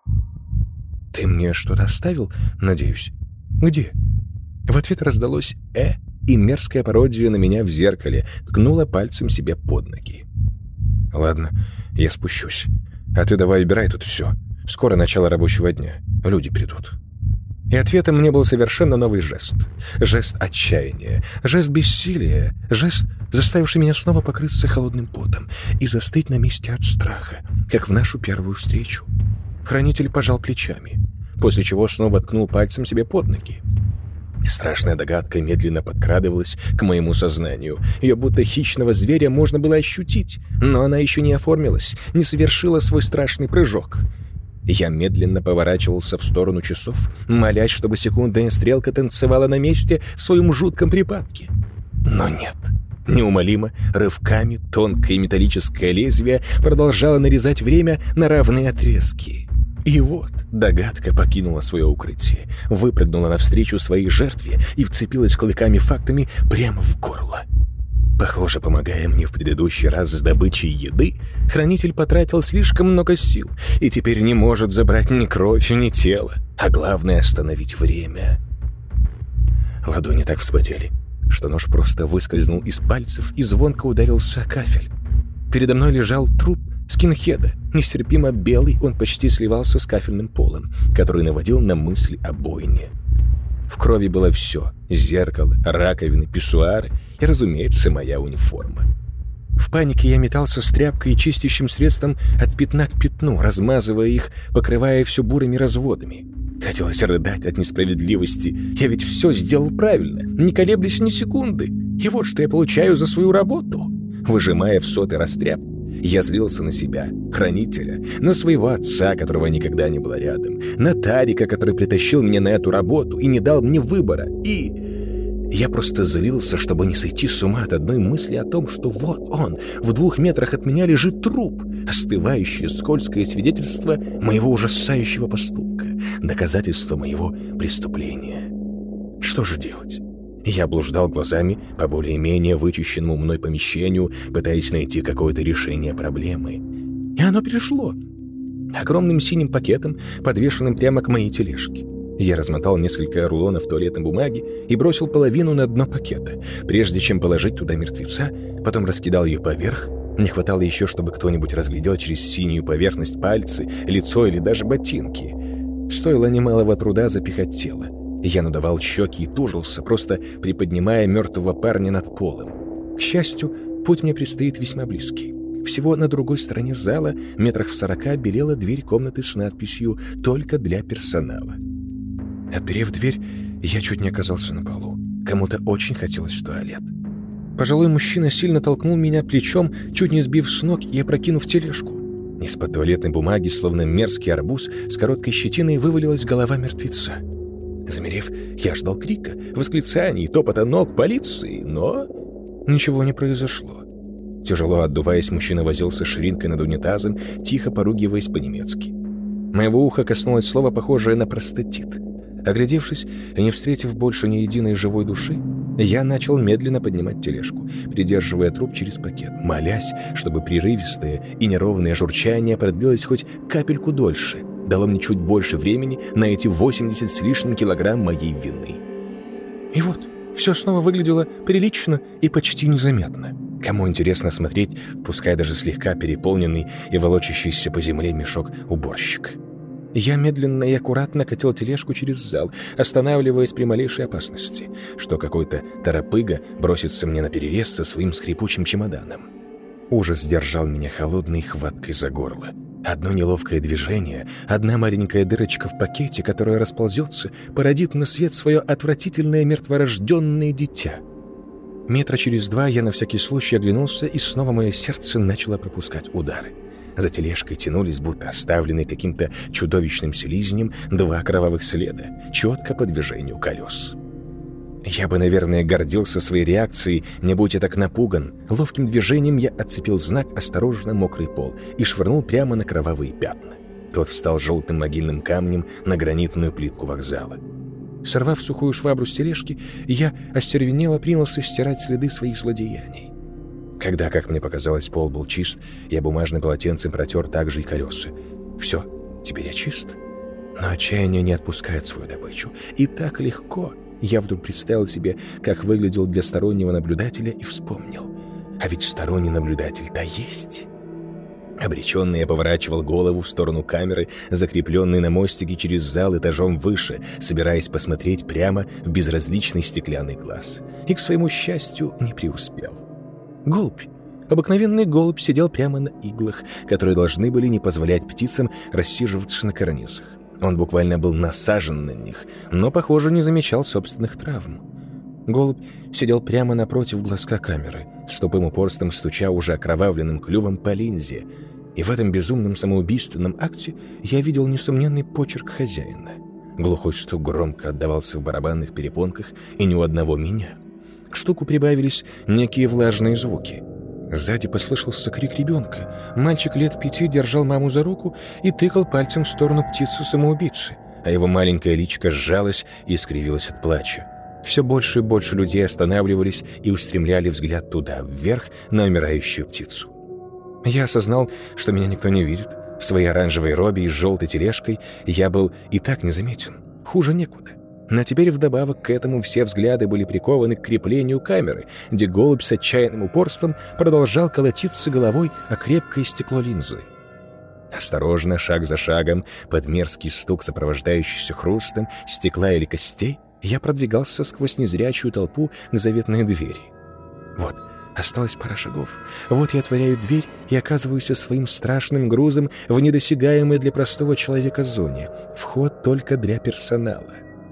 «Ты мне что-то оставил, надеюсь?» «Где?» В ответ раздалось «э», и мерзкая пародия на меня в зеркале ткнула пальцем себе под ноги. «Ладно, я спущусь. А ты давай убирай тут все. Скоро начало рабочего дня. Люди придут». И ответом мне был совершенно новый жест. Жест отчаяния, жест бессилия, жест, заставивший меня снова покрыться холодным потом и застыть на месте от страха, как в нашу первую встречу. Хранитель пожал плечами, после чего снова ткнул пальцем себе под ноги. Страшная догадка медленно подкрадывалась к моему сознанию. Ее будто хищного зверя можно было ощутить, но она еще не оформилась, не совершила свой страшный прыжок. Я медленно поворачивался в сторону часов, молясь, чтобы секундная стрелка танцевала на месте в своем жутком припадке. Но нет. Неумолимо, рывками, тонкое металлическое лезвие продолжало нарезать время на равные отрезки. И вот догадка покинула свое укрытие, выпрыгнула навстречу своей жертве и вцепилась клыками фактами прямо в горло. Похоже, помогая мне в предыдущий раз с добычей еды, хранитель потратил слишком много сил и теперь не может забрать ни кровь, ни тело, а главное — остановить время. Ладони так вспотели, что нож просто выскользнул из пальцев и звонко ударился о кафель. Передо мной лежал труп скинхеда. Нестерпимо белый, он почти сливался с кафельным полом, который наводил на мысли о бойне. В крови было все — зеркало, раковины, писсуары и, разумеется, моя униформа. В панике я метался с тряпкой и чистящим средством от пятна к пятну, размазывая их, покрывая все бурыми разводами. Хотелось рыдать от несправедливости. Я ведь все сделал правильно, не колеблясь ни секунды. И вот что я получаю за свою работу. Выжимая в сотый раз тряпку, Я злился на себя, хранителя, на своего отца, которого никогда не было рядом, на Тарика, который притащил меня на эту работу и не дал мне выбора, и... Я просто злился, чтобы не сойти с ума от одной мысли о том, что вот он, в двух метрах от меня лежит труп, остывающее скользкое свидетельство моего ужасающего поступка, доказательство моего преступления. Что же делать? Я блуждал глазами по более-менее вычищенному мной помещению, пытаясь найти какое-то решение проблемы. И оно пришло. Огромным синим пакетом, подвешенным прямо к моей тележке. Я размотал несколько рулонов туалетной бумаги и бросил половину на дно пакета, прежде чем положить туда мертвеца, потом раскидал ее поверх. Не хватало еще, чтобы кто-нибудь разглядел через синюю поверхность пальцы, лицо или даже ботинки. Стоило немалого труда запихать тело. Я надувал щеки и тужился, просто приподнимая мертвого парня над полом. К счастью, путь мне предстоит весьма близкий. Всего на другой стороне зала, метрах в сорока, белела дверь комнаты с надписью «Только для персонала». Отперев дверь, я чуть не оказался на полу. Кому-то очень хотелось в туалет. Пожилой мужчина сильно толкнул меня плечом, чуть не сбив с ног и опрокинув тележку. Из-под туалетной бумаги, словно мерзкий арбуз, с короткой щетиной вывалилась голова мертвеца. Замерев, я ждал крика, восклицаний, топота ног, полиции, но... ничего не произошло. Тяжело отдуваясь, мужчина возился с ширинкой над унитазом, тихо поругиваясь по-немецки. Моего уха коснулось слово, похожее на простатит. Оглядевшись и не встретив больше ни единой живой души, я начал медленно поднимать тележку, придерживая труп через пакет, молясь, чтобы прерывистое и неровное журчание продлилось хоть капельку дольше, дало мне чуть больше времени на эти восемьдесят с лишним килограмм моей вины. И вот, все снова выглядело прилично и почти незаметно. Кому интересно смотреть, пускай даже слегка переполненный и волочащийся по земле мешок уборщик. Я медленно и аккуратно катил тележку через зал, останавливаясь при малейшей опасности, что какой-то торопыга бросится мне на перерез со своим скрипучим чемоданом. Ужас держал меня холодной хваткой за горло. Одно неловкое движение, одна маленькая дырочка в пакете, которая расползется, породит на свет свое отвратительное мертворожденное дитя. Метра через два я на всякий случай оглянулся, и снова мое сердце начало пропускать удары. За тележкой тянулись, будто оставленные каким-то чудовищным слизнем, два кровавых следа, четко по движению колес. Я бы, наверное, гордился своей реакцией, не будь я так напуган. Ловким движением я отцепил знак «Осторожно, мокрый пол» и швырнул прямо на кровавые пятна. Тот встал желтым могильным камнем на гранитную плитку вокзала. Сорвав сухую швабру с тележки, я остервенело принялся стирать следы своих злодеяний. Когда, как мне показалось, пол был чист, я бумажным полотенцем протер также и колеса. Все, теперь я чист. Но отчаяние не отпускает свою добычу. И так легко. Я вдруг представил себе, как выглядел для стороннего наблюдателя, и вспомнил. А ведь сторонний наблюдатель-то есть. Обреченно я поворачивал голову в сторону камеры, закрепленной на мостике через зал этажом выше, собираясь посмотреть прямо в безразличный стеклянный глаз. И, к своему счастью, не преуспел. Голубь. Обыкновенный голубь сидел прямо на иглах, которые должны были не позволять птицам рассиживаться на карнизах. Он буквально был насажен на них, но, похоже, не замечал собственных травм. Голубь сидел прямо напротив глазка камеры, с тупым упорством стуча уже окровавленным клювом по линзе, и в этом безумном самоубийственном акте я видел несомненный почерк хозяина. Глухой стук громко отдавался в барабанных перепонках, и ни у одного меня. К стуку прибавились некие влажные звуки. Сзади послышался крик ребенка. Мальчик лет пяти держал маму за руку и тыкал пальцем в сторону птицы-самоубийцы, а его маленькое личико сжалось и искривилось от плача. Все больше и больше людей останавливались и устремляли взгляд туда, вверх, на умирающую птицу. Я осознал, что меня никто не видит. В своей оранжевой робе и с желтой тележкой я был и так незаметен. Хуже некуда. Но теперь вдобавок к этому все взгляды были прикованы к креплению камеры, где голубь с отчаянным упорством продолжал колотиться головой о крепкое стекло линзы. Осторожно, шаг за шагом, под мерзкий стук, сопровождающийся хрустом стекла или костей, я продвигался сквозь незрячую толпу к заветной двери. Вот, осталась пара шагов. Вот я отворяю дверь и оказываюсь со своим страшным грузом в недосягаемой для простого человека зоне. Вход только для персонала.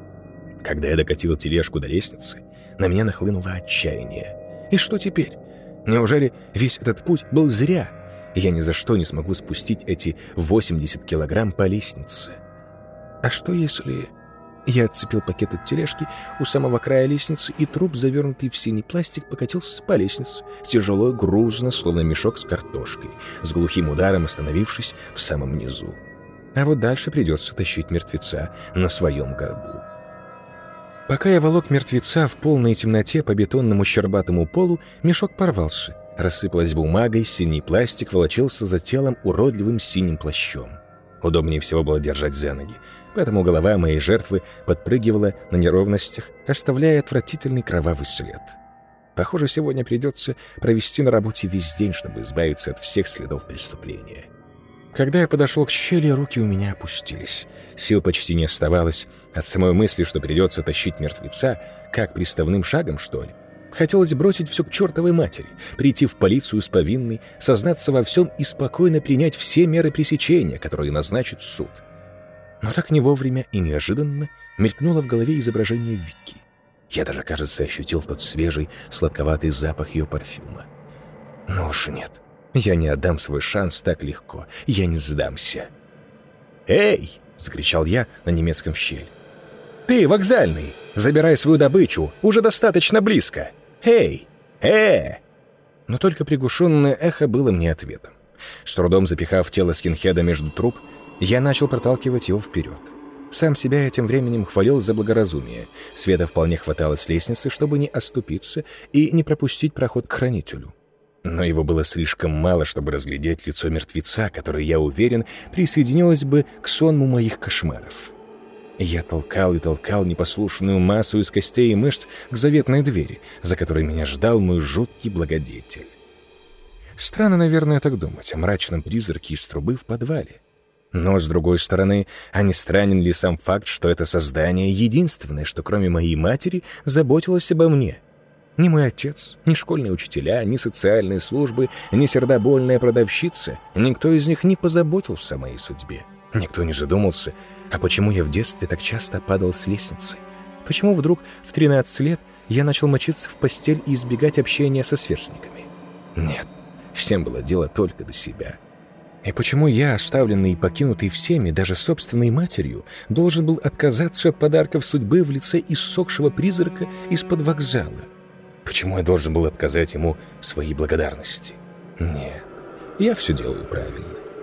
Когда я докатил тележку до лестницы, на меня нахлынуло отчаяние. И что теперь? Неужели весь этот путь был зря? Я ни за что не смогу спустить эти восемьдесят килограмм по лестнице. А что если... Я отцепил пакет от тележки у самого края лестницы, и труп, завернутый в синий пластик, покатился по лестнице, тяжело и грузно, словно мешок с картошкой, с глухим ударом остановившись в самом низу. А вот дальше придется тащить мертвеца на своем горбу. Пока я волок мертвеца в полной темноте по бетонному щербатому полу, мешок порвался. Рассыпалась бумага, и синий пластик волочился за телом уродливым синим плащом. Удобнее всего было держать за ноги, поэтому голова моей жертвы подпрыгивала на неровностях, оставляя отвратительный кровавый след. Похоже, сегодня придется провести на работе весь день, чтобы избавиться от всех следов преступления. Когда я подошел к щели, руки у меня опустились. Сил почти не оставалось. От самой мысли, что придется тащить мертвеца, как приставным шагом, что ли. Хотелось бросить все к чертовой матери, прийти в полицию с повинной, сознаться во всем и спокойно принять все меры пресечения, которые назначит суд. Но так не вовремя и неожиданно мелькнуло в голове изображение Вики. Я даже, кажется, ощутил тот свежий, сладковатый запах ее парфюма. Но уж нет, я не отдам свой шанс так легко, я не сдамся. «Эй!» — закричал я на немецком в щель. «Ты, вокзальный, забирай свою добычу, уже достаточно близко! Эй! Э!» Но только приглушенное эхо было мне ответом. С трудом запихав тело скинхеда между труб, я начал проталкивать его вперед. Сам себя я тем временем хвалил за благоразумие. Света вполне хватало с лестницы, чтобы не оступиться и не пропустить проход к хранителю. Но его было слишком мало, чтобы разглядеть лицо мертвеца, которое, я уверен, присоединилось бы к сонму моих кошмаров. Я толкал и толкал непослушную массу из костей и мышц к заветной двери, за которой меня ждал мой жуткий благодетель. Странно, наверное, так думать о мрачном призраке из трубы в подвале. Но, с другой стороны, а не странен ли сам факт, что это создание единственное, что кроме моей матери заботилось обо мне? Ни мой отец, ни школьные учителя, ни социальные службы, ни сердобольная продавщица, никто из них не позаботился о моей судьбе. Никто не задумался, а почему я в детстве так часто падал с лестницы? Почему вдруг в тринадцать лет я начал мочиться в постель и избегать общения со сверстниками? Нет, всем было дело только до себя. И почему я, оставленный и покинутый всеми, даже собственной матерью, должен был отказаться от подарков судьбы в лице иссохшего призрака из-под вокзала? Почему я должен был отказать ему в своей благодарности? Нет, я все делаю правильно.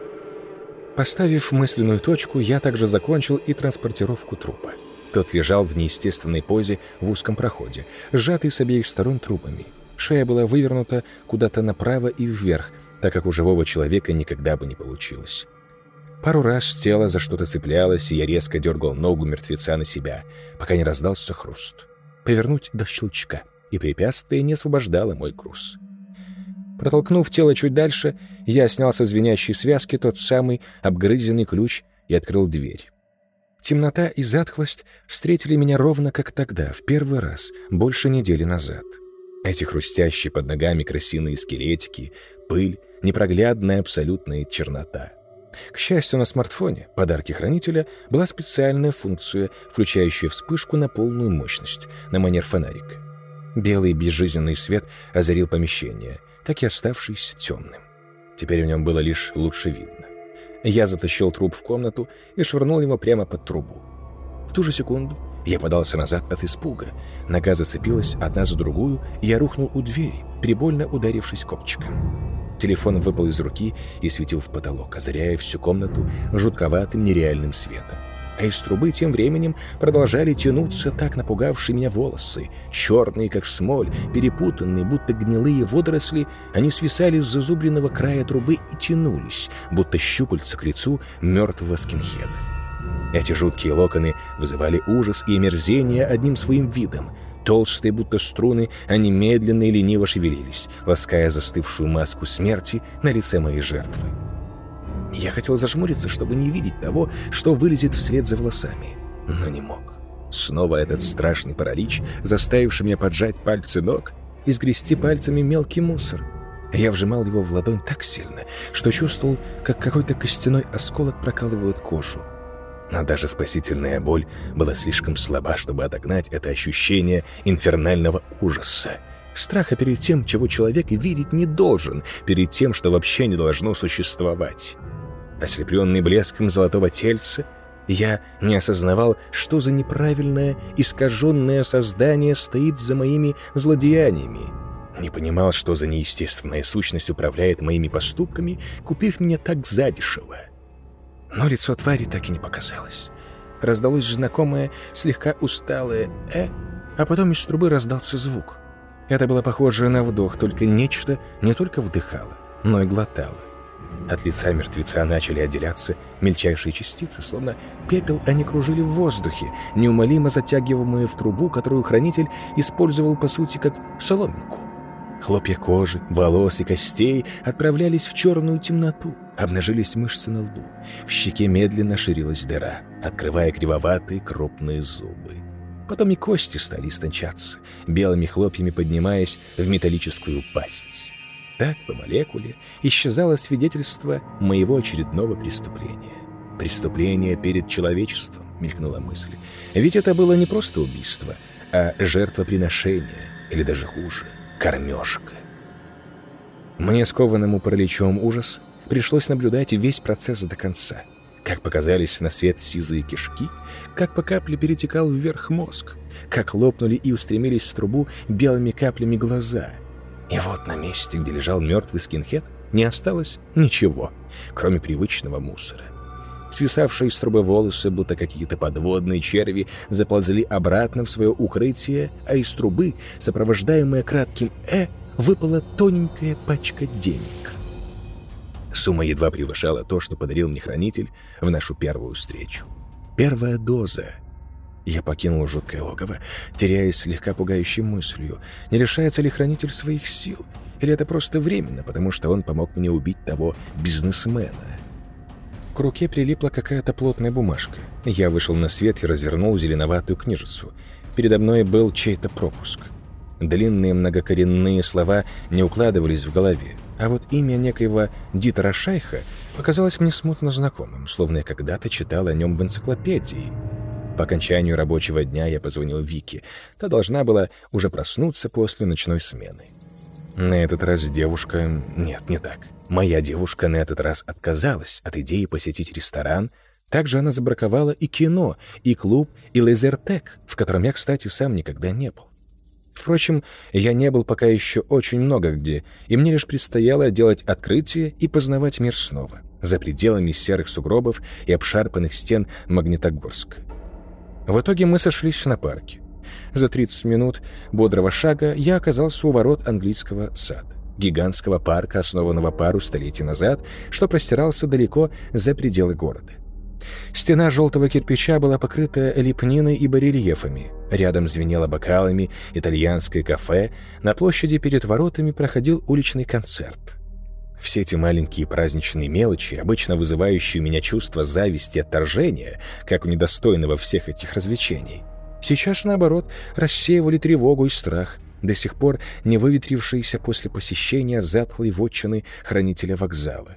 Поставив мысленную точку, я также закончил и транспортировку трупа. Тот лежал в неестественной позе в узком проходе, сжатый с обеих сторон трупами. Шея была вывернута куда-то направо и вверх, так как у живого человека никогда бы не получилось. Пару раз тело за что-то цеплялось, и я резко дергал ногу мертвеца на себя, пока не раздался хруст. Повернуть до щелчка, и препятствие не освобождало мой груз. Протолкнув тело чуть дальше, я снял со звенящей связки тот самый обгрызенный ключ и открыл дверь. Темнота и затхлость встретили меня ровно как тогда, в первый раз, больше недели назад. Эти хрустящие под ногами крысиные скелетики, пыль, непроглядная абсолютная чернота. К счастью, на смартфоне, подарке хранителя, была специальная функция, включающая вспышку на полную мощность, на манер фонарика. Белый безжизненный свет озарил помещение, так и оставшийся темным. Теперь в нем было лишь лучше видно. Я затащил труп в комнату и швырнул его прямо под трубу. В ту же секунду я подался назад от испуга. Нога зацепилась одна за другую, и я рухнул у двери, прибольно ударившись копчиком. Телефон выпал из руки и светил в потолок, озаряя всю комнату жутковатым нереальным светом. А из трубы тем временем продолжали тянуться так напугавшие меня волосы. Черные, как смоль, перепутанные, будто гнилые водоросли, они свисали с зазубренного края трубы и тянулись, будто щупальца к лицу мертвого скинхеда. Эти жуткие локоны вызывали ужас и омерзение одним своим видом. Толстые, будто струны, они медленно и лениво шевелились, лаская застывшую маску смерти на лице моей жертвы. Я хотел зажмуриться, чтобы не видеть того, что вылезет вслед за волосами, но не мог. Снова этот страшный паралич, заставивший меня поджать пальцы ног и сгрести пальцами мелкий мусор. Я вжимал его в ладонь так сильно, что чувствовал, как какой-то костяной осколок прокалывает кожу. Но даже спасительная боль была слишком слаба, чтобы отогнать это ощущение инфернального ужаса. Страха перед тем, чего человек видеть не должен, перед тем, что вообще не должно существовать. Ослепленный блеском золотого тельца, я не осознавал, что за неправильное, искаженное создание стоит за моими злодеяниями. Не понимал, что за неестественная сущность управляет моими поступками, купив меня так задешево. Но лицо твари так и не показалось. Раздалось знакомое, слегка усталое «э», а потом из трубы раздался звук. Это было похоже на вдох, только нечто не только вдыхало, но и глотало. От лица мертвеца начали отделяться мельчайшие частицы, словно пепел они кружили в воздухе, неумолимо затягиваемые в трубу, которую хранитель использовал, по сути, как соломинку. Хлопья кожи, волос и костей отправлялись в черную темноту, обнажились мышцы на лбу. В щеке медленно ширилась дыра, открывая кривоватые крупные зубы. Потом и кости стали истончаться, белыми хлопьями поднимаясь в металлическую пасть. Так, по молекуле, исчезало свидетельство моего очередного преступления. «Преступление перед человечеством», — мелькнула мысль. Ведь это было не просто убийство, а жертвоприношение, или даже хуже — кормежка. Мне, скованному параличом ужас, пришлось наблюдать весь процесс до конца. Как показались на свет сизые кишки, как по капле перетекал вверх мозг, как лопнули и устремились в трубу белыми каплями глаза. И вот на месте, где лежал мертвый скинхед, не осталось ничего, кроме привычного мусора. Свисавшие из трубы волосы, будто какие-то подводные черви, заползли обратно в свое укрытие, а из трубы, сопровождаемая кратким «э», выпала тоненькая пачка денег. Сумма едва превышала то, что подарил мне хранитель в нашу первую встречу. Первая доза. Я покинул жуткое логово, теряясь слегка пугающей мыслью, не лишается ли хранитель своих сил, или это просто временно, потому что он помог мне убить того бизнесмена. К руке прилипла какая-то плотная бумажка. Я вышел на свет и развернул зеленоватую книжицу. Передо мной был чей-то пропуск. Длинные многокоренные слова не укладывались в голове, а вот имя некоего Дитера Шайха показалось мне смутно знакомым, словно я когда-то читал о нем в энциклопедии. По окончанию рабочего дня я позвонил Вике. Та должна была уже проснуться после ночной смены. На этот раз девушка... Нет, не так. Моя девушка на этот раз отказалась от идеи посетить ресторан. Также она забраковала и кино, и клуб, и лазертаг, в котором я, кстати, сам никогда не был. Впрочем, я не был пока еще очень много где, и мне лишь предстояло делать открытие и познавать мир снова, за пределами серых сугробов и обшарпанных стен Магнитогорска. В итоге мы сошлись на парке. За тридцать минут бодрого шага я оказался у ворот английского сада, гигантского парка, основанного пару столетий назад, что простирался далеко за пределы города. Стена желтого кирпича была покрыта лепниной и барельефами. Рядом звенело бокалами итальянское кафе. На площади перед воротами проходил уличный концерт. Все эти маленькие праздничные мелочи, обычно вызывающие у меня чувство зависти и отторжения, как у недостойного всех этих развлечений, сейчас, наоборот, рассеивали тревогу и страх, до сих пор не выветрившиеся после посещения затхлой вотчины хранителя вокзала.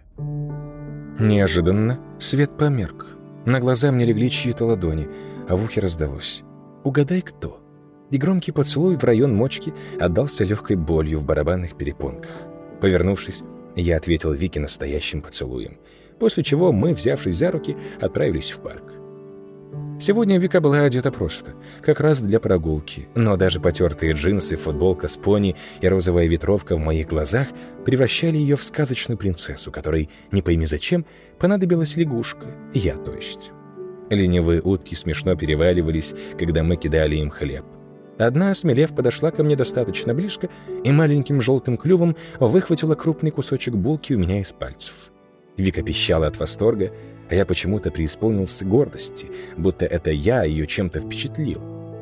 Неожиданно свет померк. На глаза мне легли чьи-то ладони, а в ухе раздалось: «Угадай, кто?» И громкий поцелуй в район мочки отдался легкой болью в барабанных перепонках. Повернувшись, я ответил Вике настоящим поцелуем, после чего мы, взявшись за руки, отправились в парк. Сегодня Вика была одета просто, как раз для прогулки, но даже потертые джинсы, футболка с пони и розовая ветровка в моих глазах превращали ее в сказочную принцессу, которой, не пойми зачем, понадобилась лягушка, я, то есть. Ленивые утки смешно переваливались, когда мы кидали им хлеб. Одна, осмелев, подошла ко мне достаточно близко и маленьким желтым клювом выхватила крупный кусочек булки у меня из пальцев. Вика пищала от восторга, а я почему-то преисполнился гордости, будто это я ее чем-то впечатлил.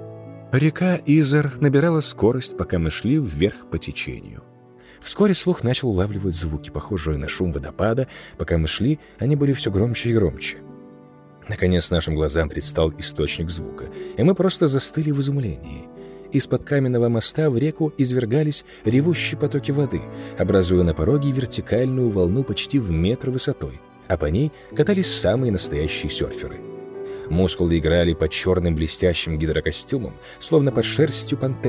Река Изер набирала скорость, пока мы шли вверх по течению. Вскоре слух начал улавливать звуки, похожие на шум водопада. Пока мы шли, они были все громче и громче. Наконец нашим глазам предстал источник звука, и мы просто застыли в изумлении. Из-под каменного моста в реку извергались ревущие потоки воды, образуя на пороге вертикальную волну почти в метр высотой, а по ней катались самые настоящие серферы. Мускулы играли под черным блестящим гидрокостюмом, словно под шерстью пантеры.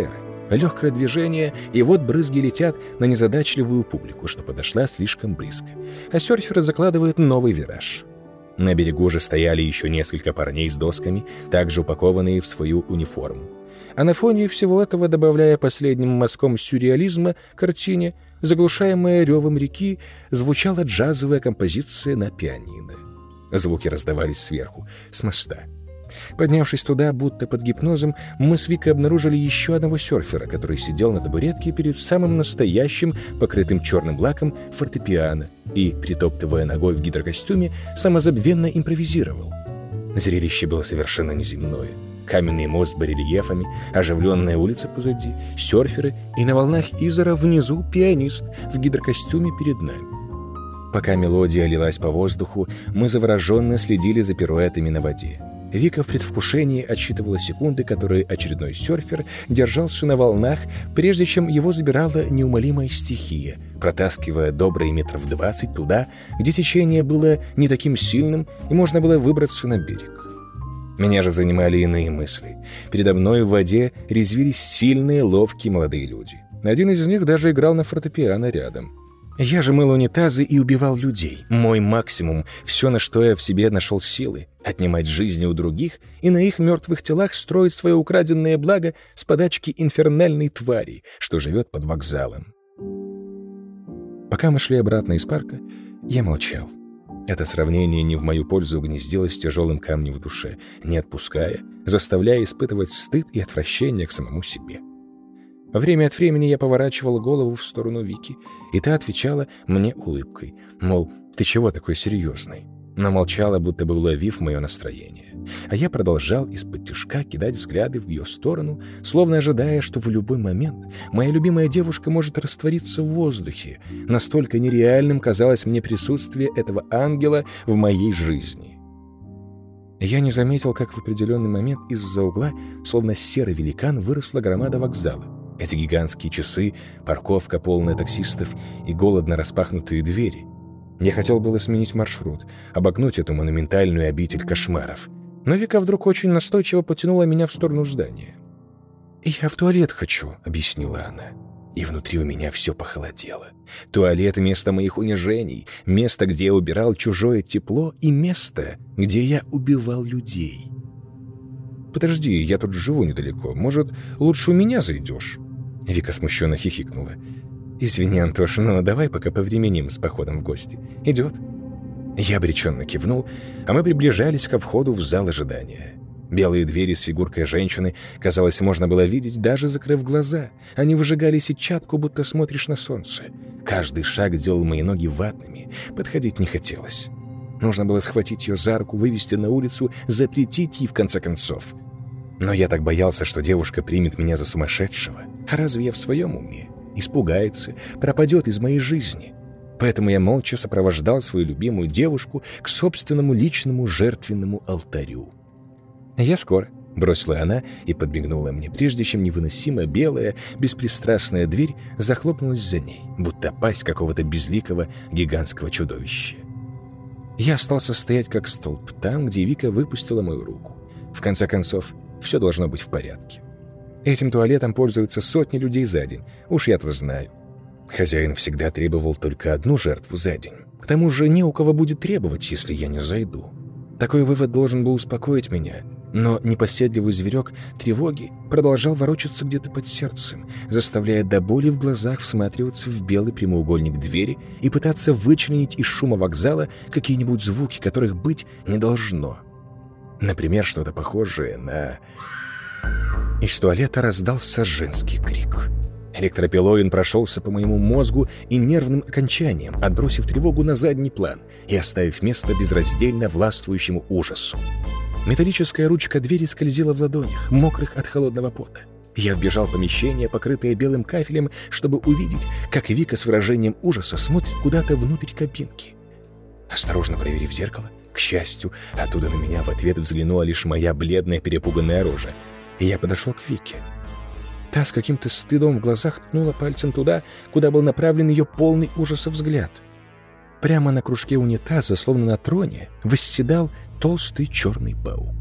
Легкое движение, и вот брызги летят на незадачливую публику, что подошла слишком близко, а серферы закладывают новый вираж. На берегу же стояли еще несколько парней с досками, также упакованные в свою униформу. А на фоне всего этого, добавляя последним мазком сюрреализма картине, заглушаемая ревом реки, звучала джазовая композиция на пианино. Звуки раздавались сверху, с моста. Поднявшись туда, будто под гипнозом, мы с Викой обнаружили еще одного серфера, который сидел на табуретке перед самым настоящим, покрытым черным лаком, фортепиано и, притоптывая ногой в гидрокостюме, самозабвенно импровизировал. Зрелище было совершенно неземное. Каменный мост с барельефами, оживленная улица позади, серферы и на волнах Изера внизу пианист в гидрокостюме перед нами. Пока мелодия лилась по воздуху, мы завороженно следили за пируэтами на воде. Вика в предвкушении отсчитывала секунды, которые очередной серфер держался на волнах, прежде чем его забирала неумолимая стихия, протаскивая добрые метров двадцать туда, где течение было не таким сильным и можно было выбраться на берег. Меня же занимали иные мысли. Передо мной в воде резвились сильные, ловкие молодые люди. Один из них даже играл на фортепиано рядом. Я же мыл унитазы и убивал людей. Мой максимум, все, на что я в себе нашел силы, отнимать жизни у других и на их мертвых телах строить свое украденное благо с подачки инфернальной твари, что живет под вокзалом. Пока мы шли обратно из парка, я молчал. Это сравнение не в мою пользу гнездилось тяжелым камнем в душе, не отпуская, заставляя испытывать стыд и отвращение к самому себе. Время от времени я поворачивал голову в сторону Вики, и та отвечала мне улыбкой, мол, ты чего такой серьезный? Но молчала, будто бы уловив мое настроение. А я продолжал из-под тишка кидать взгляды в ее сторону, словно ожидая, что в любой момент моя любимая девушка может раствориться в воздухе. Настолько нереальным казалось мне присутствие этого ангела в моей жизни. Я не заметил, как в определенный момент из-за угла, словно серый великан, выросла громада вокзала. Эти гигантские часы, парковка, полная таксистов и голодно распахнутые двери. Я хотел было сменить маршрут, обогнуть эту монументальную обитель кошмаров. Но Вика вдруг очень настойчиво потянула меня в сторону здания. «Я в туалет хочу», — объяснила она. И внутри у меня все похолодело. Туалет — место моих унижений, место, где я убирал чужое тепло, и место, где я убивал людей. «Подожди, я тут живу недалеко. Может, лучше у меня зайдешь?» Вика смущенно хихикнула. «Извини, Антош, но давай пока повременим с походом в гости. Идет?» Я обреченно кивнул, а мы приближались ко входу в зал ожидания. Белые двери с фигуркой женщины, казалось, можно было видеть, даже закрыв глаза. Они выжигали сетчатку, будто смотришь на солнце. Каждый шаг делал мои ноги ватными. Подходить не хотелось. Нужно было схватить ее за руку, вывести на улицу, запретить ей в конце концов. Но я так боялся, что девушка примет меня за сумасшедшего. А разве я в своем уме? Испугается, пропадет из моей жизни. Поэтому я молча сопровождал свою любимую девушку к собственному личному жертвенному алтарю. «Я скоро», — бросила она и подмигнула мне, прежде чем невыносимо белая, беспристрастная дверь захлопнулась за ней, будто пасть какого-то безликого гигантского чудовища. Я остался стоять как столб там, где Вика выпустила мою руку. В конце концов, все должно быть в порядке. Этим туалетом пользуются сотни людей за день, уж я-то знаю. Хозяин всегда требовал только одну жертву за день. К тому же не у кого будет требовать, если я не зайду. Такой вывод должен был успокоить меня, но непоседливый зверек тревоги продолжал ворочаться где-то под сердцем, заставляя до боли в глазах всматриваться в белый прямоугольник двери и пытаться вычленить из шума вокзала какие-нибудь звуки, которых быть не должно. Например, что-то похожее на... Из туалета раздался женский крик. Электропилой он прошелся по моему мозгу и нервным окончаниям, отбросив тревогу на задний план и оставив место безраздельно властвующему ужасу. Металлическая ручка двери скользила в ладонях, мокрых от холодного пота. Я вбежал в помещение, покрытое белым кафелем, чтобы увидеть, как Вика с выражением ужаса смотрит куда-то внутрь кабинки. Осторожно проверив зеркало, к счастью, оттуда на меня в ответ взглянула лишь моя бледная перепуганная рожа, и я подошел к Вике. Та с каким-то стыдом в глазах ткнула пальцем туда, куда был направлен ее полный ужаса взгляд. Прямо на кружке унитаза, словно на троне, восседал толстый черный паук.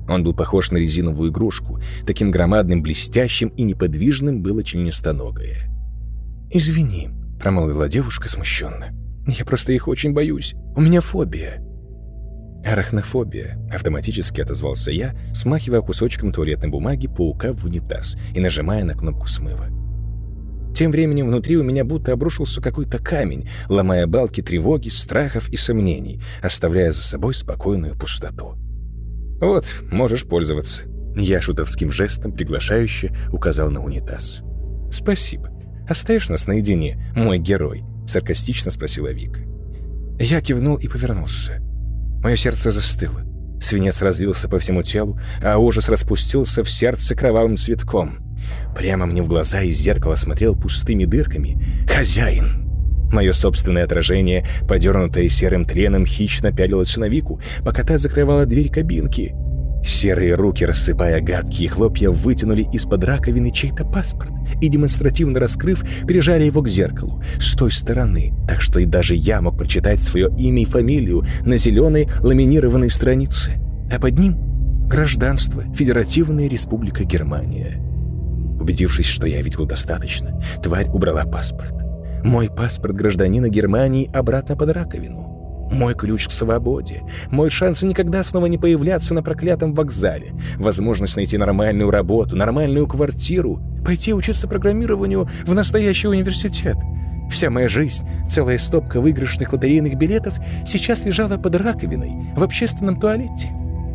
Он был похож на резиновую игрушку. Таким громадным, блестящим и неподвижным было членистоногое. «Извини», — промолвила девушка смущенно. «Я просто их очень боюсь. У меня фобия». «Арахнофобия», — автоматически отозвался я, смахивая кусочком туалетной бумаги паука в унитаз и нажимая на кнопку смыва. Тем временем внутри у меня будто обрушился какой-то камень, ломая балки тревоги, страхов и сомнений, оставляя за собой спокойную пустоту. «Вот, можешь пользоваться». Я шутовским жестом приглашающе указал на унитаз. «Спасибо. Оставишь нас наедине, мой герой?» — саркастично спросила Вика. Я кивнул и повернулся. Мое сердце застыло. Свинец разлился по всему телу, а ужас распустился в сердце кровавым цветком. Прямо мне в глаза из зеркала смотрел пустыми дырками хозяин. Мое собственное отражение, подернутое серым тленом, хищно пялилось на Вику, пока та закрывала дверь кабинки. Серые руки, рассыпая гадкие хлопья, вытянули из-под раковины чей-то паспорт и, демонстративно раскрыв, прижали его к зеркалу с той стороны, так что и даже я мог прочитать свое имя и фамилию на зеленой ламинированной странице, а под ним — гражданство Федеративная Республика Германия. Убедившись, что я видел достаточно, тварь убрала паспорт. Мой паспорт гражданина Германии обратно под раковину. Мой ключ к свободе, мой шанс никогда снова не появляться на проклятом вокзале, возможность найти нормальную работу, нормальную квартиру, пойти учиться программированию в настоящий университет. Вся моя жизнь, целая стопка выигрышных лотерейных билетов сейчас лежала под раковиной в общественном туалете.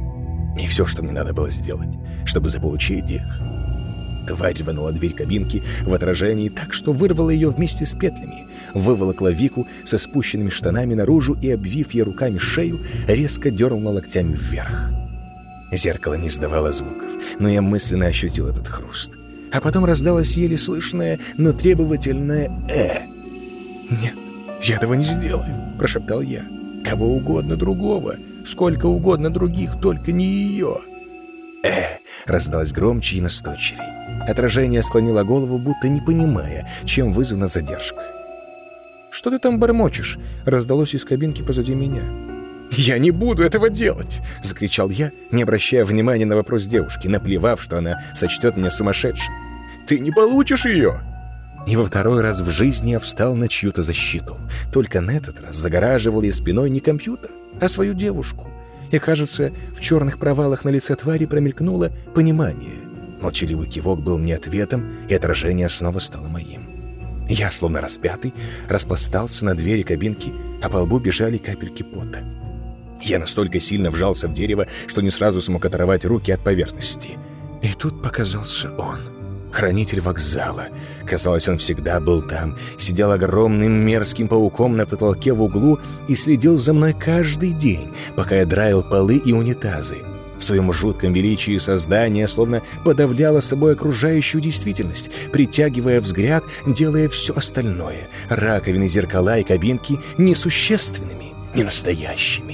И все, что мне надо было сделать, чтобы заполучить их... Тварь рванула дверь кабинки в отражении так, что вырвала ее вместе с петлями, выволокла Вику со спущенными штанами наружу и, обвив ей руками шею, резко дернула локтями вверх. Зеркало не издавало звуков, но я мысленно ощутил этот хруст. А потом раздалось еле слышное, но требовательное «э». «Нет, я этого не сделаю», — прошептал я. «Кого угодно другого, сколько угодно других, только не ее». «Э» раздалось громче и настойчивее. Отражение склонило голову, будто не понимая, чем вызвана задержка. «Что ты там бормочешь?» — раздалось из кабинки позади меня. «Я не буду этого делать!» — закричал я, не обращая внимания на вопрос девушки, наплевав, что она сочтет меня сумасшедшим. «Ты не получишь ее!» И во второй раз в жизни я встал на чью-то защиту. Только на этот раз загораживал я спиной не компьютер, а свою девушку. И, кажется, в черных провалах на лице твари промелькнуло понимание. Молчаливый кивок был мне ответом, и отражение снова стало моим. Я, словно распятый, распластался на двери кабинки, а по лбу бежали капельки пота. Я настолько сильно вжался в дерево, что не сразу смог оторвать руки от поверхности. И тут показался он. Хранитель вокзала. Казалось, он всегда был там, сидел огромным мерзким пауком на потолке в углу и следил за мной каждый день, пока я драил полы и унитазы. В своем жутком величии создание словно подавляло собой окружающую действительность, притягивая взгляд, делая все остальное — раковины, зеркала и кабинки — несущественными, ненастоящими.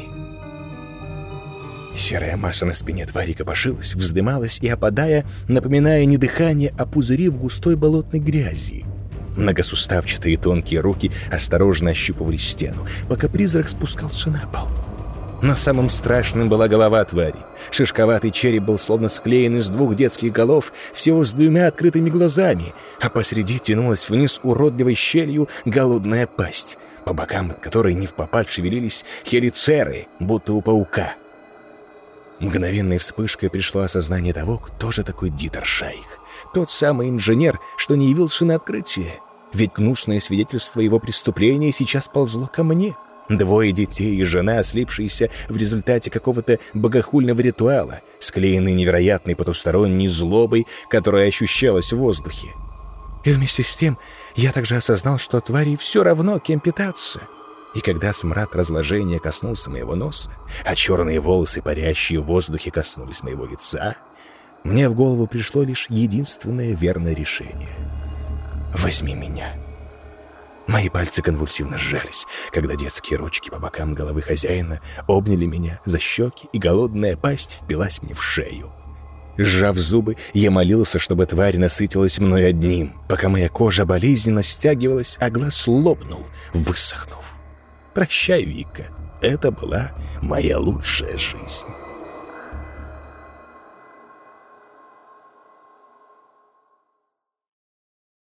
Серая масса на спине твари копошилась, вздымалась и, опадая, напоминая не дыхание, а пузыри в густой болотной грязи. Многосуставчатые тонкие руки осторожно ощупывали стену, пока призрак спускался на пол. Но самым страшным была голова твари. Шишковатый череп был словно склеен из двух детских голов, всего с двумя открытыми глазами, а посреди тянулась вниз уродливой щелью голодная пасть, по бокам от которой невпопад шевелились хелицеры, будто у паука. Мгновенной вспышкой пришло осознание того, кто же такой Дитер Шайх. Тот самый инженер, что не явился на открытие. Ведь гнусное свидетельство его преступления сейчас ползло ко мне. Двое детей и жена, слипшиеся в результате какого-то богохульного ритуала, склеенные невероятной потусторонней злобой, которая ощущалась в воздухе. И вместе с тем я также осознал, что твари все равно кем питаться. И когда смрад разложения коснулся моего носа, а черные волосы, парящие в воздухе, коснулись моего лица, мне в голову пришло лишь единственное верное решение. «Возьми меня». Мои пальцы конвульсивно сжались, когда детские ручки по бокам головы хозяина обняли меня за щеки, и голодная пасть впилась мне в шею. Сжав зубы, я молился, чтобы тварь насытилась мной одним, пока моя кожа болезненно стягивалась, а глаз лопнул, высохнув. Прощай, Вика, это была моя лучшая жизнь.